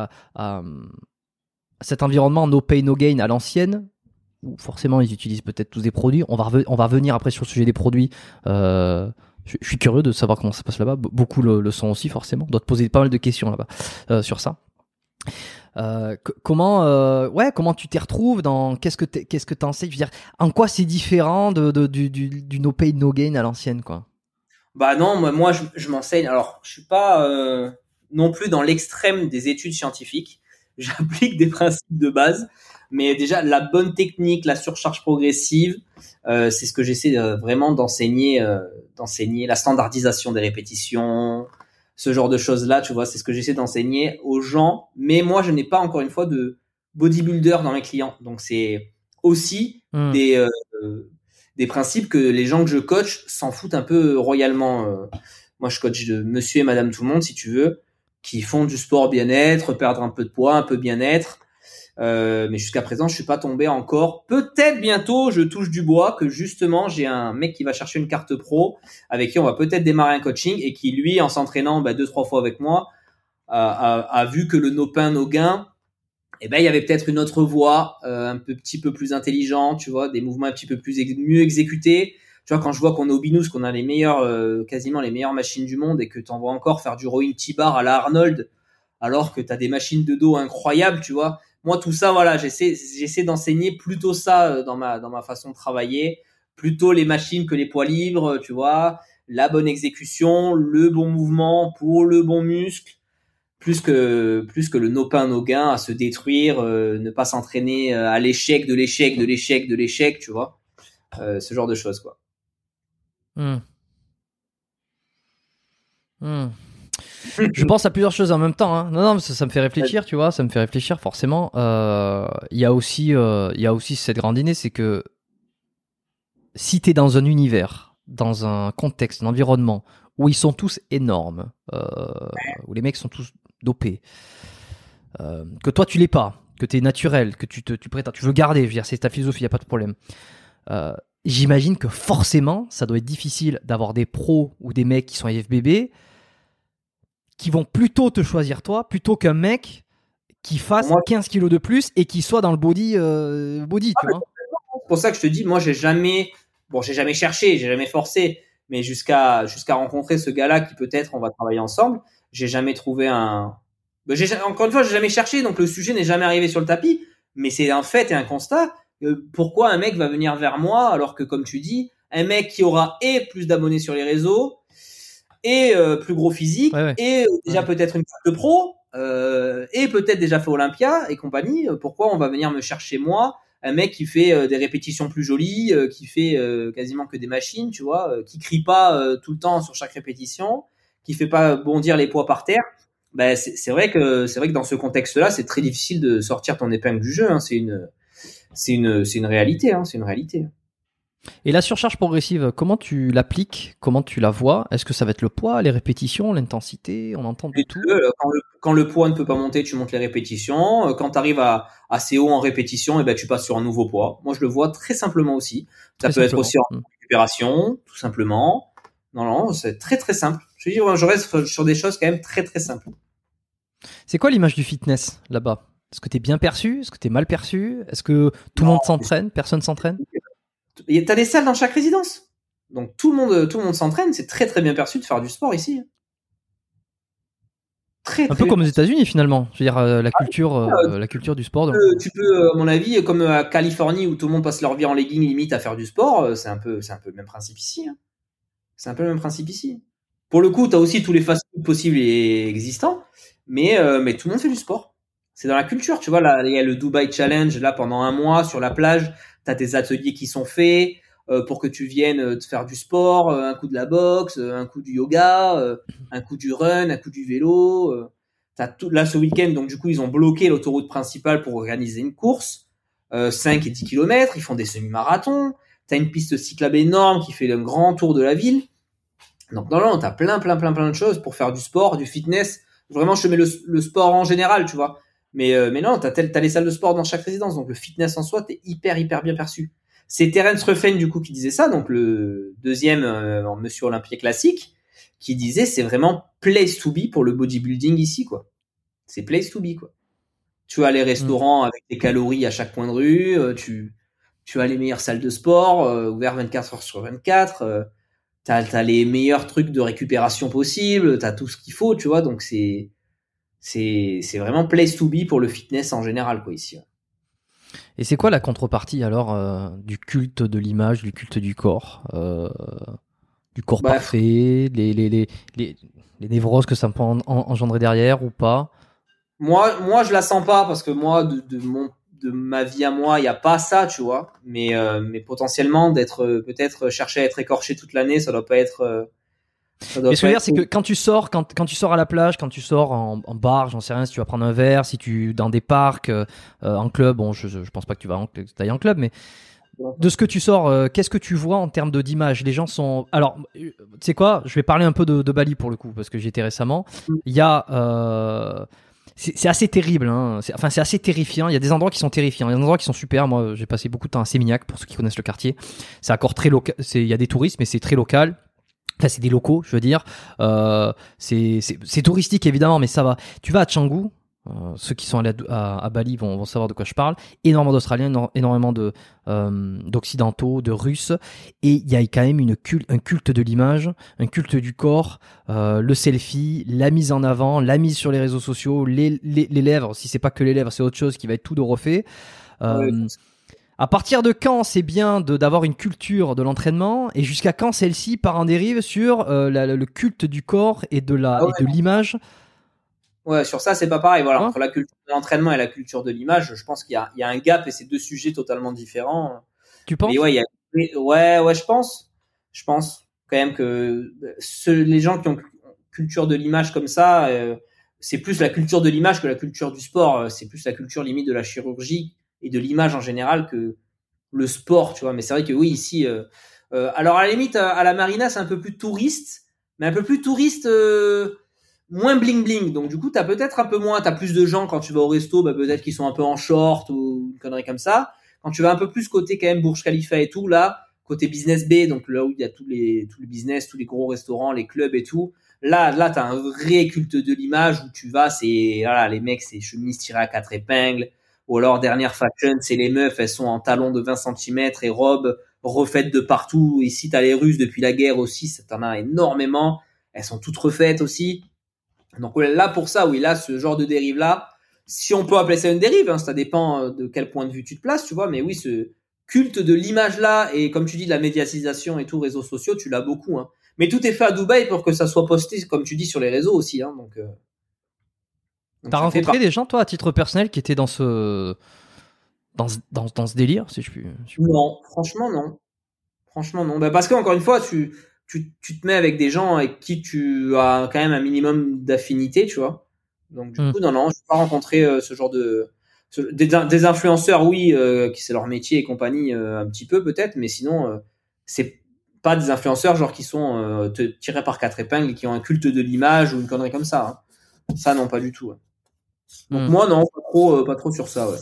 environnement no pay, no gain à l'ancienne, où forcément ils utilisent peut-être tous des produits. On va revenir après sur le sujet des produits. Je suis curieux de savoir comment ça se passe là-bas. Beaucoup le sont aussi, forcément. On doit te poser pas mal de questions là-bas sur ça. Comment tu t'y retrouves dans qu'est-ce que t'enseignes, je veux dire, en quoi c'est différent du no pay no gain à l'ancienne, quoi? Bah non, moi je m'enseigne. Alors, je suis pas non plus dans l'extrême des études scientifiques. J'applique des principes de base, mais déjà la bonne technique, la surcharge progressive, c'est ce que j'essaie vraiment d'enseigner, la standardisation des répétitions, ce genre de choses-là, tu vois, c'est ce que j'essaie d'enseigner aux gens. Mais moi, je n'ai pas encore une fois de bodybuilder dans mes clients, donc c'est aussi des principes que les gens que je coach s'en foutent un peu royalement. Moi, je coach de monsieur et madame tout le monde, si tu veux, qui font du sport bien-être, perdre un peu de poids, un peu bien-être. Mais jusqu'à présent, je suis pas tombé encore. Peut-être bientôt, je touche du bois, que justement, j'ai un mec qui va chercher une carte pro, avec qui on va peut-être démarrer un coaching, et qui, lui, en s'entraînant 2-3 fois avec moi, a vu que le no pain, no gain Et ben il y avait peut-être une autre voie, petit peu plus intelligente, tu vois, des mouvements un petit peu mieux exécutés. Tu vois, quand je vois qu'on est au Binous, qu'on a les meilleurs, quasiment les meilleures machines du monde, et que t'en vois encore faire du rowing T-bar à la Arnold, alors que t'as des machines de dos incroyables, tu vois. Moi, tout ça, voilà, j'essaie d'enseigner plutôt ça dans ma façon de travailler, plutôt les machines que les poids libres, tu vois, la bonne exécution, le bon mouvement pour le bon muscle, plus que le no pain no gain à se détruire, ne pas s'entraîner à l'échec, de l'échec, tu vois, ce genre de choses, quoi. Je pense à plusieurs choses en même temps. Hein. Non, ça me fait réfléchir, tu vois. Ça me fait réfléchir forcément. Il y a aussi cette grande idée, c'est que si t'es dans un univers, dans un contexte, un environnement où ils sont tous énormes, où les mecs sont tous dopés, que toi tu l'es pas, que t'es naturel, que tu prétends, tu veux garder, je veux dire, c'est ta philosophie, y a pas de problème. J'imagine que forcément, ça doit être difficile d'avoir des pros ou des mecs qui sont IFBB qui vont plutôt te choisir toi, plutôt qu'un mec qui fasse 15 kilos de plus et qui soit dans le body, tu vois. C'est pour ça que je te dis, moi, j'ai jamais cherché, j'ai jamais forcé, mais jusqu'à rencontrer ce gars-là qui peut-être on va travailler ensemble, j'ai jamais trouvé encore une fois, j'ai jamais cherché, donc le sujet n'est jamais arrivé sur le tapis, mais c'est un fait et un constat. Pourquoi un mec va venir vers moi alors que, comme tu dis, un mec qui aura plus d'abonnés sur les réseaux et plus gros physique et déjà peut-être une carte de pro et peut-être déjà fait Olympia et compagnie, pourquoi on va venir me chercher moi, un mec qui fait des répétitions plus jolies, qui fait quasiment que des machines, tu vois, qui crie pas tout le temps sur chaque répétition, qui fait pas bondir les poids par terre. Ben c'est vrai que dans ce contexte-là, c'est très difficile de sortir ton épingle du jeu, hein. C'est une réalité, hein, c'est une réalité. Et la surcharge progressive, comment tu l'appliques? Comment tu la vois? Est-ce que ça va être le poids, les répétitions, l'intensité? On entend de tout. Quand le poids ne peut pas monter, tu montes les répétitions. Quand tu arrives à assez haut en répétition, et ben tu passes sur un nouveau poids. Moi, je le vois très simplement aussi. Ça peut être aussi en récupération, tout simplement. Non, c'est très très simple. Je reste sur des choses quand même très très simples. C'est quoi l'image du fitness là-bas? Est-ce que t'es bien perçu? Est-ce que t'es mal perçu? Est-ce que tout le monde s'entraîne? Personne s'entraîne? T'as des salles dans chaque résidence. Donc tout le monde s'entraîne. C'est très très bien perçu de faire du sport ici. Un peu comme aux États-Unis finalement. Je veux dire la culture du sport. Tu peux, à mon avis, comme à Californie où tout le monde passe leur vie en legging limite à faire du sport, c'est un peu le même principe ici. Hein. C'est un peu le même principe ici. Pour le coup, t'as aussi tous les fast-food possibles et existants, mais tout le monde fait du sport. C'est dans la culture, tu vois. Là, il y a le Dubai Challenge là pendant un mois sur la plage. T'as des ateliers qui sont faits pour que tu viennes te faire du sport, un coup de la boxe, un coup du yoga, un coup du run, un coup du vélo. T'as tout là ce week-end, donc du coup ils ont bloqué l'autoroute principale pour organiser une course, 5 et 10 km. Ils font des semi-marathons. T'as une piste cyclable énorme qui fait le grand tour de la ville. Donc non, t'as plein de choses pour faire du sport, du fitness. Vraiment, je te mets le sport en général, tu vois. Mais non, t'as les salles de sport dans chaque résidence, donc le fitness en soi, t'es hyper bien perçu. C'est Terence Ruffin du coup qui disait ça, donc le deuxième monsieur Olympia classique, qui disait c'est vraiment place to be pour le bodybuilding ici, quoi. C'est place to be, quoi. Tu as les restaurants avec des calories à chaque coin de rue, tu as les meilleures salles de sport ouvertes 24 heures sur 24. T'as les meilleurs trucs de récupération possibles, t'as tout ce qu'il faut, tu vois. Donc c'est vraiment place to be pour le fitness en général, quoi, ici. Et c'est quoi la contrepartie alors du culte de l'image, du culte du corps, parfait, les névroses que ça peut engendrer derrière ou pas? Moi, je la sens pas parce que moi, de ma vie à moi, il y a pas ça, tu vois. Mais potentiellement d'être peut-être chercher à être écorché toute l'année, ça doit pas être. Mais ce que je veux dire, c'est que quand tu sors à la plage, quand tu sors en bar, j'en sais rien, si tu vas prendre un verre, si tu dans des parcs, en club, bon, je pense pas que tu vas t'ailles en club, mais de ce que tu sors, qu'est-ce que tu vois en termes d'image? Les gens sont. Alors, tu sais quoi? Je vais parler un peu de Bali pour le coup, parce que j'y étais récemment. Il y a. C'est assez terrible, hein. C'est assez terrifiant. Il y a des endroits qui sont terrifiants, il y a des endroits qui sont super. Moi, j'ai passé beaucoup de temps à Sémignac, pour ceux qui connaissent le quartier. C'est encore très local. Il y a des touristes, mais c'est très local. Enfin, c'est des locaux, je veux dire. C'est touristique évidemment, mais ça va. Tu vas à Canggu, Ceux qui sont allés à Bali vont savoir de quoi je parle. Énormément d'Australiens, énormément d'Occidentaux, de Russes. Et il y a quand même un culte de l'image, un culte du corps, le selfie, la mise en avant, la mise sur les réseaux sociaux, les lèvres. Si c'est pas que les lèvres, c'est autre chose qui va être tout de refait. À partir de quand c'est bien d'avoir une culture de l'entraînement et jusqu'à quand celle-ci part en dérive sur le culte du corps et de l'image? Ouais, sur ça, c'est pas pareil. Voilà, Hein? entre la culture de l'entraînement et la culture de l'image, je pense qu'il y a un gap et c'est deux sujets totalement différents. Tu penses? Mais ouais, ouais, je pense. Je pense quand même que les gens qui ont culture de l'image comme ça, c'est plus la culture de l'image que la culture du sport. C'est plus la culture limite de la chirurgie et de l'image en général que le sport, tu vois. Mais c'est vrai que oui, ici, alors à la limite, à la marina, c'est un peu plus touriste, mais un peu plus touriste. Moins bling bling, donc du coup t'as peut-être un peu moins, t'as plus de gens quand tu vas au resto, bah peut-être qu'ils sont un peu en short ou une connerie comme ça. Quand tu vas un peu plus côté quand même Burj Khalifa et tout, là côté business B, donc là où il y a tous les business, tous les gros restaurants, les clubs et tout, là t'as un vrai culte de l'image où tu vas, c'est voilà, les mecs c'est chemises tirées à 4 épingles, ou alors dernière fashion, c'est les meufs, elles sont en talons de 20 cm et robes refaites de partout. Ici t'as les Russes depuis la guerre aussi, ça t'en a énormément, elles sont toutes refaites aussi. Donc là, pour ça, oui, là, ce genre de dérive-là, si on peut appeler ça une dérive, hein, ça dépend de quel point de vue tu te places, tu vois, mais oui, ce culte de l'image-là, et comme tu dis, de la médiatisation et tout, réseaux sociaux, tu l'as beaucoup. Hein. Mais tout est fait à Dubaï pour que ça soit posté, comme tu dis, sur les réseaux aussi. Hein, donc T'as rencontré des gens, toi, à titre personnel, qui étaient dans ce délire, si je puis... Non, franchement, non. Franchement, non. Bah, parce qu'encore une fois, tu te mets avec des gens avec qui tu as quand même un minimum d'affinité, tu vois. Donc, du coup, non, je n'ai pas rencontré ce genre des influenceurs, oui, qui c'est leur métier et compagnie, un petit peu peut-être, mais sinon, c'est pas des influenceurs genre qui sont tirés par 4 épingles et qui ont un culte de l'image ou une connerie comme ça. Hein. Ça, non, pas du tout. Ouais. Donc, moi, non, pas trop sur ça, ouais.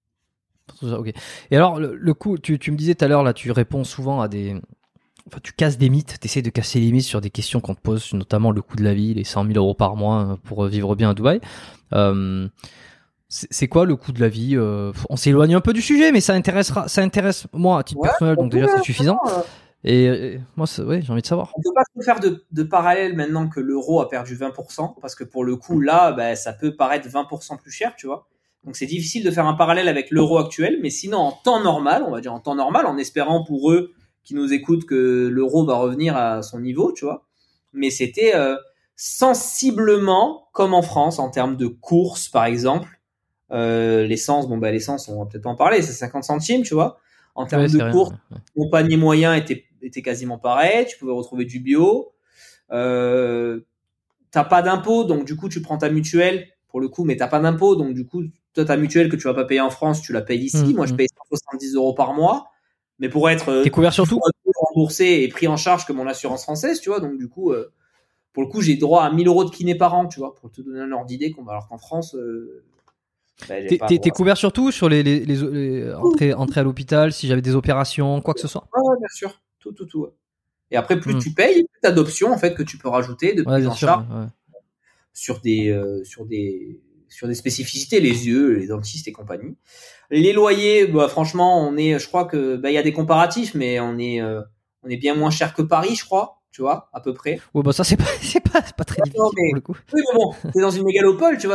Ok. Et alors, le coup, tu me disais tout à l'heure, là, tu réponds souvent à des... Enfin, tu casses des mythes, tu essaies de casser les mythes sur des questions qu'on te pose, notamment le coût de la vie, les 100 000 euros par mois pour vivre bien à Dubaï. C'est quoi le coût de la vie? On s'éloigne un peu du sujet, mais ça intéresse moi à titre personnel, donc déjà c'est suffisant. Et moi, ouais, j'ai envie de savoir. On ne peut pas se faire de parallèle maintenant que l'euro a perdu 20%, parce que pour le coup, là, bah, ça peut paraître 20% plus cher, tu vois. Donc c'est difficile de faire un parallèle avec l'euro actuel, mais sinon en temps normal, on va dire en temps normal, en espérant pour eux qui nous écoutent que l'euro va revenir à son niveau, tu vois. Mais c'était sensiblement comme en France en termes de courses, par exemple. L'essence, l'essence, on va peut-être pas en parler, c'est 50 centimes, tu vois. En termes de courses, mon panier moyen était quasiment pareil. Tu pouvais retrouver du bio. T'as pas d'impôt, donc du coup tu prends ta mutuelle pour le coup, mais t'as pas d'impôt, donc du coup toi ta mutuelle que tu vas pas payer en France, tu la payes ici. Moi je paye 170 € par mois, mais pour être t'es couvert sur tout, remboursé et pris en charge que mon assurance française, tu vois. Donc du coup, pour le coup j'ai droit à 1000 € de kiné par an, tu vois, pour te donner un ordre d'idée. Alors qu'en France, t'es couvert surtout sur les entrées à l'hôpital, si j'avais des opérations, quoi que ce soit. Ouais, bien sûr, tout. Ouais. Et après, plus tu payes, plus t'as d'options en fait que tu peux rajouter de prise en charge sur des spécificités, les yeux, les dentistes et compagnie. Les loyers, franchement, je crois que y a des comparatifs, mais on est bien moins cher que Paris, je crois. Tu vois, à peu près. Ouais, ça c'est pas très difficile pour le coup. Oui, mais bon, t'es dans une mégalopole, tu vois,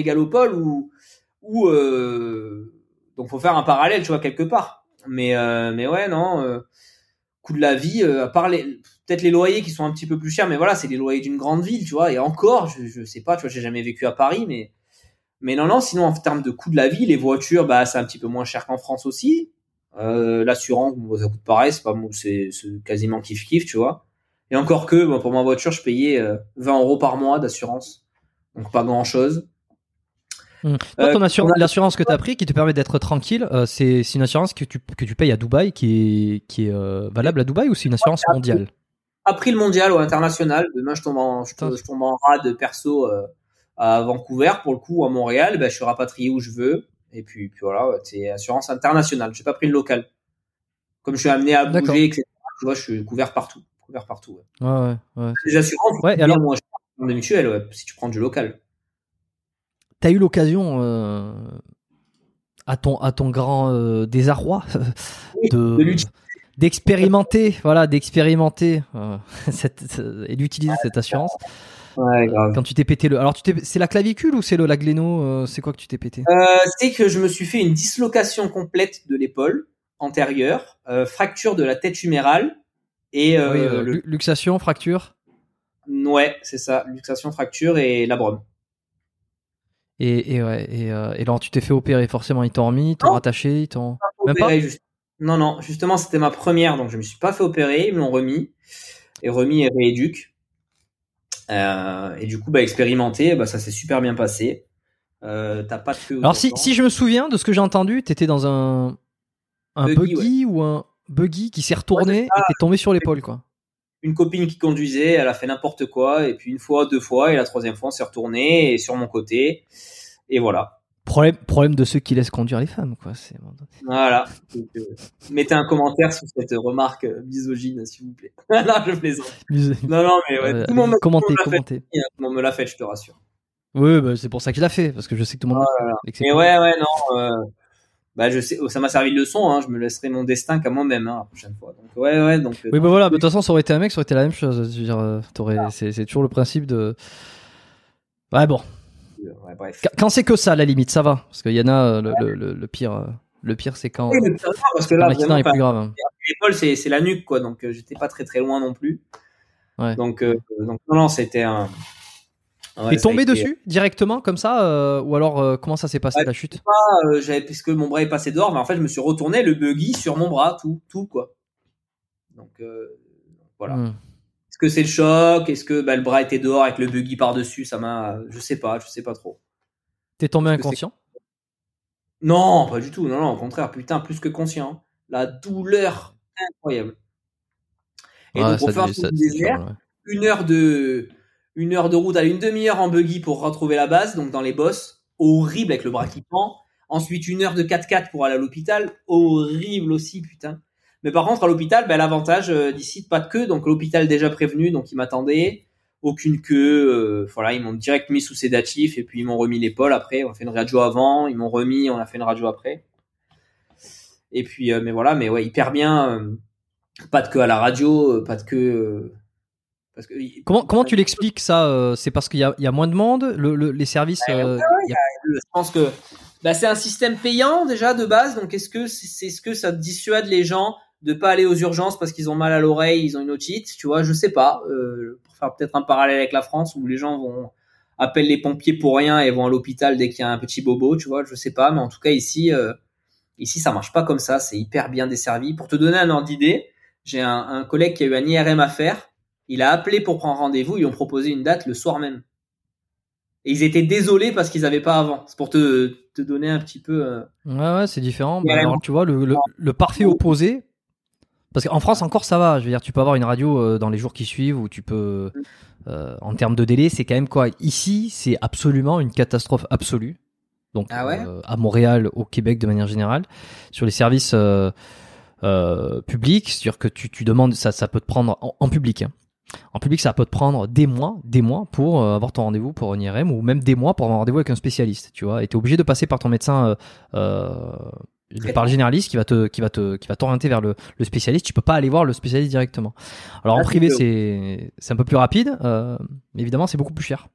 où donc faut faire un parallèle, tu vois, quelque part. Mais ouais, non, coût de la vie, à part peut-être les loyers qui sont un petit peu plus chers, mais voilà, c'est les loyers d'une grande ville, tu vois. Et encore, je sais pas, tu vois, j'ai jamais vécu à Paris, mais non, sinon en termes de coût de la vie, les voitures, c'est un petit peu moins cher qu'en France aussi. L'assurance, ça coûte pareil, c'est quasiment kiff, tu vois. Et encore que, pour ma voiture, je payais 20 € par mois d'assurance. Donc pas grand chose. L'assurance que tu as pris qui te permet d'être tranquille, c'est une assurance que tu payes à Dubaï qui est valable à Dubaï, ou c'est une assurance mondiale? Après le mondial ou international, demain je tombe en rade perso à Vancouver pour le coup, à Montréal, je suis rapatrié où je veux. Et puis voilà, c'est assurance internationale. J'ai pas pris le local. Comme je suis amené à bouger, etc. Tu vois, je suis couvert partout. Ouais. Les assurances, bien moins cher que les mutuelles, si tu prends du local. t'as eu l'occasion, à ton grand désarroi, d'expérimenter et d'utiliser cette assurance. Ouais, grave. Quand tu t'es pété alors c'est la clavicule ou c'est la gléno, c'est quoi que tu t'es pété? C'est que je me suis fait une dislocation complète de l'épaule antérieure, fracture de la tête humérale et luxation, fracture. Ouais, c'est ça, luxation, fracture et labrum. Et alors tu t'es fait opérer, forcément ils t'ont remis, ils t'ont rattaché, ils t'ont même pas. Non, justement c'était ma première, donc je me suis pas fait opérer, ils me l'ont remis et rééduque. Et du coup, expérimenter, ça s'est super bien passé. T'as pas de queue. Alors si je me souviens de ce que j'ai entendu, t'étais dans un buggy, ouais. Ou un buggy qui s'est retourné et t'es tombé sur l'épaule, quoi. Une copine qui conduisait, elle a fait n'importe quoi, et puis une fois, 2 fois, et la 3e fois, on s'est retourné et sur mon côté, et voilà. Problème de ceux qui laissent conduire les femmes, quoi. Voilà. Donc, mettez un commentaire sur cette remarque misogyne, s'il vous plaît. Non, je plaisante. Non, mais ouais, tout le monde me l'a fait, je te rassure. Oui, c'est pour ça que je l'ai fait, parce que je sais que tout le monde l'a fait. Mais ouais, non. Je sais, ça m'a servi de leçon, hein, je me laisserai mon destin qu'à moi-même, hein, la prochaine fois. Donc, ouais, donc. Oui, voilà, de toute façon, ça aurait été un mec, ça aurait été la même chose. Je veux dire, c'est toujours le principe de. Ouais, bon. Ouais, bref. Quand c'est que ça, à la limite, ça va. Parce qu'il y en a, le pire, c'est quand. Oui, parce que là, l'accident est plus grave. Hein. L'épaule, c'est la nuque, quoi, donc j'étais pas très très loin non plus. Ouais. Donc non, c'était un. Ouais, t'es tombé dessus directement comme ça, ou alors comment ça s'est passé la chute? Puisque mon bras est passé dehors, mais en fait je me suis retourné, le buggy sur mon bras, tout quoi. Donc voilà. Est-ce que c'est le choc? Est-ce que le bras était dehors avec le buggy par dessus? Je sais pas trop. T'es tombé inconscient? Non, pas du tout. Non, au contraire, putain, plus que conscient. La douleur incroyable. Et donc on fait un peu du désert, 1 heure de route, une demi-heure en buggy pour retrouver la base, donc dans les bosses, horrible avec le bras qui pend. Ensuite 1 heure de 4x4 pour aller à l'hôpital, horrible aussi, putain. Mais par contre à l'hôpital, l'avantage d'ici, pas de queue, donc l'hôpital déjà prévenu, donc ils m'attendaient, aucune queue, voilà, ils m'ont direct mis sous sédatif et puis ils m'ont remis l'épaule après, on a fait une radio avant, ils m'ont remis, on a fait une radio après. Et puis mais voilà, mais ouais, hyper bien, pas de queue à la radio, pas de queue. Parce que, comment tu l'expliques ça? C'est parce qu'il y a moins de monde, les services. Je pense que c'est un système payant déjà de base. Donc est-ce que ça dissuade les gens de pas aller aux urgences parce qu'ils ont mal à l'oreille, ils ont une otite, tu vois? Je sais pas. Pour faire peut-être un parallèle avec la France où les gens appellent les pompiers pour rien et vont à l'hôpital dès qu'il y a un petit bobo, tu vois? Je sais pas, mais en tout cas ici ça marche pas comme ça. C'est hyper bien desservi. Pour te donner un ordre d'idée, j'ai un collègue qui a eu un IRM à faire. Il a appelé pour prendre rendez-vous, ils lui ont proposé une date le soir même. Et ils étaient désolés parce qu'ils n'avaient pas avant. C'est pour te donner un petit peu... Ouais, c'est différent. Alors, tu vois, le parfait opposé, parce qu'en France encore ça va, je veux dire, tu peux avoir une radio dans les jours qui suivent, ou tu peux... en termes de délai, c'est quand même quoi? Ici, c'est absolument une catastrophe absolue. Donc, à Montréal, au Québec de manière générale, sur les services publics, c'est-à-dire que tu demandes, ça peut te prendre en public, hein. En public, ça peut te prendre des mois pour avoir ton rendez-vous pour un IRM, ou même des mois pour avoir un rendez-vous avec un spécialiste, tu vois. Et t'es obligé de passer par ton médecin, par le généraliste qui va t'orienter vers le spécialiste. Tu peux pas aller voir le spécialiste directement. Alors en privé, c'est un peu plus rapide, mais évidemment, c'est beaucoup plus cher.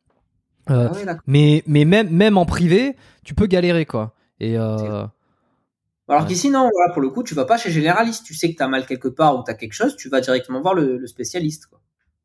Mais même en privé, tu peux galérer, quoi. Et alors qu'ici, non, voilà, pour le coup, tu vas pas chez généraliste. Tu sais que t'as mal quelque part ou t'as quelque chose, tu vas directement voir le spécialiste, quoi.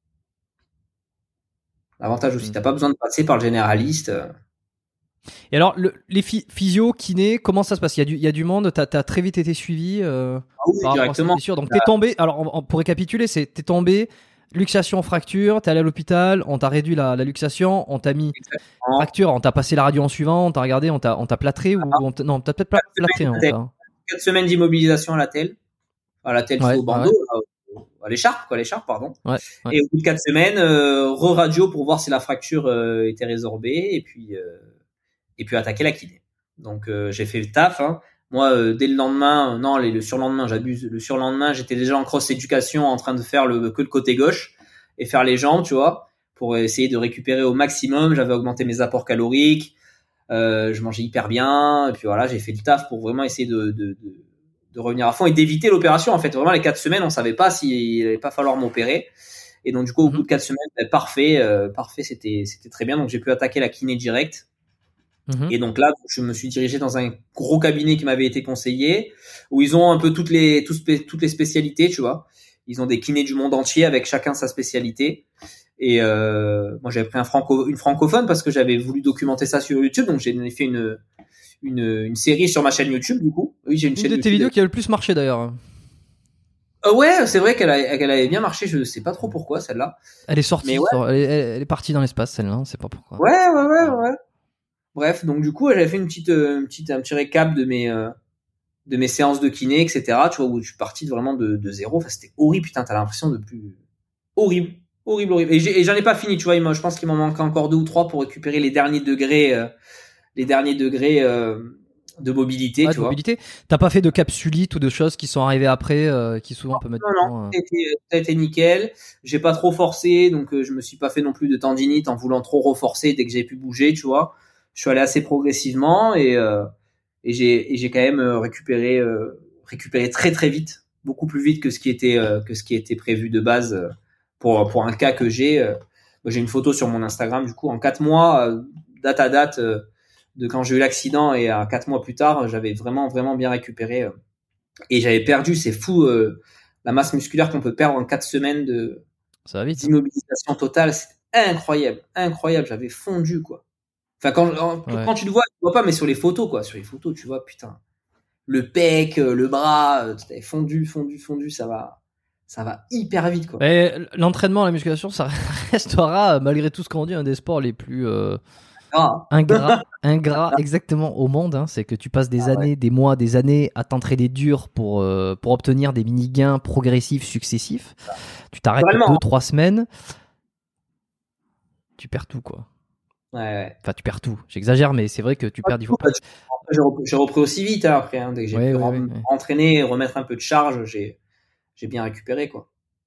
L'avantage aussi, t'as pas besoin de passer par le généraliste. Et alors, les physio, kiné, comment ça se passe? Il y a du monde, t'as très vite été suivi oui, directement. Donc t'es tombé, alors pour récapituler, t'es tombé, luxation, fracture, t'es allé à l'hôpital, on t'a réduit la luxation, on t'a mis fracture, on t'a passé la radio en suivant, on t'a regardé, on t'a plâtré, non, t'as peut-être pas plâtré. 4 semaines d'immobilisation à la telle, c'est au bandeau, à l'écharpe, pardon. Ouais. Et au bout de 4 semaines, re-radio pour voir si la fracture était résorbée, et puis attaquer la kiné. Donc j'ai fait le taf, hein. Moi, dès le lendemain, le surlendemain, j'abuse. Le surlendemain, j'étais déjà en cross éducation en train de faire que le côté gauche et faire les jambes, tu vois, pour essayer de récupérer au maximum. J'avais augmenté mes apports caloriques. Je mangeais hyper bien. Et puis voilà, j'ai fait le taf pour vraiment essayer de revenir à fond et d'éviter l'opération. En fait, vraiment, les 4 semaines, on savait pas s'il allait pas falloir m'opérer. Et donc, du coup, au bout de 4 semaines, parfait, c'était très bien. Donc, j'ai pu attaquer la kiné direct. Et donc là, je me suis dirigé dans un gros cabinet qui m'avait été conseillé, où ils ont un peu toutes les spécialités, tu vois. Ils ont des kinés du monde entier avec chacun sa spécialité. Et moi, j'avais pris une francophone parce que j'avais voulu documenter ça sur YouTube. Donc, j'ai fait une série sur ma chaîne YouTube, du coup. Oui, j'ai une chaîne de tes vidéos qui a le plus marché d'ailleurs. Ouais, c'est vrai qu'elle avait bien marché. Je sais pas trop pourquoi celle-là. Elle est sortie, ouais. elle est partie dans l'espace celle-là. On sait pas pourquoi. Ouais. Bref, donc du coup, j'avais fait un petit récap de mes séances de kiné, etc. Tu vois, où je suis parti vraiment de zéro. Enfin, c'était horrible, putain. T'as l'impression de plus horrible. Et j'en ai pas fini, tu vois. Je pense qu'il m'en manque encore 2 ou 3 pour récupérer les derniers degrés de mobilité, tu vois. Mobilité. T'as pas fait de capsulite ou de choses qui sont arrivées après, qui souvent peuvent mettre du temps. Non, ça a été nickel. J'ai pas trop forcé, donc je me suis pas fait non plus de tendinite en voulant trop reforcer dès que j'ai pu bouger, tu vois. Je suis allé assez progressivement et j'ai quand même récupéré très très vite, beaucoup plus vite que ce qui était prévu de base pour un cas que j'ai. J'ai une photo sur mon Instagram, du coup, en 4 mois, date à date, de quand j'ai eu l'accident et à 4 mois plus tard, j'avais vraiment vraiment bien récupéré et j'avais perdu, c'est fou, la masse musculaire qu'on peut perdre en 4 semaines ça va vite, d'immobilisation totale, c'est incroyable, j'avais fondu, quoi. Enfin, quand tu le vois pas, mais sur les photos, quoi. Sur les photos, tu vois, putain. Le pec, le bras, t'avais fondu, ça va hyper vite, quoi. Et l'entraînement, la musculation, ça restera, malgré tout ce qu'on dit, un des sports les plus ingrats exactement au monde. Hein. C'est que tu passes des années, des mois, des années à t'entraîner dur pour obtenir des mini-gains progressifs, successifs. Tu t'arrêtes 2-3 semaines, tu perds tout, quoi. Ouais. Enfin, tu perds tout. J'exagère, mais c'est vrai que tu perds 10 fois plus. J'ai repris aussi vite après. Hein, dès que j'ai pu entraîner, remettre un peu de charge, j'ai bien récupéré, quoi.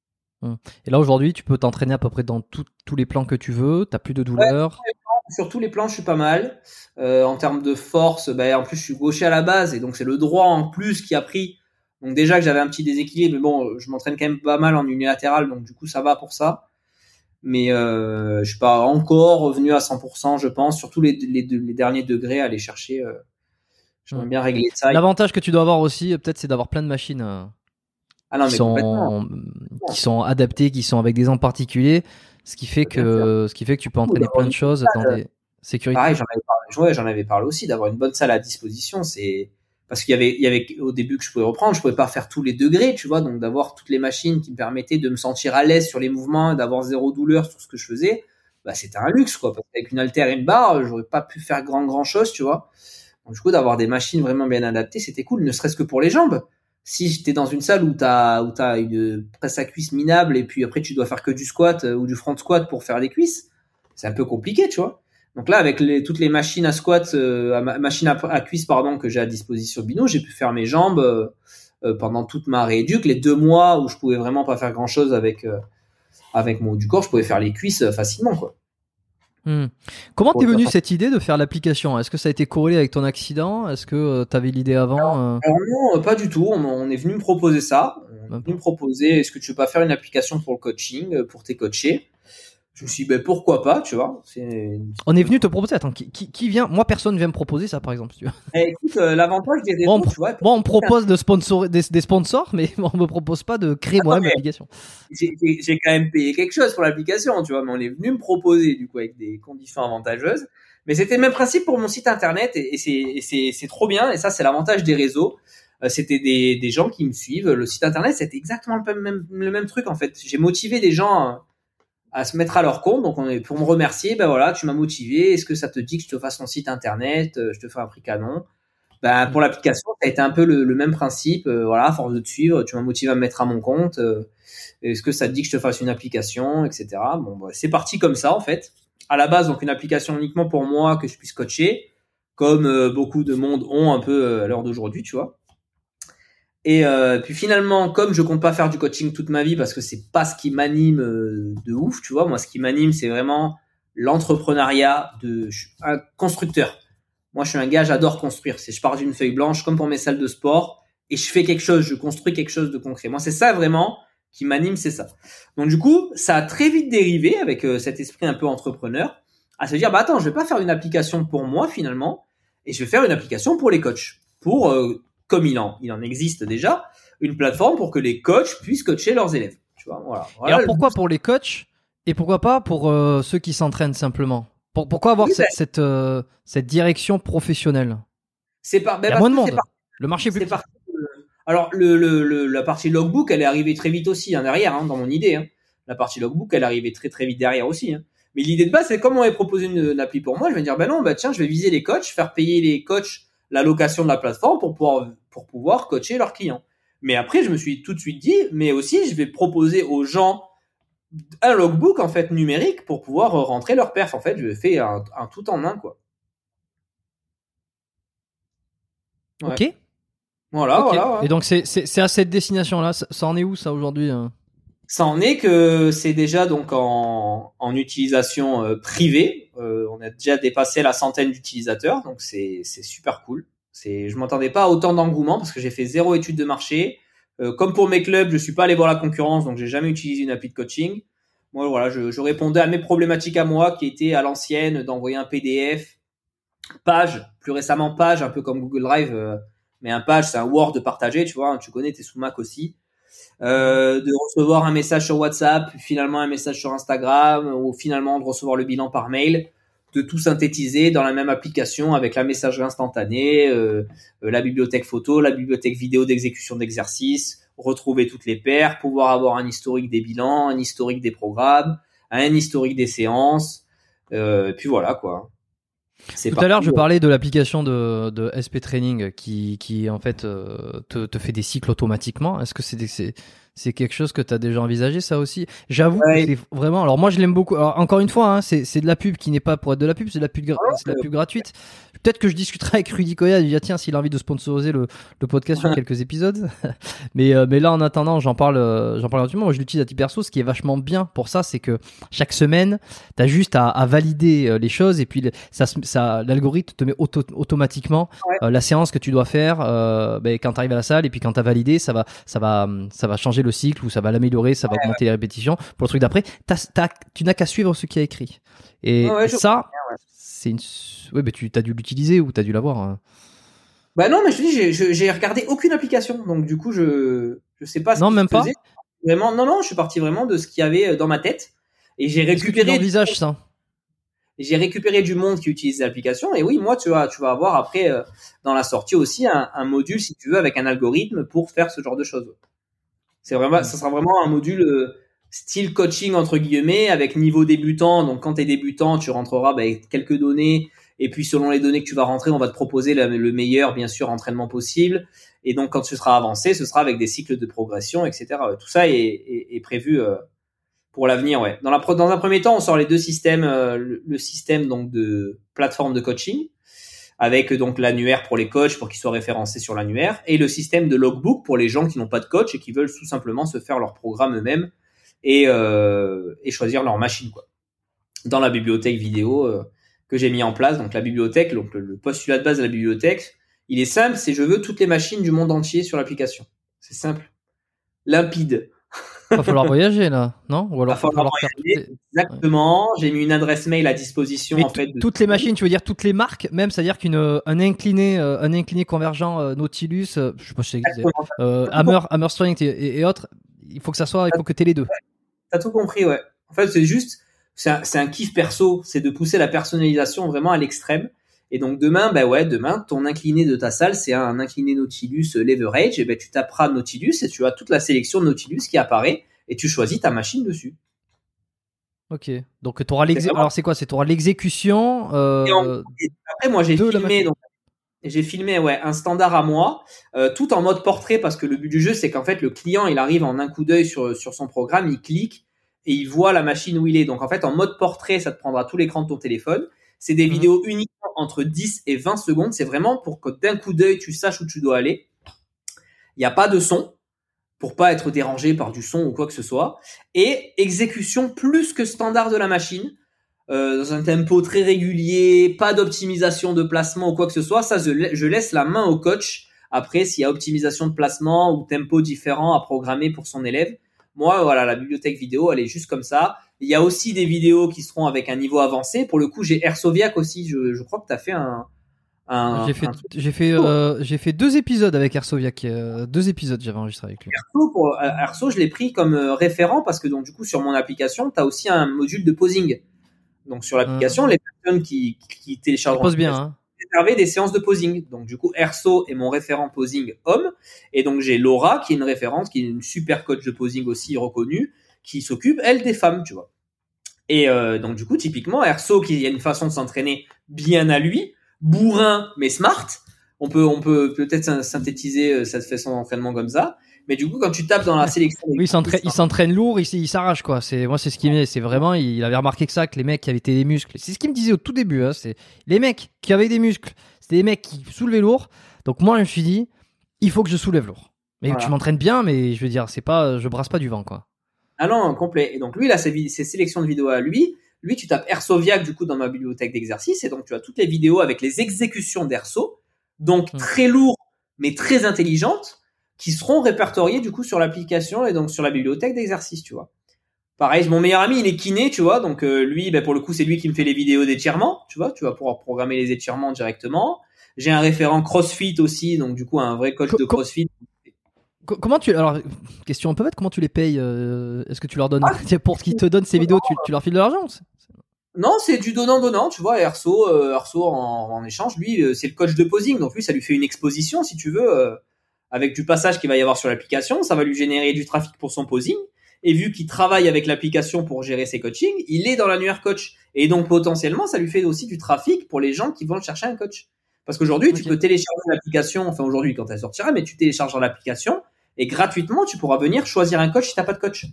Et là, aujourd'hui, tu peux t'entraîner à peu près dans tous les plans que tu veux. T'as plus de douleur. Sur tous les plans, je suis pas mal. En termes de force, en plus, je suis gaucher à la base, et donc c'est le droit en plus qui a pris. Donc déjà que j'avais un petit déséquilibre, mais bon, je m'entraîne quand même pas mal en unilatéral, donc du coup, ça va pour ça. Mais je suis pas encore revenu à 100%, je pense, surtout les derniers degrés à aller chercher. J'aimerais bien régler ça. L'avantage que tu dois avoir aussi, peut-être, c'est d'avoir plein de machines qui sont adaptées, qui sont avec des angles particuliers, ce qui fait que tu peux entraîner plein de choses dans des sécurités. Pareil, j'en avais parlé aussi, d'avoir une bonne salle à disposition. C'est parce qu'il y avait au début que je pouvais reprendre, je pouvais pas faire tous les degrés, tu vois, donc d'avoir toutes les machines qui me permettaient de me sentir à l'aise sur les mouvements, d'avoir zéro douleur sur ce que je faisais, c'était un luxe, quoi. Parce qu'avec une haltère et une barre, j'aurais pas pu faire grand chose, tu vois. Donc du coup, d'avoir des machines vraiment bien adaptées, c'était cool, ne serait-ce que pour les jambes. Si t'es dans une salle où t'as une presse à cuisse minable et puis après tu dois faire que du squat ou du front squat pour faire des cuisses, c'est un peu compliqué, tu vois. Donc là, avec toutes les machines à squat, machines à cuisse, pardon, que j'ai à disposition Bino, j'ai pu faire mes jambes pendant toute ma rééduque. Les 2 mois où je pouvais vraiment pas faire grand chose avec mon haut du corps, je pouvais faire les cuisses facilement, quoi. Comment t'es venu cette idée de faire l'application ? Est-ce que ça a été corrélé avec ton accident ? Est-ce que t'avais l'idée avant ? Alors non, pas du tout. On est venu me proposer ça. On est venu me proposer, est-ce que tu veux pas faire une application pour le coaching, pour tes coachés ? Je me suis dit, pourquoi pas, tu vois. On est venu te proposer. Attends, qui vient ? Moi, personne vient me proposer ça, par exemple, si tu veux. Écoute, l'avantage des réseaux, tu vois. Moi, on me propose de des sponsors, mais on me propose pas de créer moi-même l'application. J'ai quand même payé quelque chose pour l'application, tu vois, mais on est venu me proposer, du coup, avec des conditions avantageuses. Mais c'était le même principe pour mon site internet, et c'est trop bien, et ça, c'est l'avantage des réseaux. C'était des gens qui me suivent. Le site internet, c'était exactement le même truc, en fait. J'ai motivé des gens à se mettre à leur compte, donc pour me remercier, voilà, tu m'as motivé, est-ce que ça te dit que je te fasse ton site internet, je te fais un prix canon. Pour l'application, ça a été un peu le même principe, voilà, à force de te suivre, tu m'as motivé à me mettre à mon compte, est-ce que ça te dit que je te fasse une application, etc. C'est parti comme ça, en fait. À la base, donc une application uniquement pour moi, que je puisse coacher, comme beaucoup de monde ont un peu à l'heure d'aujourd'hui, tu vois. Et puis finalement, comme je compte pas faire du coaching toute ma vie parce que c'est pas ce qui m'anime de ouf, tu vois. Moi, ce qui m'anime, c'est vraiment l'entrepreneuriat. Je suis un constructeur. Moi, je suis un gars, j'adore construire. Je pars d'une feuille blanche, comme pour mes salles de sport, et je fais quelque chose, je construis quelque chose de concret. Moi, c'est ça vraiment qui m'anime, c'est ça. Donc, du coup, ça a très vite dérivé avec cet esprit un peu entrepreneur, à se dire, bah attends, je vais pas faire une application pour moi finalement, et je vais faire une application pour les coachs, pour comme il en existe déjà, une plateforme pour que les coachs puissent coacher leurs élèves. Tu vois, voilà. Et alors pourquoi pour les coachs et pourquoi pas pour ceux qui s'entraînent simplement? Pourquoi avoir cette direction professionnelle? C'est pas. Il y a moins de monde. Le marché est plus petit. Alors la partie logbook, elle est arrivée très vite aussi derrière, dans mon idée. La partie logbook, elle est arrivée très très vite derrière aussi. Mais l'idée de base, c'est comme on avait proposé une appli pour moi, je vais dire ben non, tiens, je vais viser les coachs, faire payer les coachs la location de la plateforme pour pouvoir coacher leurs clients. Mais après, je me suis tout de suite dit, mais aussi, je vais proposer aux gens un logbook en fait numérique pour pouvoir rentrer leur perf. En fait, je fais un tout en un, quoi. Ouais. Ok. Voilà, okay. voilà. Ouais. Et donc c'est à cette destination-là. Ça en est où ça aujourd'hui? Ça en est que c'est déjà donc en utilisation privée. On a déjà dépassé la centaine d'utilisateurs, donc c'est super cool. Je m'attendais pas à autant d'engouement parce que j'ai fait 0 étude de marché. Comme pour mes clubs, je suis pas allé voir la concurrence, donc j'ai jamais utilisé une appli de coaching. Moi, voilà, je répondais à mes problématiques à moi, qui étaient à l'ancienne d'envoyer un PDF, page, plus récemment page, un peu comme Google Drive, mais un page, c'est un Word partagé, tu vois, tu connais, t'es sous Mac aussi. De recevoir un message sur WhatsApp, finalement un message sur Instagram, ou finalement de recevoir le bilan par mail, de tout synthétiser dans la même application avec la messagerie instantanée, la bibliothèque photo, la bibliothèque vidéo d'exécution d'exercices, retrouver toutes les paires, pouvoir avoir un historique des bilans, un historique des programmes, un historique des séances, puis voilà quoi. Tout à l'heure, je parlais de l'application de SP Training qui en fait te fait des cycles automatiquement. Est-ce que c'est quelque chose que tu as déjà envisagé, ça aussi? J'avoue que c'est vraiment. Alors moi, je l'aime beaucoup. Alors encore une fois, c'est de la pub qui n'est pas pour être de la pub, c'est de la pub, c'est de la pub gratuite. Peut-être que je discuterai avec Rudy Koya, il dit tiens, s'il a envie de sponsoriser le podcast sur quelques épisodes. mais là, en attendant, j'en parle gratuitement. Moi, je l'utilise à titre perso. Ce qui est vachement bien pour ça, c'est que chaque semaine, t'as juste à valider les choses et puis l'algorithme te met automatiquement la séance que tu dois faire quand tu arrives à la salle, et puis quand tu as validé, ça va changer le cycle ou ça va l'améliorer, ça va augmenter les répétitions. Pour le truc d'après, tu n'as qu'à suivre ce qui est écrit. Et ça, c'est une... Oui, mais tu as dû l'utiliser ou tu as dû l'avoir. Bah non, mais je te dis, j'ai regardé aucune application, donc du coup, je sais pas ce non, même faisait. Vraiment, non, je suis parti vraiment de ce qu'il y avait dans ma tête et j'ai récupéré. Est-ce que tu envisages ça? J'ai récupéré du monde qui utilise l'application et oui, moi, tu vas avoir après dans la sortie aussi un module, si tu veux, avec un algorithme pour faire ce genre de choses. C'est vraiment, ça sera vraiment un module style coaching entre guillemets avec niveau débutant. Donc quand t'es débutant, tu rentreras avec quelques données. Et puis, selon les données que tu vas rentrer, on va te proposer le meilleur, bien sûr, entraînement possible. Et donc, quand tu seras avancé, ce sera avec des cycles de progression, etc. Tout ça est prévu pour l'avenir, ouais. Dans un premier temps, on sort les deux systèmes, le système donc de plateforme de coaching, avec donc l'annuaire pour les coachs pour qu'ils soient référencés sur l'annuaire, et le système de logbook pour les gens qui n'ont pas de coach et qui veulent tout simplement se faire leur programme eux-mêmes et choisir leur machine, quoi. Dans la bibliothèque vidéo que j'ai mis en place. Donc la bibliothèque, donc le postulat de base de la bibliothèque, il est simple, c'est je veux toutes les machines du monde entier sur l'application. C'est simple, limpide. Va falloir voyager là, non? Ou alors va falloir voyager, exactement. J'ai mis une adresse mail à disposition. Mais en fait. Toutes les machines, tu veux dire toutes les marques, même, c'est-à-dire qu'un incliné convergent Nautilus, je sais pas si c'est Hammer Strength et autres, il faut que tu aies les deux. T'as tout compris, ouais. En fait, c'est un kiff perso, c'est de pousser la personnalisation vraiment à l'extrême. Et donc demain, ton incliné de ta salle, c'est un incliné Nautilus Leverage, et tu taperas Nautilus et tu as toute la sélection de Nautilus qui apparaît et tu choisis ta machine dessus. Ok. Donc tu auras alors c'est quoi? Tu auras l'exécution. Et après, moi j'ai filmé un standard à moi, tout en mode portrait, parce que le but du jeu, c'est qu'en fait le client, il arrive en un coup d'œil sur son programme, il clique et il voit la machine où il est. Donc en fait, en mode portrait, ça te prendra tout l'écran de ton téléphone. C'est des vidéos uniquement entre 10 et 20 secondes. C'est vraiment pour que d'un coup d'œil, tu saches où tu dois aller. Il n'y a pas de son pour pas être dérangé par du son ou quoi que ce soit. Et exécution plus que standard de la machine. dans un tempo très régulier, pas d'optimisation de placement ou quoi que ce soit, ça je laisse la main au coach. Après, s'il y a optimisation de placement ou tempo différent à programmer pour son élève, moi, voilà, la bibliothèque vidéo, elle est juste comme ça. Il y a aussi des vidéos qui seront avec un niveau avancé. Pour le coup, j'ai Airsoviac aussi. Je crois que tu as fait J'ai fait 2 épisodes avec Airsoviac. 2 épisodes, j'avais enregistré avec lui. Airso, je l'ai pris comme référent parce que donc du coup sur mon application, tu as aussi un module de posing. Donc sur l'application, les personnes qui téléchargent pose bien, hein. réserver des séances de posing. Donc du coup, Airso est mon référent posing homme, et donc j'ai Laura qui est une référente, qui est une super coach de posing aussi reconnue, qui s'occupe elle des femmes, tu vois. Et donc du coup, typiquement, Airso qui a une façon de s'entraîner bien à lui, bourrin mais smart. On peut peut-être synthétiser cette façon d'entraînement comme ça. Mais du coup, quand tu tapes dans la sélection, oui, il s'entraîne lourd, il s'arrache quoi. C'est ce qui c'est vraiment, il avait remarqué que ça, que les mecs qui avaient des muscles. C'est ce qu'il me disait au tout début. Hein, c'est les mecs qui avaient des muscles, c'était des mecs qui soulevaient lourd. Donc moi, je me suis dit, il faut que je soulève lourd. Mais voilà. Tu m'entraînes bien, mais je veux dire, je brasse pas du vent quoi. Ah non, complet. Et donc lui, là, ses sélections de vidéos à lui. Lui, tu tapes Airsoviac du coup dans ma bibliothèque d'exercices, et donc tu as toutes les vidéos avec les exécutions d'Airso, donc très lourdes mais très intelligentes, qui seront répertoriés du coup sur l'application et donc sur la bibliothèque d'exercice, tu vois. Pareil, mon meilleur ami, il est kiné, tu vois, donc lui, pour le coup, c'est lui qui me fait les vidéos d'étirements, tu vois, tu vas pouvoir programmer les étirements directement. J'ai un référent CrossFit aussi, donc du coup, un vrai coach de CrossFit. Comment alors, question un peu bête, comment tu les payes est-ce que tu leur donnes, pour qu'ils te donnent ces vidéos, tu leur files de l'argent? Non, c'est du donnant-donnant, tu vois. Airso en échange, lui, c'est le coach de posing, donc lui, ça lui fait une exposition, si tu veux, avec du passage qu'il va y avoir sur l'application, ça va lui générer du trafic pour son posing. Et vu qu'il travaille avec l'application pour gérer ses coachings, il est dans l'annuaire coach. Et donc, potentiellement, ça lui fait aussi du trafic pour les gens qui vont chercher un coach. Parce qu'aujourd'hui, tu peux télécharger l'application, enfin aujourd'hui quand elle sortira, mais tu télécharges l'application et gratuitement, tu pourras venir choisir un coach si t'as pas de coach.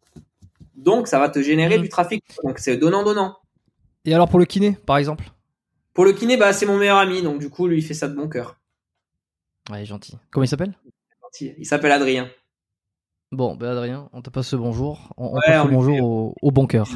Donc, ça va te générer du trafic. Donc, c'est donnant-donnant. Et alors pour le kiné, par exemple? Pour le kiné, c'est mon meilleur ami, donc du coup, lui, il fait ça de bon cœur. Ouais, gentil. Comment il s'appelle? Il s'appelle Adrien. Bon, Adrien, on te passe le bonjour. On passe le bonjour au bon cœur.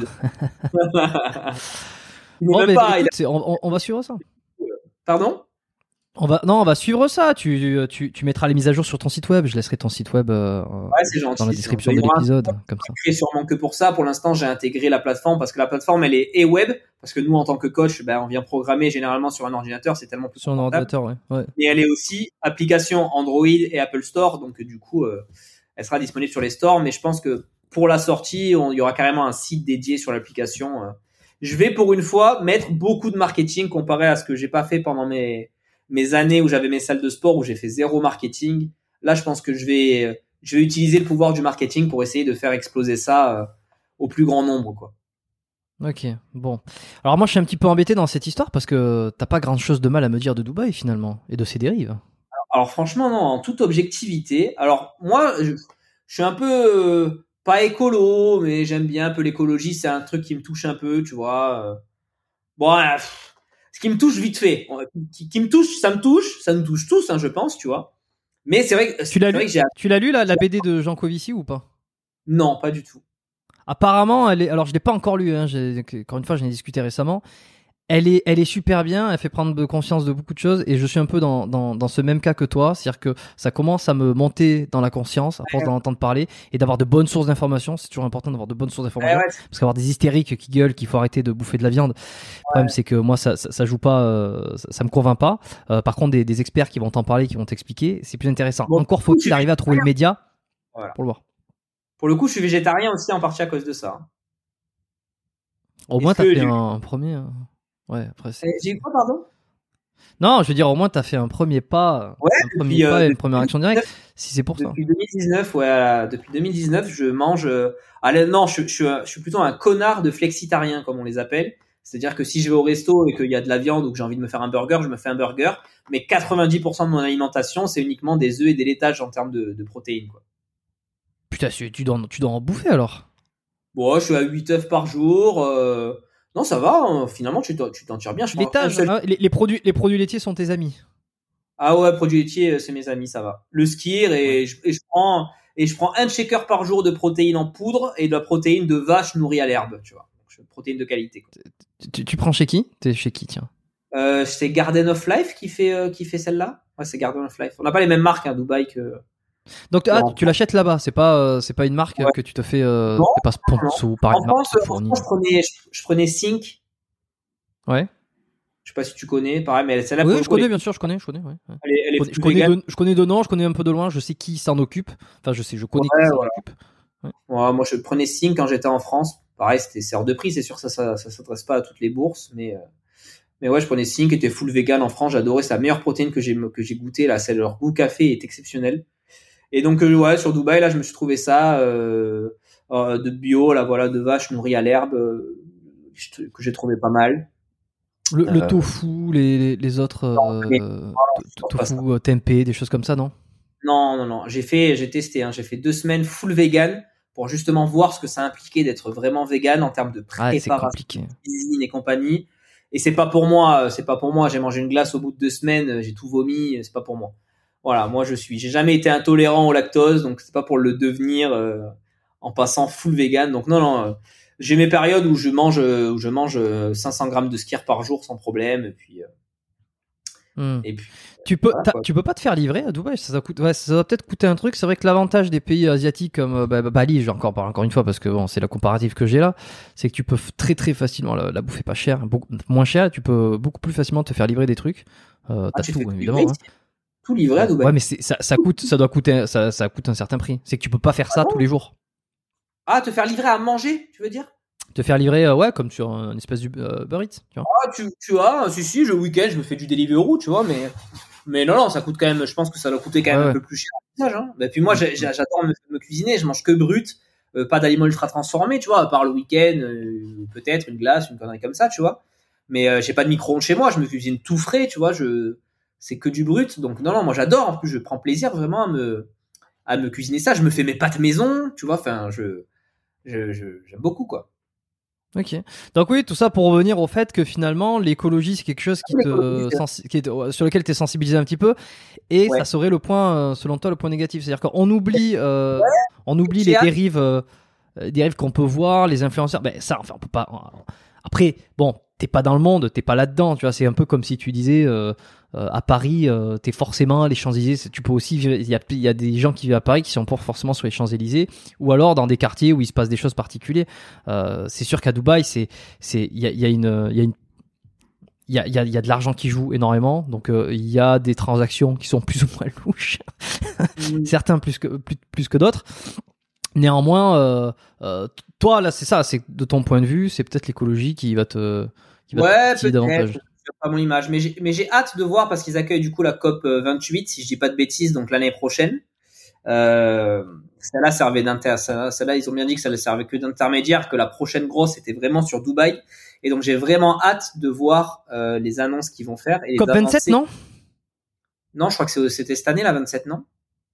On va suivre ça. Pardon? On va suivre ça. Tu mettras les mises à jour sur ton site web. Je laisserai ton site web c'est gentil, dans la description de l'épisode. Comme ça. Je sûrement que pour ça. Pour l'instant, j'ai intégré la plateforme parce que la plateforme, elle est web. Parce que nous, en tant que coach, on vient programmer généralement sur un ordinateur. C'est tellement plus sur un ordinateur, ouais. Mais elle est aussi application Android et Apple Store. Donc, du coup, elle sera disponible sur les stores. Mais je pense que pour la sortie, il y aura carrément un site dédié sur l'application. Je vais pour une fois mettre beaucoup de marketing comparé à ce que j'ai pas fait pendant mes années où j'avais mes salles de sport où j'ai fait zéro marketing. Là, je pense que je vais utiliser le pouvoir du marketing pour essayer de faire exploser ça au plus grand nombre, quoi. Ok, bon. Alors moi, je suis un petit peu embêté dans cette histoire parce que t'as pas grand chose de mal à me dire de Dubaï finalement et de ses dérives. Alors franchement, non, en toute objectivité. Alors moi, je suis un peu pas écolo, mais j'aime bien un peu l'écologie. C'est un truc qui me touche un peu, tu vois. Ce qui me touche vite fait, qui me touche, ça nous touche tous, hein, je pense, tu vois. Mais c'est vrai que tu l'as lu la BD de Jean Covici ou pas? Non, pas du tout. Apparemment, alors je l'ai pas encore lu, hein, encore une fois, j'en ai discuté récemment. Elle est super bien, elle fait prendre conscience de beaucoup de choses et je suis un peu dans ce même cas que toi, c'est-à-dire que ça commence à me monter dans la conscience à force d'en entendre parler et d'avoir de bonnes sources d'informations. C'est toujours important d'avoir de bonnes sources d'informations parce qu'avoir des hystériques qui gueulent qu'il faut arrêter de bouffer de la viande. Le problème c'est que moi ça joue pas, ça me convainc pas. Par contre des experts qui vont t'en parler, qui vont t'expliquer, c'est plus intéressant. Bon, encore faut-il arriver à trouver le média pour le voir. Pour le coup, je suis végétarien aussi en partie à cause de ça. Au moins t'as fait un premier. Ouais, après j'ai eu quoi, pardon? Non, je veux dire, au moins, t'as fait un premier pas, et une première action directe, si c'est pour ça. Depuis 2019, je mange. Non, je suis plutôt un connard de flexitarien, comme on les appelle. C'est-à-dire que si je vais au resto et qu'il y a de la viande ou que j'ai envie de me faire un burger, je me fais un burger. Mais 90% de mon alimentation, c'est uniquement des œufs et des laitages en termes de protéines, quoi. Putain, tu dois en bouffer alors? Bon, je suis à 8 œufs par jour. Non, ça va, hein. Finalement, tu t'en tires bien. Les produits laitiers sont tes amis. Ah ouais, produits laitiers, c'est mes amis, ça va. Le skir et je prends un shaker par jour de protéines en poudre et de la protéine de vache nourrie à l'herbe, tu vois. Donc, protéines de qualité, quoi. Tu prends chez qui? T'es chez qui, tiens? C'est Garden of Life qui fait celle-là. Ouais, c'est Garden of Life. On n'a pas les mêmes marques à Dubaï que. Donc tu l'achètes là-bas, c'est pas une marque que tu te fais, Non, t'es pas sponsor par une marque qui te fournit. Je prenais Sync. Ouais. Je sais pas si tu connais, pareil, mais celle-là. Oui, je connais, bien sûr, je connais. Ouais. Elle est Je connais de nom, je connais un peu de loin, je sais qui s'en occupe. Enfin, je connais qui s'en occupe. Ouais. Ouais, moi, je prenais Sync quand j'étais en France. Pareil, c'est hors de prix, c'est sûr, ça s'adresse pas à toutes les bourses, mais ouais, je prenais Sync, qui était full vegan en France. J'adorais, c'est la meilleure protéine que j'ai goûté là. C'est leur goût café est exceptionnel. Et donc, ouais, sur Dubaï, là, je me suis trouvé ça de bio, là, voilà, de vache nourrie à l'herbe, que j'ai trouvé pas mal. Le tofu, les autres tofu tempeh, des choses comme ça, non? Non. J'ai testé, hein, j'ai fait 2 semaines full vegan pour justement voir ce que ça impliquait d'être vraiment vegan en termes de préparation, cuisine et compagnie. Et c'est pas pour moi. J'ai mangé une glace au bout de 2 semaines, j'ai tout vomi. C'est pas pour moi. Voilà, j'ai jamais été intolérant au lactose, donc c'est pas pour le devenir en passant full vegan. Donc non, j'ai mes périodes où je mange 500 grammes de skyr par jour sans problème. Et puis tu peux pas te faire livrer à Dubaï, ça va peut-être coûter un truc. C'est vrai que l'avantage des pays asiatiques comme Bali, je vais encore une fois parce que bon, c'est la comparative que j'ai là, c'est que tu peux très très facilement la bouffer pas cher, beaucoup moins cher, tu peux beaucoup plus facilement te faire livrer des trucs. T'as tout évidemment. Tout livré à Dubaï. Ouais, mais ça coûte un certain prix. C'est que tu peux pas faire ça tous les jours. Ah, te faire livrer à manger, tu veux dire? Te faire livrer, ouais, comme sur un espèce d'Uber Eats, tu vois. Ah, tu vois, si, le week-end, je me fais du Deliveroo, tu vois, mais non, ça coûte quand même, je pense que ça doit coûter quand même un peu plus cher. Hein. Et puis moi, j'adore me cuisiner, je mange que brut, pas d'aliments ultra transformés, tu vois, à part le week-end, peut-être une glace, une connerie comme ça, tu vois. Mais j'ai pas de micro-ondes chez moi, je me cuisine tout frais, tu vois, c'est que du brut. Donc non, moi j'adore, en plus je prends plaisir vraiment à me cuisiner ça, je me fais mes pâtes maison, tu vois, enfin, j'aime beaucoup, quoi. Ok. Donc oui, tout ça pour revenir au fait que finalement l'écologie c'est quelque chose sur lequel tu es sensibilisé un petit peu, et ça serait le point, selon toi, le point négatif. C'est-à-dire qu'on oublie, les dérives qu'on peut voir, les influenceurs. Ben ça, enfin, on peut pas. Après, bon, t'es pas dans le monde, t'es pas là-dedans, tu vois. C'est un peu comme si tu disais à Paris, t'es forcément les Champs-Élysées. Tu peux aussi, il y a des gens qui vivent à Paris qui sont pas forcément sur les Champs-Élysées, ou alors dans des quartiers où il se passe des choses particulières. C'est sûr qu'à Dubaï, il y a de l'argent qui joue énormément, donc il y a des transactions qui sont plus ou moins louches, certains plus que d'autres. Néanmoins, toi là, c'est ça, c'est de ton point de vue, c'est peut-être l'écologie qui va te davantage. Pas mon image, mais j'ai hâte de voir parce qu'ils accueillent du coup la COP 28, si je dis pas de bêtises, donc l'année prochaine. Celle-là servait celle-là ils ont bien dit que ça ne servait que d'intermédiaire, que la prochaine grosse était vraiment sur Dubaï, et donc j'ai vraiment hâte de voir les annonces qu'ils vont faire. Et COP 27, non? Non, je crois que c'était cette année la 27, non?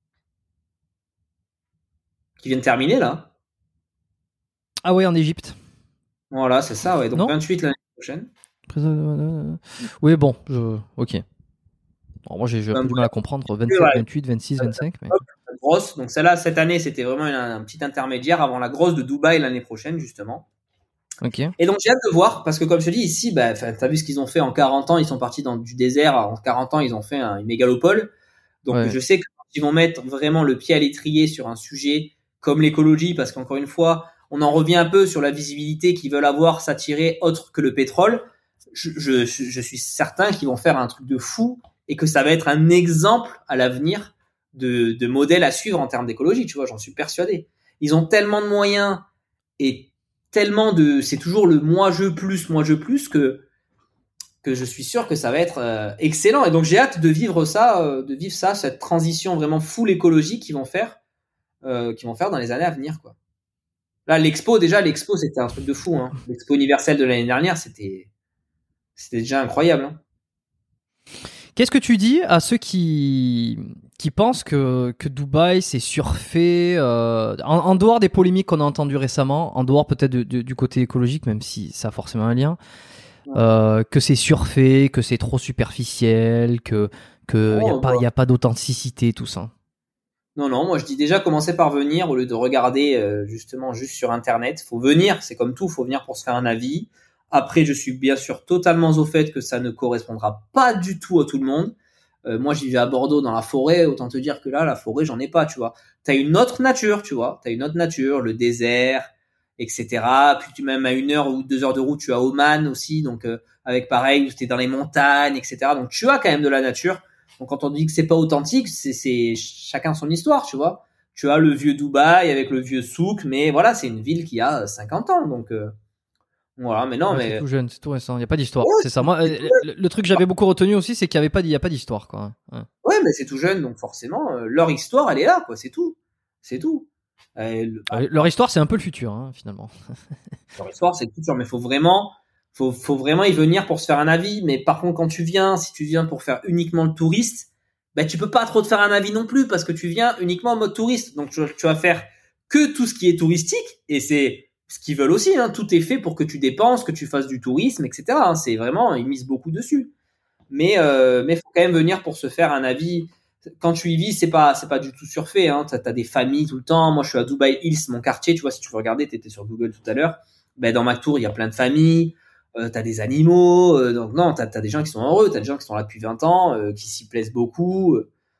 Qui vient de terminer là. Ah ouais, en Égypte. Voilà, c'est ça, ouais. Donc non 28 l'année prochaine. Oui, bon, ok. Alors moi, j'ai un peu du mal à comprendre. 27, 28, 26, 25. Mais... Grosse. Donc celle-là, cette année, c'était vraiment un petit intermédiaire avant la grosse de Dubaï l'année prochaine, justement. Ok. Et donc j'ai hâte de voir, parce que comme je te dis, ici, t'as vu ce qu'ils ont fait en 40 ans, ils sont partis du désert, en 40 ans, ils ont fait une mégalopole. Donc je sais que quand ils vont mettre vraiment le pied à l'étrier sur un sujet comme l'écologie, parce qu'encore une fois, on en revient un peu sur la visibilité qu'ils veulent avoir, s'attirer autre que le pétrole. Je suis certain qu'ils vont faire un truc de fou et que ça va être un exemple à l'avenir de modèle à suivre en termes d'écologie, tu vois, j'en suis persuadé. Ils ont tellement de moyens et c'est toujours le moi je plus que je suis sûr que ça va être excellent. Et donc j'ai hâte de vivre ça, cette transition vraiment full écologie qu'ils vont faire dans les années à venir, quoi. Là, l'expo, c'était un truc de fou, hein. L'expo universelle de l'année dernière, c'était déjà incroyable, hein. Qu'est-ce que tu dis à ceux qui pensent que Dubaï c'est surfait, en dehors des polémiques qu'on a entendues récemment, en dehors peut-être du côté écologique, même si ça a forcément un lien, que c'est surfait, que c'est trop superficiel, que y a pas d'authenticité, tout ça? Non, moi je dis déjà commencer par venir au lieu de regarder justement juste sur internet. Faut venir, c'est comme tout, faut venir pour se faire un avis. Après, je suis bien sûr totalement au fait que ça ne correspondra pas du tout à tout le monde. Moi, j'y vais à Bordeaux dans la forêt, autant te dire que là, la forêt, j'en ai pas, tu vois. T'as une autre nature, tu vois. T'as une autre nature, le désert, etc. Puis tu même à 1 heure ou 2 heures de route, tu as Oman aussi, donc avec pareil, où t'es dans les montagnes, etc. Donc tu as quand même de la nature. Donc quand on dit que c'est pas authentique, c'est chacun son histoire, tu vois. Tu as le vieux Dubaï avec le vieux souk, mais voilà, c'est une ville qui a 50 ans, donc voilà. Mais non, Ouais, mais c'est tout jeune, c'est tout récent. Il y a pas d'histoire. ouais, C'est ça. Moi, le truc que j'avais beaucoup retenu aussi, c'est qu'il y avait pas, il y a pas d'histoire, quoi. Ouais. ouais, mais c'est tout jeune, donc forcément, leur histoire, elle est là, quoi. C'est tout, c'est tout. Leur histoire, c'est un peu le futur, hein, finalement. Leur histoire, c'est tout sûr, mais faut vraiment y venir pour se faire un avis. Mais par contre, quand tu viens, si tu viens pour faire uniquement le touriste, ben tu peux pas trop te faire un avis non plus parce que tu viens uniquement en mode touriste. Donc tu vas faire que tout ce qui est touristique et c'est ce qu'ils veulent aussi. Hein. Tout est fait pour que tu dépenses, que tu fasses du tourisme, etc. Hein. C'est vraiment, ils misent beaucoup dessus. Mais faut quand même venir pour se faire un avis. Quand tu y vis, c'est pas du tout surfait. Hein. T'as des familles tout le temps. Moi, je suis à Dubai Hills, mon quartier. Tu vois, si tu veux regarder, t'étais sur Google tout à l'heure. Ben dans ma tour, il y a plein de familles. T'as des animaux. Donc non, t'as des gens qui sont heureux. T'as des gens qui sont là depuis 20 ans, qui s'y plaisent beaucoup.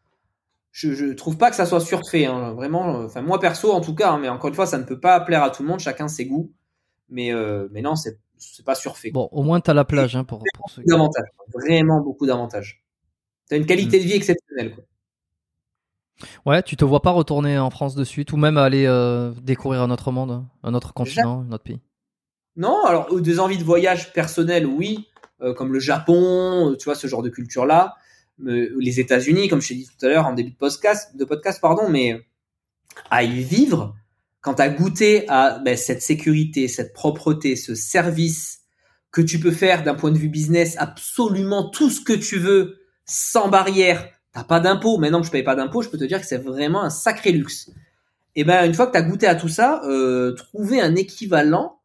Je trouve pas que ça soit surfait. Hein. Vraiment. Enfin, moi perso, en tout cas. Hein, mais encore une fois, ça ne peut pas plaire à tout le monde. Chacun ses goûts. Mais non, c'est pas surfait. Bon, au moins t'as la plage, hein, pour ceux qui... D'avantages. Vraiment beaucoup d'avantages. T'as une qualité de vie exceptionnelle, quoi. Ouais, tu te vois pas retourner en France de suite, ou même aller découvrir un autre monde, un autre continent, un autre pays. Non, alors des envies de voyage personnelles, oui, comme le Japon, tu vois, ce genre de culture-là, les États-Unis, comme je t'ai dit tout à l'heure en début de podcast, pardon, mais à y vivre, quand t'as goûté à cette sécurité, cette propreté, ce service que tu peux faire d'un point de vue business, absolument tout ce que tu veux, sans barrière, t'as pas d'impôts. Maintenant que je paye pas d'impôts, je peux te dire que c'est vraiment un sacré luxe. Et ben une fois que t'as goûté à tout ça, trouver un équivalent.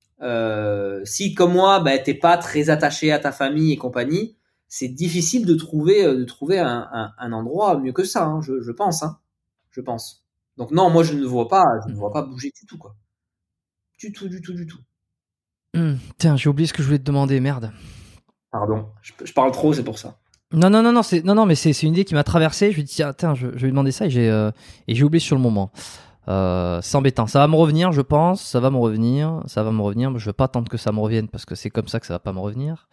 Si comme moi, t'es pas très attaché à ta famille et compagnie, c'est difficile de trouver un endroit mieux que ça. Hein, je pense. Hein, je pense. Donc non, moi je ne vois pas bouger du tout quoi. Du tout. Tiens, j'ai oublié ce que je voulais te demander, merde. Pardon, je parle trop, c'est pour ça. Non, mais c'est une idée qui m'a traversé. Je lui ai dit, tiens, je vais lui demander ça et j'ai oublié sur le moment. C'est embêtant. Ça va me revenir, je pense. Ça va me revenir. Mais je veux pas attendre que ça me revienne parce que c'est comme ça que ça va pas me revenir.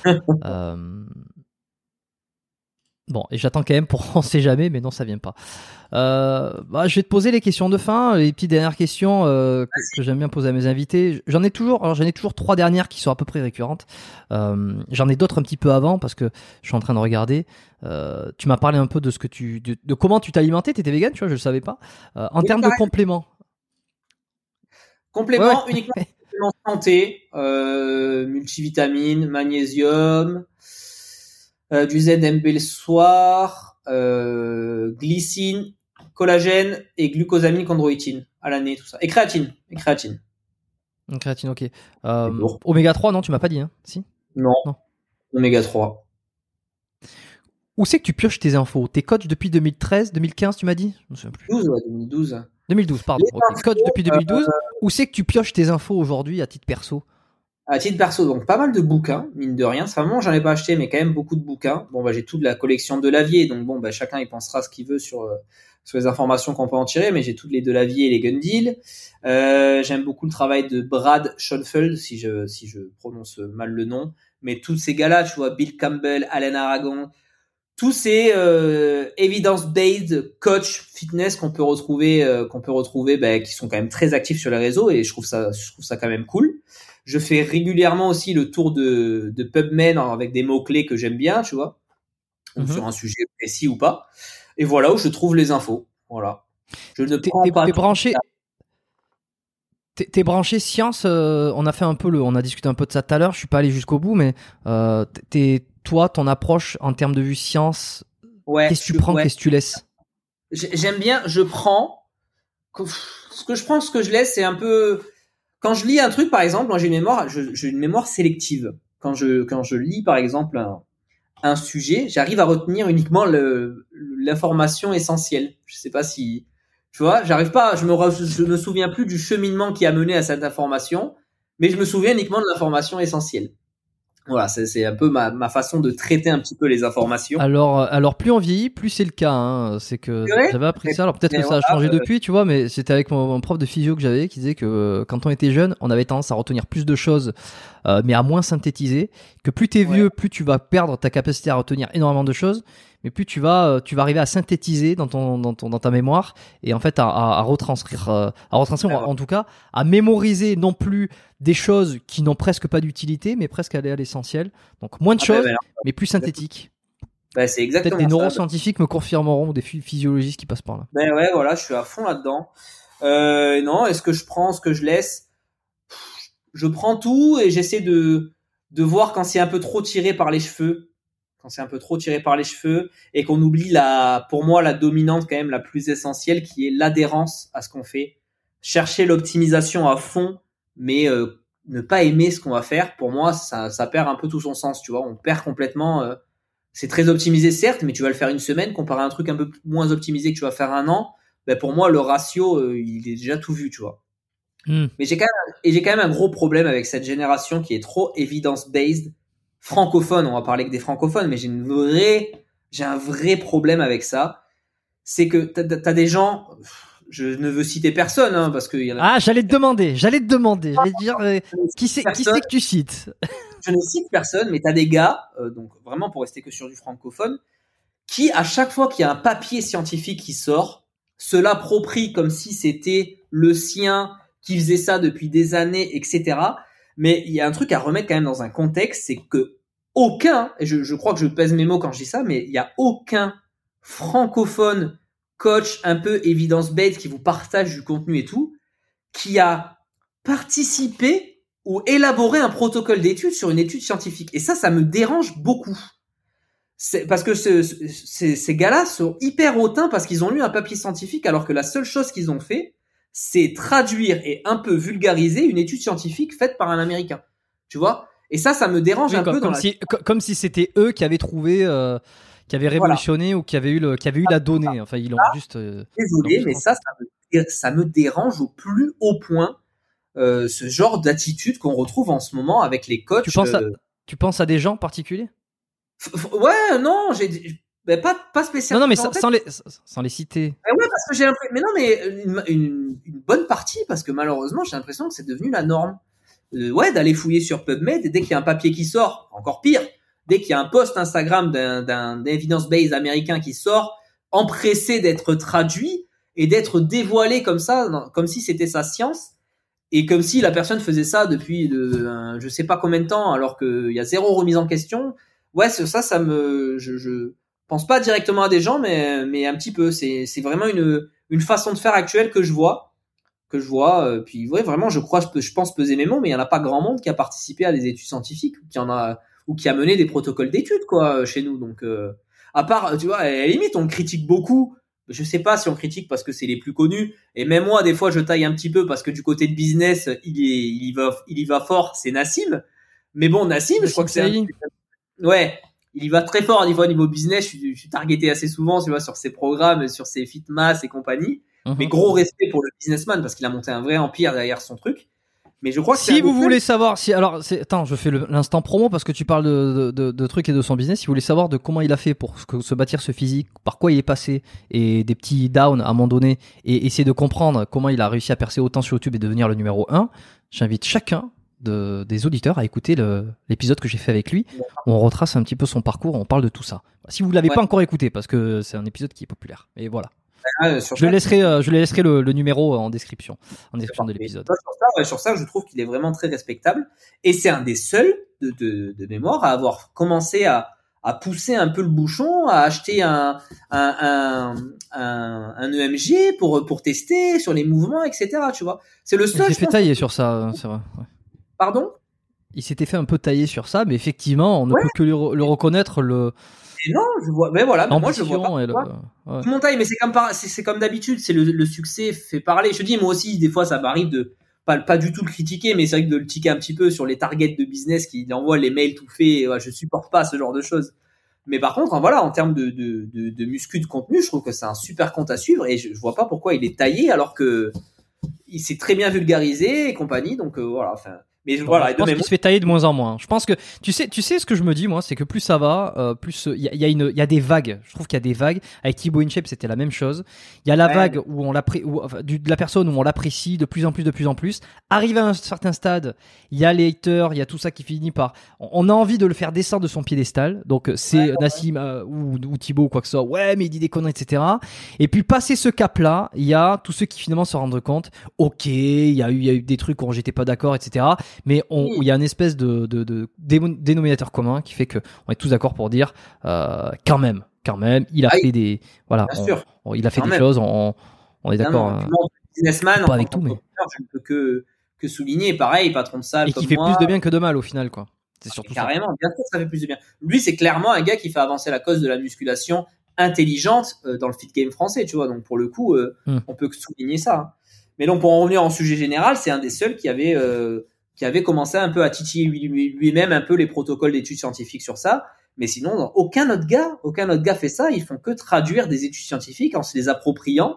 Bon, et j'attends quand même pour on sait jamais, mais non, ça vient pas. Je vais te poser les questions de fin, les petites dernières questions que j'aime bien poser à mes invités. J'en ai toujours 3 dernières qui sont à peu près récurrentes. J'en ai d'autres un petit peu avant parce que je suis en train de regarder. Tu m'as parlé un peu de ce que de comment tu t'alimentais. T'étais vegan, tu vois, je le savais pas. En termes de compléments. Compléments, uniquement santé, multivitamines, magnésium. Du ZMB le soir, glycine, collagène et glucosamine chondroïtine à l'année, tout ça. Et créatine. Une créatine, ok. Oméga 3, non, tu m'as pas dit, hein? Si? Non. Oméga 3. Où c'est que tu pioches tes infos? T'es coach depuis 2013, 2015, tu m'as dit? Je me souviens plus. 2012. 2012, pardon. Okay. Coach depuis 2012. Où c'est que tu pioches tes infos aujourd'hui à titre perso? À titre perso, donc pas mal de bouquins, mine de rien. C'est vraiment, j'en ai pas acheté, mais quand même beaucoup de bouquins. Bon, j'ai toute la collection de Lavier, donc bon, chacun il pensera ce qu'il veut sur les informations qu'on peut en tirer, mais j'ai toutes les de Lavier et les Gundil. J'aime beaucoup le travail de Brad Schoenfeld, si je prononce mal le nom, mais tous ces gars-là, tu vois, Bill Campbell, Alain Aragon, tous ces evidence-based coach fitness qu'on peut retrouver, qui sont quand même très actifs sur les réseaux, et je trouve ça quand même cool. Je fais régulièrement aussi le tour de PubMed avec des mots-clés que j'aime bien, tu vois, sur un sujet précis ou pas. Et voilà où je trouve les infos. Voilà. Je ne prends pas. T'es branché science. On a discuté un peu de ça tout à l'heure. Je suis pas allé jusqu'au bout, mais toi, ton approche en termes de vue science. Ouais. Qu'est-ce que tu prends, qu'est-ce que tu laisses? J'aime bien. Je prends. Ce que je prends, ce que je laisse, c'est un peu. Quand je lis un truc, par exemple, moi j'ai une mémoire sélective. Quand je lis, par exemple, un sujet, j'arrive à retenir uniquement l'information essentielle. Je sais pas si, tu vois, j'arrive pas, je me souviens plus du cheminement qui a mené à cette information, mais je me souviens uniquement de l'information essentielle. Voilà, c'est un peu ma façon de traiter un petit peu les informations. Alors plus on vieillit, plus c'est le cas. Hein. C'est que j'avais appris ça. Alors peut-être que ça a changé depuis, tu vois, mais c'était avec mon prof de physio que j'avais qui disait que quand on était jeune, on avait tendance à retenir plus de choses, mais à moins synthétiser. Que plus t'es vieux, plus tu vas perdre ta capacité à retenir énormément de choses, mais plus tu vas arriver à synthétiser dans ta mémoire et en fait à retranscrire, en tout cas à mémoriser non plus des choses qui n'ont presque pas d'utilité, mais presque aller à l'essentiel. Donc moins de choses, mais plus synthétiques. C'est exactement peut-être des neuroscientifiques me confirmeront, ou des physiologistes qui passent par là. Ouais, voilà, je suis à fond là-dedans. Non, est-ce que je prends, ce que je laisse? Je prends tout et j'essaie de voir quand c'est un peu trop tiré par les cheveux. Quand c'est un peu trop tiré par les cheveux et qu'on oublie pour moi, la dominante quand même, la plus essentielle, qui est l'adhérence à ce qu'on fait. Chercher l'optimisation à fond, mais ne pas aimer ce qu'on va faire, pour moi, ça perd un peu tout son sens, tu vois. On perd complètement. C'est très optimisé, certes, mais tu vas le faire une semaine comparé à un truc un peu moins optimisé que tu vas faire un an. Pour moi, le ratio, il est déjà tout vu, tu vois. Mais j'ai quand même un gros problème avec cette génération qui est trop evidence-based. Francophone, on va parler que des francophones, mais j'ai un vrai problème avec ça. C'est que t'as des gens, je ne veux citer personne, hein, parce que y en a... j'allais te demander, j'allais dire, qui c'est que tu cites? Je ne cite personne, mais t'as des gars, donc vraiment pour rester que sur du francophone, qui à chaque fois qu'il y a un papier scientifique qui sort, se l'approprie comme si c'était le sien, qui faisait ça depuis des années, etc. Mais il y a un truc à remettre quand même dans un contexte, c'est que et je crois que je pèse mes mots quand je dis ça, mais il y a aucun francophone coach un peu evidence-based qui vous partage du contenu et tout, qui a participé ou élaboré un protocole d'étude sur une étude scientifique. Et ça me dérange beaucoup. C'est parce que ces gars-là sont hyper hautains parce qu'ils ont lu un papier scientifique alors que la seule chose qu'ils ont fait, c'est traduire et un peu vulgariser une étude scientifique faite par un Américain. Tu vois? Et ça me dérange un peu comme si c'était eux qui avaient trouvé, qui avaient révolutionné, voilà, ou qui avaient eu la donnée. Enfin, ils l'ont juste. Désolé, mais ça me dérange au plus haut point, ce genre d'attitude qu'on retrouve en ce moment avec les coachs. Tu penses à des gens particuliers? Ouais, non, pas spécialement. Non, mais sans les citer. Ouais, parce que j'ai l'impression. Mais non, mais une bonne partie, parce que malheureusement, j'ai l'impression que c'est devenu la norme. D'aller fouiller sur PubMed, et dès qu'il y a un papier qui sort, encore pire, dès qu'il y a un post Instagram d'un evidence-based américain qui sort, empressé d'être traduit et d'être dévoilé comme ça, comme si c'était sa science, et comme si la personne faisait ça depuis je sais pas combien de temps, alors qu'il y a zéro remise en question. Ouais, ça je pense pas directement à des gens, mais un petit peu. C'est vraiment une façon de faire actuelle que je vois. Puis ouais, vraiment, je pense peser mes mots, mais il y en a pas grand monde qui a participé à des études scientifiques ou qui a mené des protocoles d'études, quoi, chez nous. Donc, à part, tu vois, à la limite, on le critique beaucoup. Je sais pas si on critique parce que c'est les plus connus. Et même moi, des fois, je taille un petit peu parce que du côté de business, il y va fort. C'est Nassim. Mais bon, Nassim, je crois que ouais, il y va très fort au niveau business. Je suis targeté assez souvent, tu vois, sur ses programmes, sur ses fitmass et compagnie. Mais gros respect pour le businessman parce qu'il a monté un vrai empire derrière son truc. Mais je crois que si vous voulez savoir, attends, je fais l'instant promo parce que tu parles de trucs et de son business. Si vous voulez savoir de comment il a fait pour se bâtir ce physique, par quoi il est passé et des petits downs à un moment donné et essayer de comprendre comment il a réussi à percer autant sur YouTube et devenir le numéro 1, j'invite chacun des auditeurs à écouter l'épisode que j'ai fait avec lui où on retrace un petit peu son parcours, on parle de tout ça. Si vous l'avez pas encore écouté parce que c'est un épisode qui est populaire. Et voilà. Je laisserai le numéro en description de l'épisode. Sur ça, je trouve qu'il est vraiment très respectable. Et c'est un des seuls de mémoire à avoir commencé à pousser un peu le bouchon, à acheter un EMG pour tester sur les mouvements, etc. Tu vois, c'est le seul. Il s'est fait tailler sur ça, c'est vrai. Ouais. Pardon ? Il s'était fait un peu tailler sur ça, mais effectivement, on ne peut que le reconnaître. Et non, je vois. Mais voilà, moi je vois pas. Ouais. Montagne, mais c'est comme d'habitude, c'est le succès fait parler. Je te dis, moi aussi, des fois, ça m'arrive de pas du tout le critiquer, mais c'est vrai que de le tiquer un petit peu sur les targets de business qui envoient les mails tout faits. Ouais, je supporte pas ce genre de choses. Mais par contre, voilà, en termes de muscu de contenu, je trouve que c'est un super compte à suivre et je vois pas pourquoi il est taillé alors que il s'est très bien vulgarisé et compagnie. Donc voilà, enfin. Mais voilà, je pense qu'il se fait tailler de moins en moins. Je pense que tu sais ce que je me dis moi, c'est que plus ça va, plus il y a des vagues. Je trouve qu'il y a des vagues. Avec Thibaut InShape, c'était la même chose. Il y a la vague où on de la personne où on l'apprécie de plus en plus. Arrivé à un certain stade, il y a les haters, il y a tout ça qui finit par. On a envie de le faire descendre de son piédestal. Donc c'est Nassim ou Thibaut ou quoi que ce soit. Ouais, mais il dit des conneries, etc. Et puis passer ce cap-là, il y a tous ceux qui finalement se rendent compte. Ok, il y a eu des trucs où j'étais pas d'accord, etc. Mais il y a une espèce de dénominateur commun qui fait que on est tous d'accord pour dire quand même, il a fait des voilà, il a fait des choses, on est d'accord. Businessman, pas avec tout, mais je ne peux que souligner, pareil, patron de salle, et qui fait plus de bien que de mal au final, quoi. C'est surtout carrément, bien sûr, ça fait plus de bien. Lui, c'est clairement un gars qui fait avancer la cause de la musculation intelligente dans le fit game français, tu vois. Donc pour le coup, on peut souligner ça. Hein. Mais donc pour en revenir en sujet général, c'est un des seuls qui avait commencé un peu à titiller lui-même un peu les protocoles d'études scientifiques sur ça. Mais sinon, aucun autre gars fait ça. Ils font que traduire des études scientifiques en se les appropriant.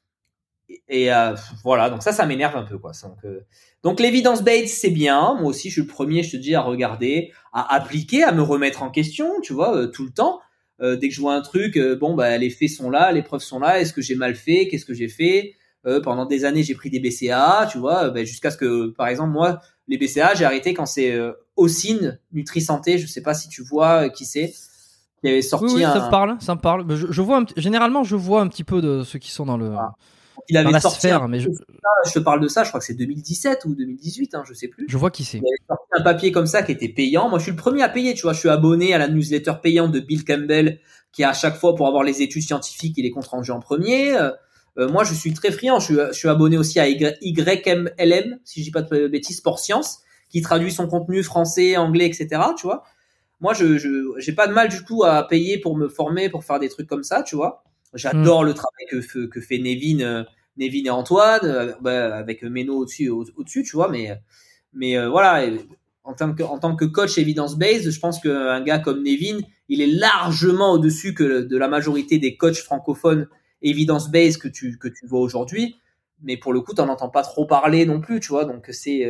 Et voilà, donc ça m'énerve un peu, quoi. Donc l'évidence-based, c'est bien. Moi aussi, je suis le premier, je te dis, à regarder, à appliquer, à me remettre en question, tu vois, tout le temps. Dès que je vois un truc, les faits sont là, les preuves sont là. Est-ce que j'ai mal fait? Qu'est-ce que j'ai fait? Pendant des années, j'ai pris des BCAA, tu vois, jusqu'à ce que, par exemple, moi, les BCAA, j'ai arrêté quand c'est Ossine, Nutri-Santé, je sais pas si tu vois qui c'est, qui avait sorti oui, ça me parle. Je vois généralement, je vois un petit peu de ceux qui sont dans le il avait dans la sorti sphère, mais je te parle de ça, je crois que c'est 2017 ou 2018, hein, je sais plus. Je vois qui c'est. Il avait sorti un papier comme ça qui était payant. Moi, je suis le premier à payer, tu vois, je suis abonné à la newsletter payante de Bill Campbell, qui à chaque fois pour avoir les études scientifiques et les comptes rendus en premier. Moi, je suis très friand. Je suis abonné aussi à YMLM, si je dis pas de bêtises, Sport Science, qui traduit son contenu français, anglais, etc. Tu vois. Moi, j'ai pas de mal du tout à payer pour me former, pour faire des trucs comme ça, tu vois. J'adore le travail que fait Nevin et Antoine, avec Meno au-dessus, tu vois. Mais voilà. En tant que coach evidence-based, je pense qu'un gars comme Nevin, il est largement au-dessus que de la majorité des coachs francophones evidence-based que tu vois aujourd'hui. Mais pour le coup, t'en entends pas trop parler non plus, tu vois. Donc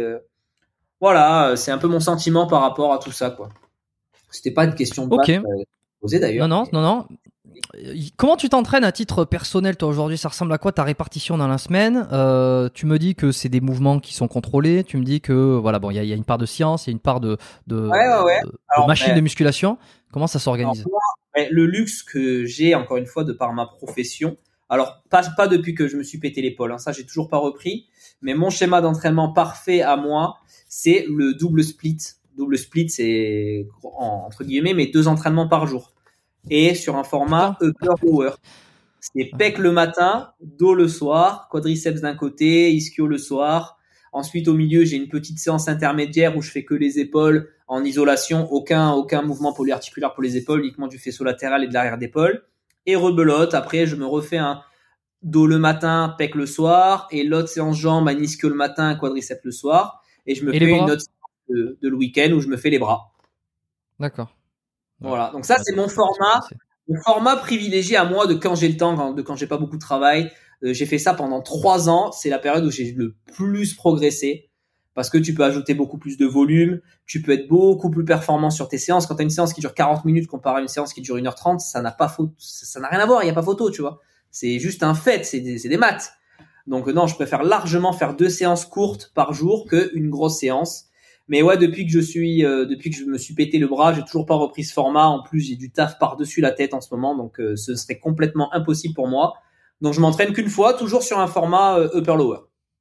voilà, c'est un peu mon sentiment par rapport à tout ça, quoi. C'était pas une question de base posée d'ailleurs. Non. Comment tu t'entraînes à titre personnel, toi, aujourd'hui? Ça ressemble à quoi ta répartition dans la semaine? Tu me dis que c'est des mouvements qui sont contrôlés. Tu me dis que voilà, bon, il y a une part de science, il y a une part de machine de musculation. Comment ça s'organise? Le luxe que j'ai, encore une fois, de par ma profession. Alors, pas depuis que je me suis pété l'épaule. Hein, ça, j'ai toujours pas repris. Mais mon schéma d'entraînement parfait à moi, c'est le double split. Double split, c'est entre guillemets, mais 2 entraînements par jour. Et sur un format upper-lower. C'est pec le matin, dos le soir, quadriceps d'un côté, ischio le soir. Ensuite, au milieu, j'ai une petite séance intermédiaire où je fais que les épaules en isolation, aucun mouvement polyarticulaire pour les épaules, uniquement du faisceau latéral et de l'arrière d'épaule. Et rebelote. Après, je me refais un dos le matin, pec le soir, et l'autre séance jambes, un ischio le matin, quadriceps le soir. Et je me fais une autre séance de le week-end où je me fais les bras. D'accord. Voilà. Donc ça, c'est mon format privilégié à moi de quand j'ai le temps, de quand j'ai pas beaucoup de travail. J'ai fait ça pendant 3 ans. C'est la période où j'ai le plus progressé parce que tu peux ajouter beaucoup plus de volume. Tu peux être beaucoup plus performant sur tes séances. Quand tu as une séance qui dure 40 minutes comparé à une séance qui dure 1h30, ça n'a rien à voir. Il n'y a pas photo, tu vois. C'est juste un fait. C'est des maths. Donc non, je préfère largement faire 2 séances courtes par jour qu'une grosse séance. Mais ouais, depuis que je me suis pété le bras, j'ai toujours pas repris ce format. En plus, j'ai du taf par-dessus la tête en ce moment, donc ce serait complètement impossible pour moi. Donc je m'entraîne qu'une fois, toujours sur un format upper-lower.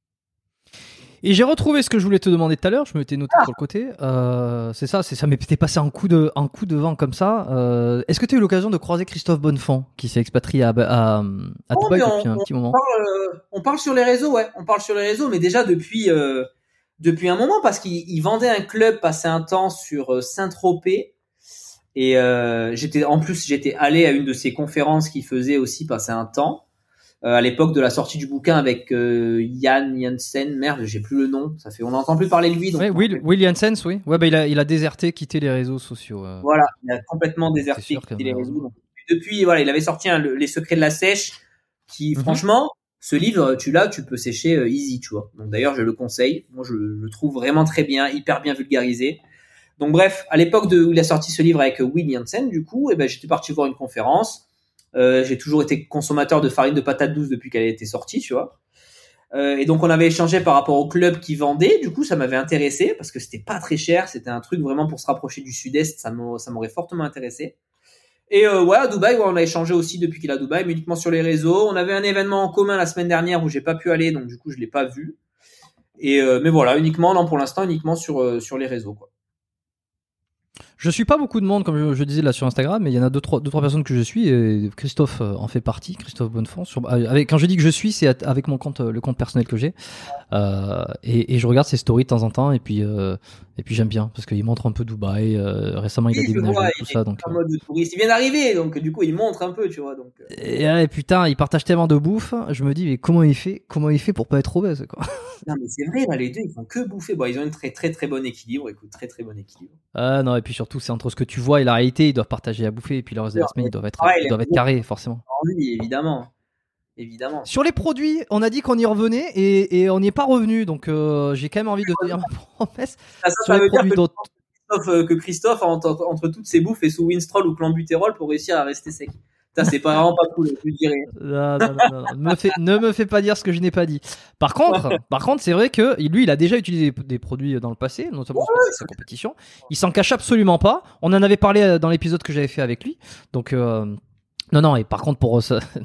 Et j'ai retrouvé ce que je voulais te demander tout à l'heure. Je m'étais noté sur le côté. C'est ça m'était passé un coup de vent comme ça. Est-ce que tu as eu l'occasion de croiser Christophe Bonnefond, qui s'est expatrié à Dubaï depuis un petit moment? On parle sur les réseaux, ouais. On parle sur les réseaux, mais déjà depuis un moment, parce qu'il vendait un club passé un temps sur Saint-Tropez. Et j'étais allé à une de ses conférences qu'il faisait aussi passer un temps. à l'époque de la sortie du bouquin avec Jan Janssen. Merde, j'ai plus le nom. On n'entend plus parler de lui. Donc ouais, Will Janssens, oui. Ouais, bah il a déserté, quitté les réseaux sociaux. Voilà, il a complètement déserté, quitté les réseaux. Donc, depuis, voilà, il avait sorti Les Secrets de la Sèche, qui franchement, ce livre, tu peux sécher easy, tu vois. Donc d'ailleurs, je le conseille. Moi, je le trouve vraiment très bien, hyper bien vulgarisé. Donc bref, à l'époque où il a sorti ce livre avec Will Janssen, du coup, j'étais parti voir une conférence. J'ai toujours été consommateur de farine de patate douce depuis qu'elle a été sortie, tu vois. Et donc on avait échangé par rapport au club qui vendait. Du coup, ça m'avait intéressé parce que c'était pas très cher. C'était un truc vraiment pour se rapprocher du Sud-Est. Ça m'aurait fortement intéressé. Et ouais, à Dubaï, on a échangé aussi depuis qu'il est à Dubaï, mais uniquement sur les réseaux. On avait un événement en commun la semaine dernière où j'ai pas pu aller, donc du coup, je l'ai pas vu. Et mais voilà, pour l'instant, uniquement sur les réseaux, quoi. Je suis pas beaucoup de monde, comme je disais là sur Instagram, mais il y en a deux trois personnes que je suis, et Christophe en fait partie, Christophe Bonnefond. Quand je dis que je suis, c'est avec mon compte, le compte personnel que j'ai, et je regarde ses stories de temps en temps, et puis j'aime bien parce qu'il montre un peu Dubaï. Récemment, il a déménagé, tout ça, donc. En mode de touriste, il vient d'arriver, donc du coup, il montre un peu, tu vois, donc. Et putain, il partage tellement de bouffe. Je me dis, mais comment il fait pour pas être obèse, quoi. Non, mais c'est vrai, là, les deux, ils font que bouffer. Bon, ils ont une très, très, très bon équilibre. Écoute, très, très bon équilibre. Non, et puis surtout, c'est entre ce que tu vois et la réalité, ils doivent partager à bouffer, et puis le reste de la semaine, ils doivent être carrés, forcément. Oui, évidemment. Sur les produits, on a dit qu'on y revenait, et on n'y est pas revenu, donc j'ai quand même envie de tenir ma promesse. Ça veut dire que Christophe, entre toutes ses bouffes, est sous Winstrol ou Clenbuterol pour réussir à rester sec. Ça, c'est pas vraiment pas cool, je dirais. Non. Ne me fais pas dire ce que je n'ai pas dit. Par contre, c'est vrai que lui, il a déjà utilisé des produits dans le passé, notamment sur sa compétition. Il s'en cache absolument pas. On en avait parlé dans l'épisode que j'avais fait avec lui. Donc, non. Et par contre, pour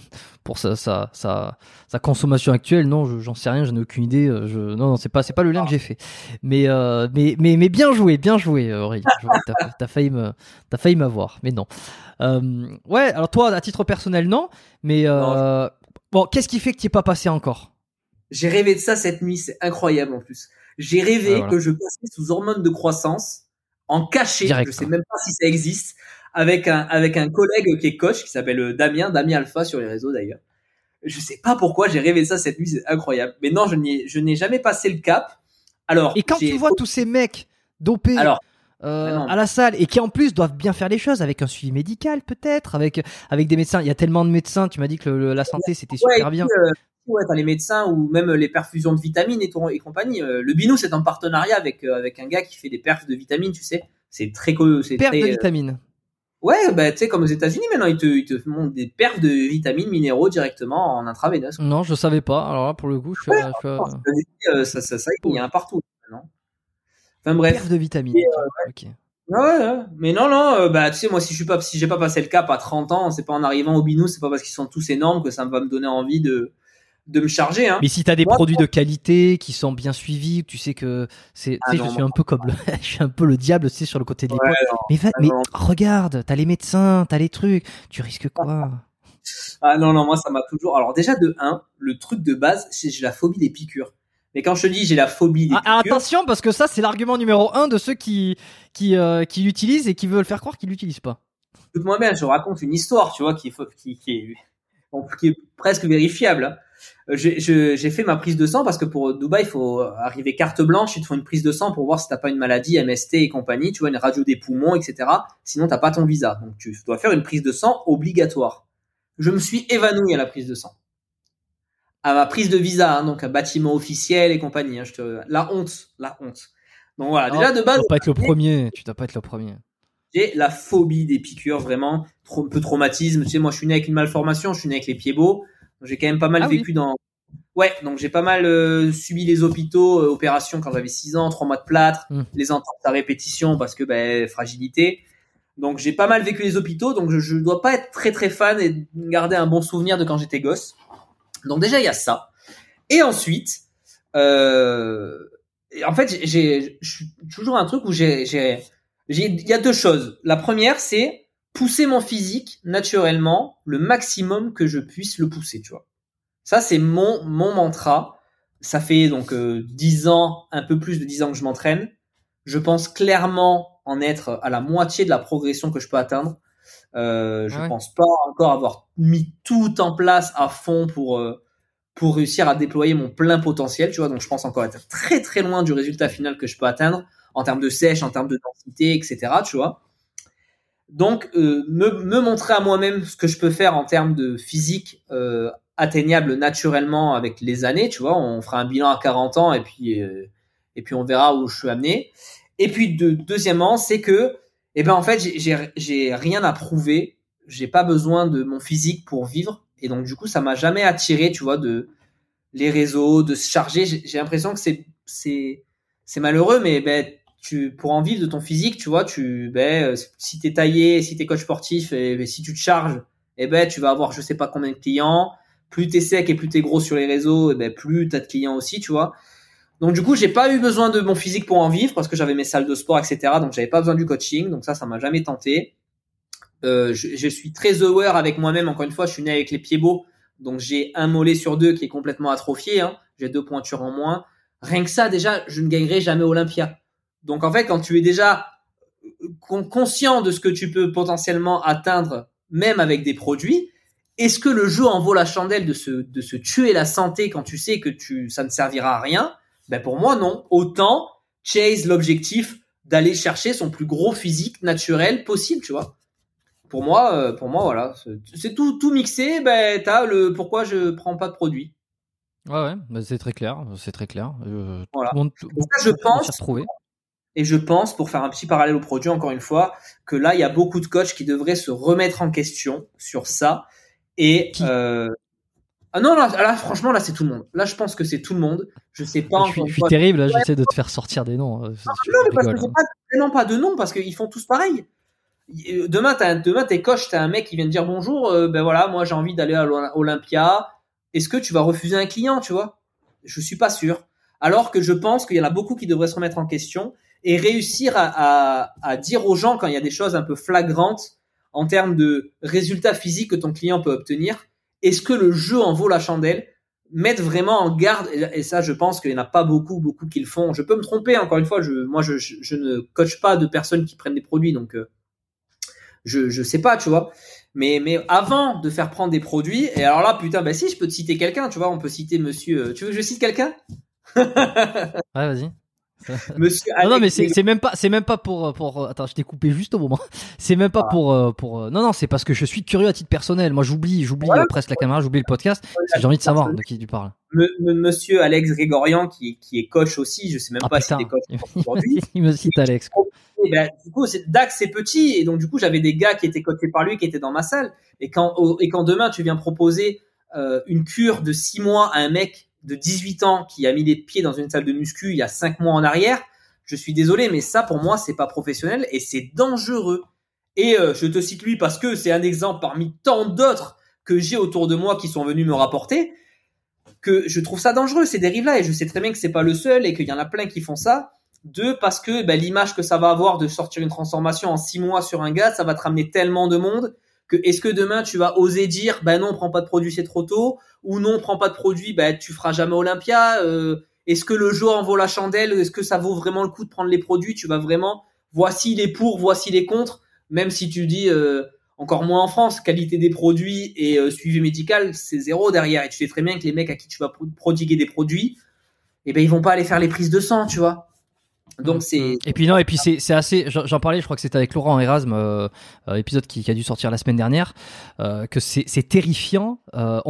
sa consommation actuelle, non, j'en sais rien, j'en ai aucune idée. Non, c'est pas le lien que j'ai fait. Mais bien joué, Aurélie. T'as failli m'avoir, mais non. Ouais, alors toi, à titre personnel, non. Mais bon, qu'est-ce qui fait que tu n'y es pas passé encore? J'ai rêvé de ça cette nuit, c'est incroyable en plus. J'ai rêvé que je passais sous hormones de croissance, en cachet, je sais même pas si ça existe, avec un collègue qui est coach, qui s'appelle Damien Alpha sur les réseaux d'ailleurs. Je sais pas pourquoi j'ai rêvé de ça cette nuit, c'est incroyable. Mais non, je n'ai jamais passé le cap. Alors, et quand tu vois tous ces mecs dopés à la salle, et qui en plus doivent bien faire les choses avec un suivi médical, peut-être, avec des médecins. Il y a tellement de médecins. Tu m'as dit que la santé c'était super bien. Ouais, t'as les médecins ou même les perfusions de vitamines et compagnie. Le Binous c'est en partenariat avec un gars qui fait des perfs de vitamines, tu sais. C'est très perfs de vitamines. Ouais, bah tu sais, comme aux États-Unis maintenant, ils te montrent des perfs de vitamines minéraux directement en intraveineuse. Non, je savais pas. Alors là, pour le coup, ça, il y en a partout maintenant. Enfin bref. Perfs de vitamines. Ok. Ouais. Mais non, bah tu sais, moi si j'ai pas passé le cap à 30 ans, c'est pas en arrivant au Binous, c'est pas parce qu'ils sont tous énormes que ça va me donner envie de me charger, hein. Mais si t'as des produits de qualité qui sont bien suivis, tu sais que c'est. Je suis un peu comme je suis un peu le diable, tu sais, sur le côté de l'épaule. Mais regarde, t'as les médecins, t'as les trucs, tu risques quoi? Ah non, moi ça m'a toujours. Alors déjà de 1, le truc de base, c'est j'ai la phobie des piqûres. Mais quand je te dis j'ai la phobie des piqûres. Attention, parce que ça c'est l'argument numéro 1 de ceux qui l'utilisent et qui veulent faire croire qu'ils l'utilisent pas. Écoute-moi bien, je raconte une histoire, tu vois, qui est presque vérifiable, hein. J'ai fait ma prise de sang parce que pour Dubaï, il faut arriver carte blanche, ils te font une prise de sang pour voir si t'as pas une maladie, MST et compagnie, tu vois, une radio des poumons, etc. Sinon, t'as pas ton visa. Donc, tu dois faire une prise de sang obligatoire. Je me suis évanoui à la prise de sang. À ma prise de visa, hein, donc un bâtiment officiel et compagnie, hein, la honte. Donc voilà, déjà de base. Tu dois pas être le premier. J'ai la phobie des piqûres, vraiment, un peu traumatisme. Tu sais, moi, je suis né avec une malformation, je suis né avec les pieds beaux. J'ai quand même pas mal vécu Ouais, donc j'ai pas mal subi les hôpitaux, opérations quand j'avais 6 ans, 3 mois de plâtre, les ententes à répétition parce que fragilité. Donc j'ai pas mal vécu les hôpitaux, donc je dois pas être très très fan et garder un bon souvenir de quand j'étais gosse. Donc déjà il y a ça. Et ensuite, en fait je suis toujours un truc où il y a deux choses. La première c'est pousser mon physique naturellement le maximum que je puisse le pousser, tu vois. Ça, c'est mon mantra. Ça fait donc 10 ans, un peu plus de 10 ans que je m'entraîne. Je pense clairement en être à la moitié de la progression que je peux atteindre. Je pense pas encore avoir mis tout en place à fond pour réussir à déployer mon plein potentiel, tu vois. Donc je pense encore être très très loin du résultat final que je peux atteindre en termes de sèche, en termes de densité, etc. Tu vois. Donc me montrer à moi-même ce que je peux faire en termes de physique atteignable naturellement avec les années, tu vois. On fera un bilan à 40 ans et puis on verra où je suis amené. Et puis deuxièmement, c'est que en fait j'ai rien à prouver, j'ai pas besoin de mon physique pour vivre. Et donc, du coup, ça m'a jamais attiré, tu vois, de les réseaux, de se charger. J'ai l'impression que c'est malheureux, mais pour en vivre de ton physique, tu vois, si t'es taillé, si t'es coach sportif, et si tu te charges, tu vas avoir je sais pas combien de clients. Plus t'es sec et plus t'es gros sur les réseaux, plus t'as de clients aussi, tu vois. Donc, du coup, j'ai pas eu besoin de mon physique pour en vivre parce que j'avais mes salles de sport, etc. Donc, j'avais pas besoin du coaching. Donc, ça m'a jamais tenté. Je suis très aware avec moi-même. Encore une fois, je suis né avec les pieds beaux, donc j'ai un mollet sur deux qui est complètement atrophié. J'ai 2 pointures en moins. Rien que ça, déjà, je ne gagnerai jamais Olympia. Donc en fait, quand tu es déjà conscient de ce que tu peux potentiellement atteindre, même avec des produits, est-ce que le jeu en vaut la chandelle de se tuer la santé quand tu sais que ça ne servira à rien? Pour moi, non. Autant chase l'objectif d'aller chercher son plus gros physique naturel possible, tu vois. Pour moi, voilà, c'est tout mixé. T'as le pourquoi je prends pas de produit. Ouais, c'est très clair, Voilà. Tout le monde, je pense, pour faire un petit parallèle au produit, encore une fois, que là, il y a beaucoup de coachs qui devraient se remettre en question sur ça. Et ah non, là, franchement, là, c'est tout le monde. Là, je pense que c'est tout le monde. Je sais pas. Je suis terrible. Là, j'essaie de te faire sortir des noms. Non, mais parce que c'est vraiment pas de noms, parce qu'ils font tous pareil. Demain, t'es coach, t'as un mec qui vient te dire bonjour, voilà, moi j'ai envie d'aller à l'Olympia. Est-ce que tu vas refuser un client, tu vois? Je suis pas sûr. Alors que je pense qu'il y en a beaucoup qui devraient se remettre en question et réussir à dire aux gens quand il y a des choses un peu flagrantes en termes de résultats physiques que ton client peut obtenir. Est-ce que le jeu en vaut la chandelle? Mettre vraiment en garde, et ça, je pense qu'il y en a pas beaucoup qui le font. Je peux me tromper, encore une fois, je ne coach pas de personnes qui prennent des produits, donc je sais pas, tu vois. Mais avant de faire prendre des produits, et alors là, putain, si, je peux te citer quelqu'un, tu vois, on peut citer monsieur, tu veux que je cite quelqu'un? Ouais, vas-y. Monsieur non, mais c'est même pas pour attends, je t'ai coupé juste au moment. C'est même pas pour non, c'est parce que je suis curieux à titre personnel. Moi, j'oublie presque la caméra, j'oublie le podcast, parce que j'ai envie de savoir de qui tu parles. Monsieur Alex Grégorian, qui est coach aussi, je sais même pas s'il est coach aujourd'hui. Il me cite Alex. Du coup, Dax, c'est petit, et donc du coup, j'avais des gars qui étaient coachés par lui, qui étaient dans ma salle. Et quand demain, tu viens proposer une cure de 6 mois à un mec de 18 ans qui a mis les pieds dans une salle de muscu il y a 5 mois en arrière, je suis désolé, mais ça, pour moi, c'est pas professionnel et c'est dangereux. Et je te cite lui parce que c'est un exemple parmi tant d'autres que j'ai autour de moi qui sont venus me rapporter, que je trouve ça dangereux, ces dérives-là, et je sais très bien que c'est pas le seul et qu'il y en a plein qui font ça. Parce que l'image que ça va avoir de sortir une transformation en 6 mois sur un gars, ça va te ramener tellement de monde que est-ce que demain tu vas oser dire non, prends pas de produit, c'est trop tôt, ou non, prends pas de produit, tu feras jamais Olympia. Est-ce que le jeu en vaut la chandelle? Est-ce que ça vaut vraiment le coup de prendre les produits? Tu vas vraiment, voici les pour, voici les contre, même si tu dis encore moins en France, qualité des produits et suivi médical, c'est 0 derrière, et tu sais très bien que les mecs à qui tu vas prodiguer des produits, ils vont pas aller faire les prises de sang, tu vois. Donc c'est et puis c'est assez, j'en parlais, je crois que c'était avec Laurent Erasme, épisode qui a dû sortir la semaine dernière, que c'est terrifiant.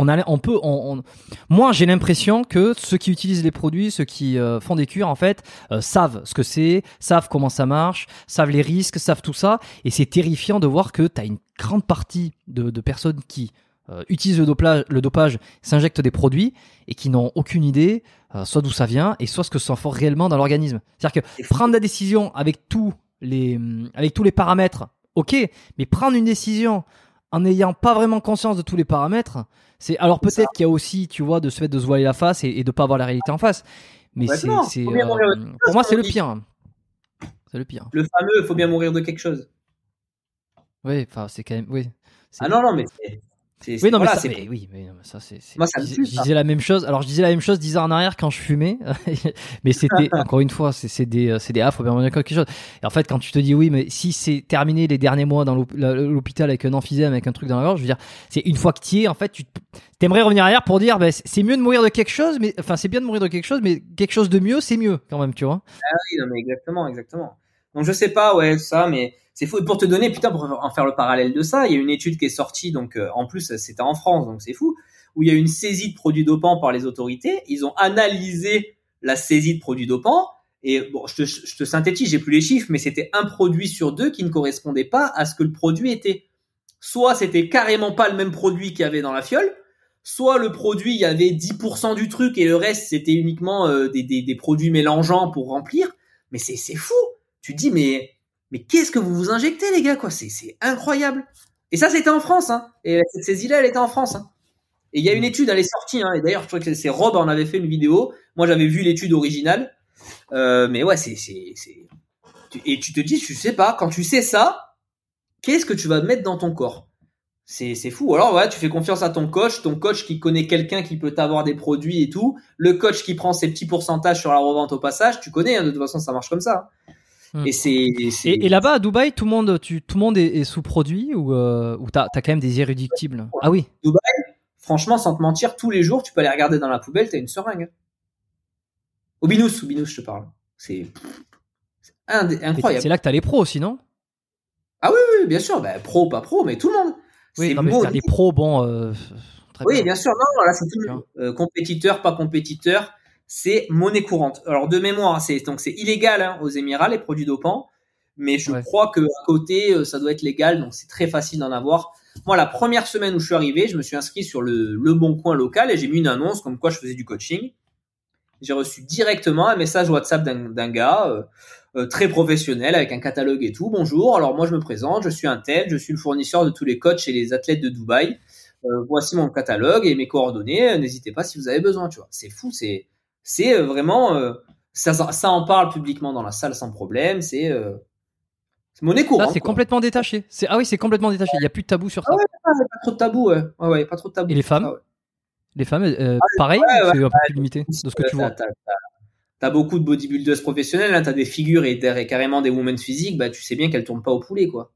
Moi j'ai l'impression que ceux qui utilisent les produits, ceux qui font des cures en fait, savent ce que c'est, savent comment ça marche, savent les risques, savent tout ça, et c'est terrifiant de voir que t'as une grande partie de personnes qui utilisent le dopage, s'injectent des produits et qui n'ont aucune idée soit d'où ça vient et soit ce que ça fait réellement dans l'organisme. C'est-à-dire que prendre la décision avec tous les paramètres, ok, mais prendre une décision en n'ayant pas vraiment conscience de tous les paramètres, alors peut-être qu'il y a aussi, tu vois, de ce fait de se voiler la face et de pas avoir la réalité en face. Mais pour moi c'est le pire. C'est le pire. Le fameux, faut bien mourir de quelque chose. Oui, enfin c'est quand même, oui. Non, mais Oui, non, voilà, mais non, mais ça, c'est. Moi, ça me Je tue, ça. disais la même chose. Alors, je disais la même chose 10 ans en arrière quand je fumais, mais c'était encore une fois, c'est des affres, bien quelque chose. Et en fait, quand tu te dis oui, mais si c'est terminé les derniers mois dans l'hôpital avec un emphysème, avec un truc dans la gorge, je veux dire, c'est une fois que tu y es, en fait, tu t'aimerais revenir arrière pour dire, ben, c'est mieux de mourir de quelque chose, mais enfin, c'est bien de mourir de quelque chose, mais quelque chose de mieux, c'est mieux quand même, tu vois. Ah oui, non, mais exactement. Donc je sais pas, ouais, ça, mais c'est fou. Et pour te donner, putain, pour en faire le parallèle de ça, il y a une étude qui est sortie, donc en plus c'était en France, donc c'est fou, où il y a eu une saisie de produits dopants par les autorités. Ils ont analysé la saisie de produits dopants. Et bon, je te synthétise, j'ai plus les chiffres, mais c'était un produit sur 2 qui ne correspondait pas à ce que le produit était. Soit c'était carrément pas le même produit qu'il y avait dans la fiole, soit le produit, il y avait 10% du truc et le reste, c'était uniquement des produits mélangeants pour remplir. Mais c'est fou. Tu te dis, mais qu'est-ce que vous vous injectez, les gars, quoi? C'est incroyable. Et ça, c'était en France, hein. Et cette saisie-là, elle était en France, hein. Et il y a une étude, elle est sortie, hein. Et d'ailleurs, je crois que c'est Rob en avait fait une vidéo. Moi, j'avais vu l'étude originale. Mais ouais, et tu te dis, tu sais pas, quand tu sais ça, qu'est-ce que tu vas mettre dans ton corps? C'est fou. Alors ouais, tu fais confiance à ton coach qui connaît quelqu'un qui peut t'avoir des produits et tout, le coach qui prend ses petits pourcentages sur la revente au passage, tu connais, hein, de toute façon ça marche comme ça. Et Et là-bas à Dubaï, tout le monde est sous produit ou t'as quand même des irréductibles. Ouais. Ah oui. Dubaï, franchement, sans te mentir, tous les jours, tu peux aller regarder dans la poubelle, t'as une seringue. Au Binous, je te parle. C'est incroyable. C'est là que t'as les pros aussi, non? Ah oui, bien sûr, bah, pro, pas pro, mais tout le monde. Oui, non, mais c'est les pros, bon. Très oui, bien. bien sûr. Non, là, c'est tout le monde. Compétiteur, pas compétiteur, c'est monnaie courante. Alors, de mémoire, c'est illégal hein, aux Émirats, les produits dopants. Mais je crois qu'à côté, ça doit être légal. Donc, c'est très facile d'en avoir. Moi, la première semaine où je suis arrivé, je me suis inscrit sur le Bon Coin local et j'ai mis une annonce comme quoi je faisais du coaching. J'ai reçu directement un message WhatsApp d'un gars très professionnel avec un catalogue et tout. Bonjour, alors moi je me présente, je suis un tel, je suis le fournisseur de tous les coachs et les athlètes de Dubaï. Voici mon catalogue et mes coordonnées. N'hésitez pas si vous avez besoin. Tu vois, c'est fou, c'est vraiment ça en parle publiquement dans la salle sans problème. C'est monnaie courante. Là, c'est complètement détaché. C'est complètement détaché. Il y a plus de tabou sur ça. Ouais, pas trop de tabou. Ouais, pas trop de tabou. Et les femmes? Ça, ouais. Les femmes, pareil, c'est un peu plus limité de ce que tu vois. T'as beaucoup de bodybuilders professionnels, hein, t'as des figures et carrément des women physiques, bah tu sais bien qu'elles tournent pas au poulet, quoi.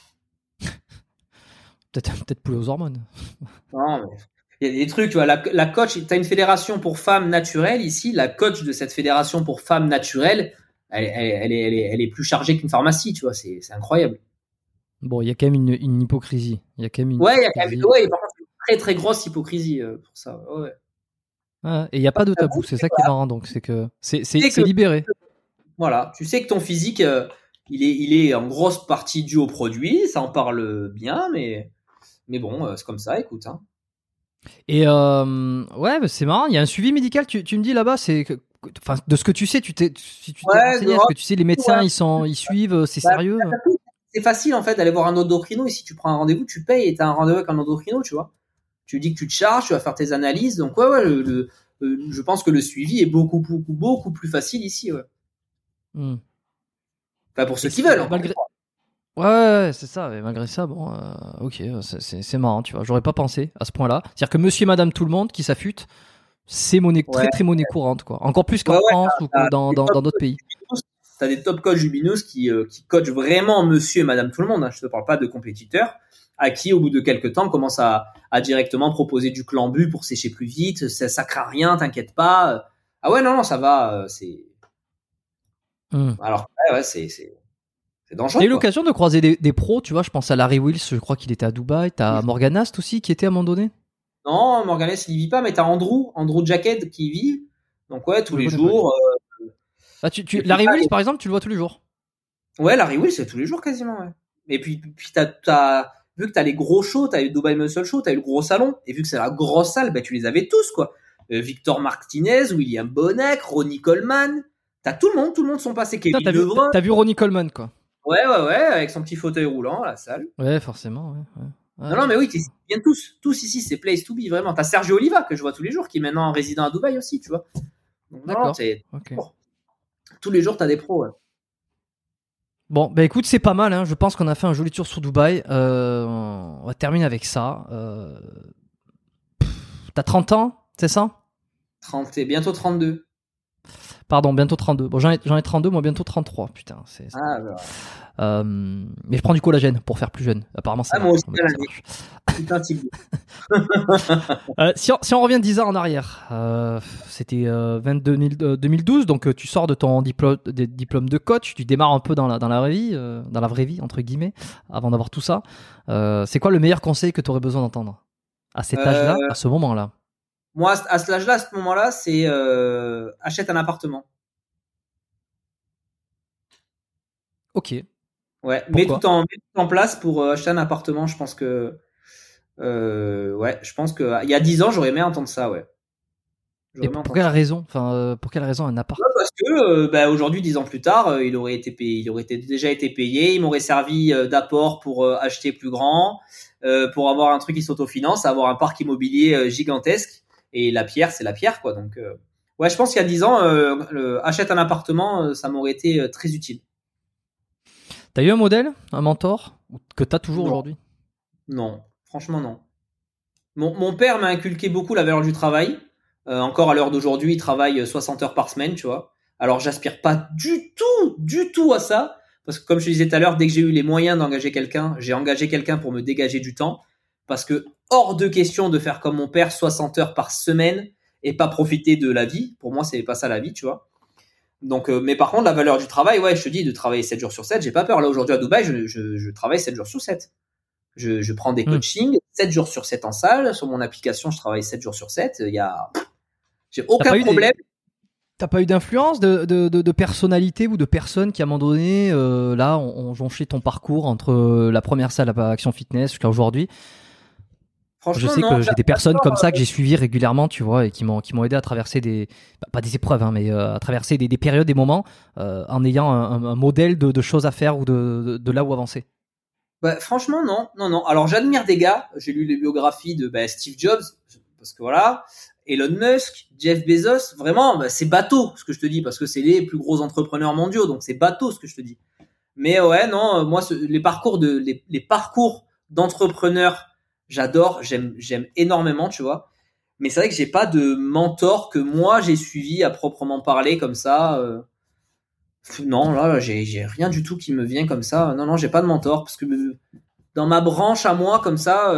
Peut-être poulet aux hormones. Non, mais il y a des trucs, tu vois, la coach, t'as une fédération pour femmes naturelles ici, la coach de cette fédération pour femmes naturelles, elle est plus chargée qu'une pharmacie, tu vois, c'est incroyable. Bon, il y a quand même une hypocrisie. Il y a quand même ouais, par contre, une très très grosse hypocrisie pour ça. Ouais. Et il n'y a pas de tabou, c'est ça qui est marrant, donc c'est que c'est libéré. Voilà, tu sais que ton physique, il est en grosse partie dû au produit, ça en parle bien, mais bon, c'est comme ça, écoute. Hein. Et ouais, c'est marrant, il y a un suivi médical, tu me dis là-bas, de ce que tu sais, si tu t'es renseigné, est-ce que tu sais, les médecins, ils suivent, c'est sérieux? C'est facile en fait d'aller voir un endocrino, et si tu prends un rendez-vous, tu payes et tu as un rendez-vous avec un endocrino, tu vois. Tu dis que tu te charges, tu vas faire tes analyses, donc je pense que le suivi est beaucoup plus facile ici, ouais. Enfin, pour ceux qui veulent. Ouais, c'est ça. Et malgré ça, bon, ok, c'est marrant, tu vois. J'aurais pas pensé à ce point-là. C'est-à-dire que monsieur et madame tout le monde qui s'affûtent, c'est très monnaie courante, quoi. Encore plus qu'en France ou dans d'autres pays. T'as des top coachs du Binous qui coachent vraiment monsieur et madame tout le monde. Hein. Je te parle pas de compétiteurs à qui, au bout de quelques temps, commence à directement proposer du clambu pour sécher plus vite. Ça craint rien, t'inquiète pas. Ah ouais, non, ça va. C'est. Alors, ouais, c'est dangereux. T'as eu l'occasion de croiser des pros, tu vois. Je pense à Larry Wills, je crois qu'il était à Dubaï. T'as Morgan Ast aussi qui était à un moment donné. Non, Morgan Ast, il y vit pas, mais t'as Andrew Jacked qui y vit. Donc ouais, tous les jours. Larry Wills, par exemple, tu le vois tous les jours. Ouais, Larry Wills, c'est tous les jours quasiment. Ouais. Et puis t'as vu que t'as les gros shows, t'as eu Dubai Muscle Show, t'as eu le gros salon, et vu que c'est la grosse salle, bah tu les avais tous quoi. Victor Martinez, William Bonac, Ronnie Coleman, t'as tout le monde sont passés. Kevin Lebrun. T'as vu Ronnie Coleman quoi. Ouais, avec son petit fauteuil roulant à la salle. Ouais, forcément. Ouais. Non, mais oui, ils viennent tous ici, c'est place to be vraiment. T'as Sergio Oliva que je vois tous les jours, qui est maintenant résident à Dubaï aussi, tu vois. Donc, d'accord. C'est tous les jours t'as des pros. Ouais. Bon, bah écoute, c'est pas mal. Hein. Je pense qu'on a fait un joli tour sur Dubaï. On va terminer avec ça. T'as 30 ans, c'est ça? 30 et bientôt 32. Pardon, bientôt 32. Bon, j'en ai 32, moi bientôt 33. Putain, c'est... Ah, bah. Mais je prends du collagène pour faire plus jeune. Apparemment, ça moi marche. aussi, à l'année. Putain, Thibaut. Si on revient 10 ans en arrière, c'était 2012, donc tu sors de ton diplôme de coach, tu démarres un peu dans la vraie vie, entre guillemets, avant d'avoir tout ça. C'est quoi le meilleur conseil que tu aurais besoin d'entendre à cet âge-là, à ce moment-là? Moi, à cet âge-là, à ce moment-là, c'est achète un appartement. Ok. Ouais, mets tout en place pour acheter un appartement. Je pense que je pense que il y a 10 ans, j'aurais aimé entendre ça, ouais. Et pour quelle raison? Pour quelle raison un appart? Ouais, parce que aujourd'hui, 10 ans plus tard, il aurait été payé, déjà été payé. Il m'aurait servi d'apport pour acheter plus grand, pour avoir un truc qui s'autofinance, avoir un parc immobilier gigantesque. Et la pierre, c'est la pierre, quoi. Donc, ouais, je pense qu'il y a 10 ans, achète un appartement, ça m'aurait été très utile. T'as eu un modèle, un mentor, que t'as toujours aujourd'hui? Non, franchement, non. Mon père m'a inculqué beaucoup la valeur du travail. Encore à l'heure d'aujourd'hui, il travaille 60 heures par semaine, tu vois. Alors, j'aspire pas du tout à ça. Parce que comme je te disais tout à l'heure, dès que j'ai eu les moyens d'engager quelqu'un, j'ai engagé quelqu'un pour me dégager du temps. Parce que hors de question de faire comme mon père 60 heures par semaine et pas profiter de la vie. Pour moi, c'est pas ça la vie, tu vois. Donc, mais par contre, la valeur du travail, ouais, je te dis, de travailler 7 jours sur 7, j'ai pas peur. Là, aujourd'hui, à Dubaï, je travaille 7 jours sur 7. Je prends des coachings 7 jours sur 7 en salle. Sur mon application, je travaille 7 jours sur 7. J'ai aucun problème. T'as pas eu d'influence de personnalité ou de personnes qui, à un moment donné, là, ont jonché ton parcours entre la première salle à Action Fitness jusqu'à aujourd'hui? Je sais que j'ai des personnes comme ça que j'ai suivies régulièrement, tu vois, et qui m'ont aidé à traverser pas des épreuves, hein, mais à traverser des périodes, des moments, en ayant un modèle de choses à faire ou de là où avancer. Bah, franchement, non. Alors, j'admire des gars. J'ai lu les biographies de Steve Jobs, parce que voilà, Elon Musk, Jeff Bezos. Vraiment, c'est bateau ce que je te dis, parce que c'est les plus gros entrepreneurs mondiaux, donc c'est bateau ce que je te dis. Mais ouais, non, moi, les parcours d'entrepreneurs, j'adore, j'aime énormément, tu vois. Mais c'est vrai que j'ai pas de mentor que moi j'ai suivi à proprement parler comme ça. Non, là, j'ai rien du tout qui me vient comme ça. Non, j'ai pas de mentor parce que dans ma branche à moi, comme ça,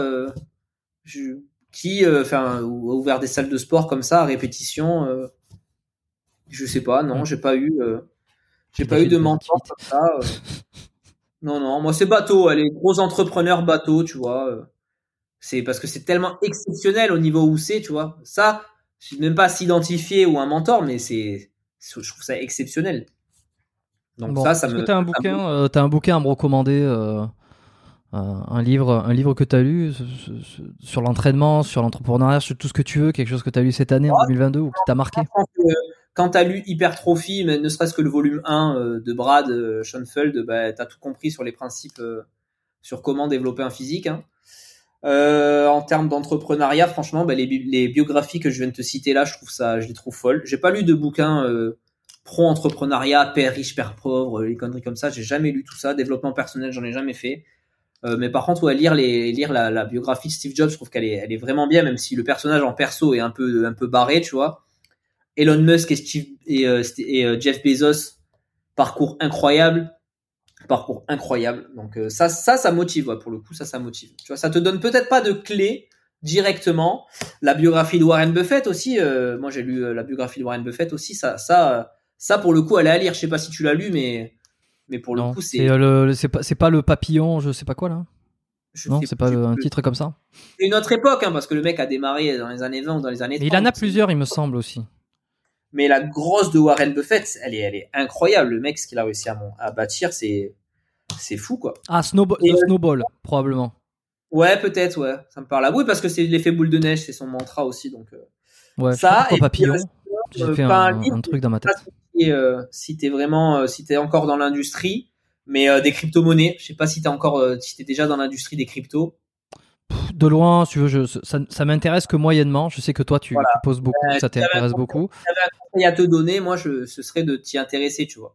qui a ouvert des salles de sport comme ça à répétition, je sais pas. Non, j'ai pas eu de mentor comme ça. Non, moi c'est bateau. Les gros entrepreneurs bateau, tu vois. C'est parce que c'est tellement exceptionnel au niveau où c'est, tu vois. Ça, je sais même pas s'identifier ou un mentor, mais je trouve ça exceptionnel. Donc bon, ça me. T'as un bouquin à me recommander, un livre que t'as lu sur l'entraînement, sur l'entrepreneuriat, sur tout ce que tu veux, quelque chose que t'as lu cette année en 2022 ou qui t'a marqué? Quand t'as lu Hypertrophie, mais ne serait-ce que le volume 1 de Brad Schoenfeld, t'as tout compris sur les principes, sur comment développer un physique. Hein. En termes d'entrepreneuriat, franchement, les biographies que je viens de te citer là, je les trouve folles. J'ai pas lu de bouquin pro-entrepreneuriat, père riche, père pauvre, les conneries comme ça. J'ai jamais lu tout ça. Développement personnel, j'en ai jamais fait. Mais par contre, ouais, lire la biographie de Steve Jobs, je trouve qu'elle est vraiment bien, même si le personnage en perso est un peu barré, tu vois. Elon Musk et Jeff Bezos, parcours incroyable. Donc ça motive, ouais, pour le coup, ça motive. Tu vois, ça te donne peut-être pas de clés directement. La biographie de Warren Buffett aussi, moi j'ai lu la biographie de Warren Buffett aussi, ça pour le coup, elle est à lire. Je sais pas si tu l'as lu, mais pour le coup, c'est pas le papillon, je sais pas quoi là. Non, c'est pas un titre comme ça. C'est une autre époque, hein, parce que le mec a démarré dans les années 20 ou dans les années 30. Et il en a plusieurs, il me semble aussi. Mais la grosse de Warren Buffett, elle est incroyable. Le mec, ce qu'il a réussi à bâtir, c'est fou, quoi. Ah, Snowball, probablement. Ouais, peut-être, ouais. Ça me parle. Oui, parce que c'est l'effet boule de neige, c'est son mantra aussi, donc. Ouais. Ça et papillon. J'ai fait un truc dans ma tête. Si t'es encore dans l'industrie, mais des crypto-monnaies. Je sais pas si t'es déjà dans l'industrie des cryptos. De loin, si tu veux, ça m'intéresse que moyennement. Je sais que toi, tu poses beaucoup, ça t'intéresse beaucoup. Si j'avais un conseil à te donner, moi, ce serait de t'y intéresser, tu vois.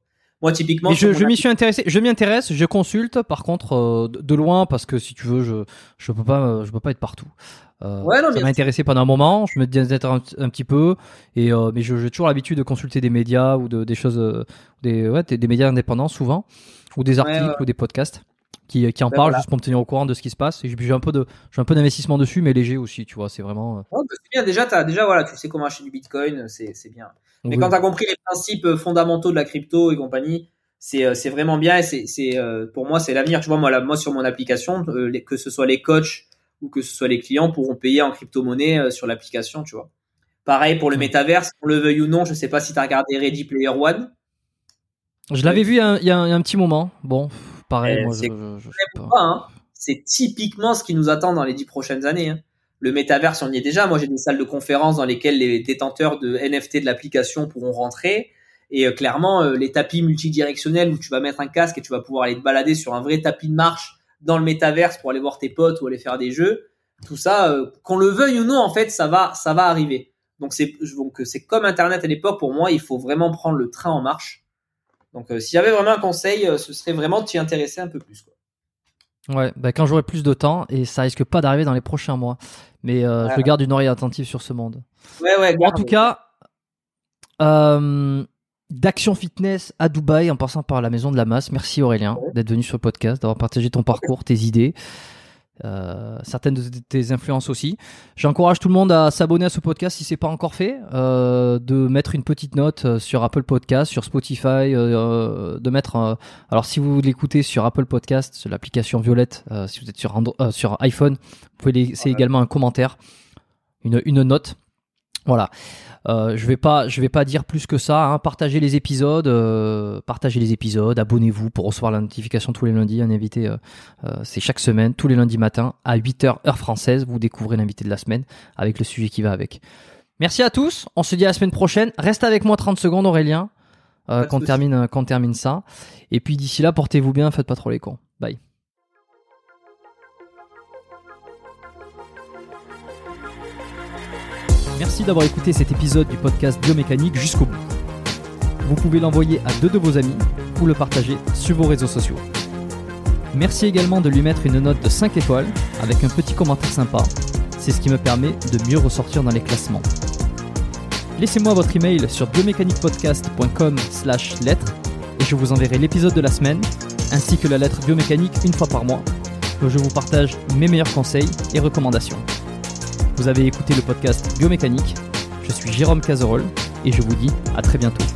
Moi, typiquement, mais je m'y suis intéressé, je m'y intéresse, je consulte. Par contre, de loin, parce que si tu veux, je peux pas être partout. Ouais, non, ça m'a intéressé pendant un moment. Je me disais un petit peu, mais j'ai toujours l'habitude de consulter des médias ou des choses, des médias indépendants souvent, ou des articles ou des podcasts qui en parlent juste pour me tenir au courant de ce qui se passe. Et j'ai un peu d'investissement dessus, mais léger aussi, tu vois. C'est vraiment. C'est bien. Déjà, tu sais comment acheter du Bitcoin, c'est bien. Mais quand tu as compris les principes fondamentaux de la crypto et compagnie, c'est vraiment bien. Et pour moi, c'est l'avenir. Tu vois, moi sur mon application, que ce soit les coachs ou que ce soit les clients pourront payer en crypto-monnaie sur l'application, tu vois. Pareil pour le métaverse, qu'on le veuille ou non. Je sais pas si tu as regardé Ready Player One. Je l'avais vu il y a un petit moment. Bon, pareil, moi, je sais pas. Hein. C'est typiquement ce qui nous attend dans les 10 prochaines années. Hein. Le métaverse, on y est déjà. Moi, j'ai des salles de conférence dans lesquelles les détenteurs de NFT de l'application pourront rentrer. Et clairement, les tapis multidirectionnels où tu vas mettre un casque et tu vas pouvoir aller te balader sur un vrai tapis de marche dans le métaverse pour aller voir tes potes ou aller faire des jeux. Tout ça, qu'on le veuille ou non, en fait, ça va arriver. Donc c'est comme Internet à l'époque. Pour moi, il faut vraiment prendre le train en marche. Donc, s'il y avait vraiment un conseil, ce serait vraiment de t'y intéresser un peu plus, quoi. Ouais, quand j'aurai plus de temps, et ça risque pas d'arriver dans les prochains mois. Mais je garde une oreille attentive sur ce monde. Ouais. En tout cas, d'Action Fitness à Dubaï, en passant par la Maison de la Masse. Merci Aurélien d'être venu sur le podcast, d'avoir partagé ton parcours, tes idées. Certaines de tes influences aussi. J'encourage tout le monde à s'abonner à ce podcast si c'est pas encore fait, de mettre une petite note sur Apple Podcast, sur Spotify, de mettre alors si vous l'écoutez sur Apple Podcast, sur l'application Violette, si vous êtes sur iPhone, vous pouvez laisser également un commentaire, une note. Voilà. Je vais pas dire plus que ça, hein. Partagez les épisodes, abonnez-vous pour recevoir la notification tous les lundis. Un invité, c'est chaque semaine, tous les lundis matins à 8h heure française. Vous découvrez l'invité de la semaine avec le sujet qui va avec. Merci à tous. On se dit à la semaine prochaine. Reste avec moi 30 secondes, Aurélien, qu'on termine ça. Et puis d'ici là, portez-vous bien, faites pas trop les cons. Bye. Merci d'avoir écouté cet épisode du podcast Biomécanique jusqu'au bout. Vous pouvez l'envoyer à 2 de vos amis ou le partager sur vos réseaux sociaux. Merci également de lui mettre une note de 5 étoiles avec un petit commentaire sympa. C'est ce qui me permet de mieux ressortir dans les classements. Laissez-moi votre email sur biomécaniquepodcast.com/lettres et je vous enverrai l'épisode de la semaine ainsi que la lettre biomécanique une fois par mois où je vous partage mes meilleurs conseils et recommandations. Vous avez écouté le podcast Biomécanique, je suis Jérôme Cazerolle et je vous dis à très bientôt.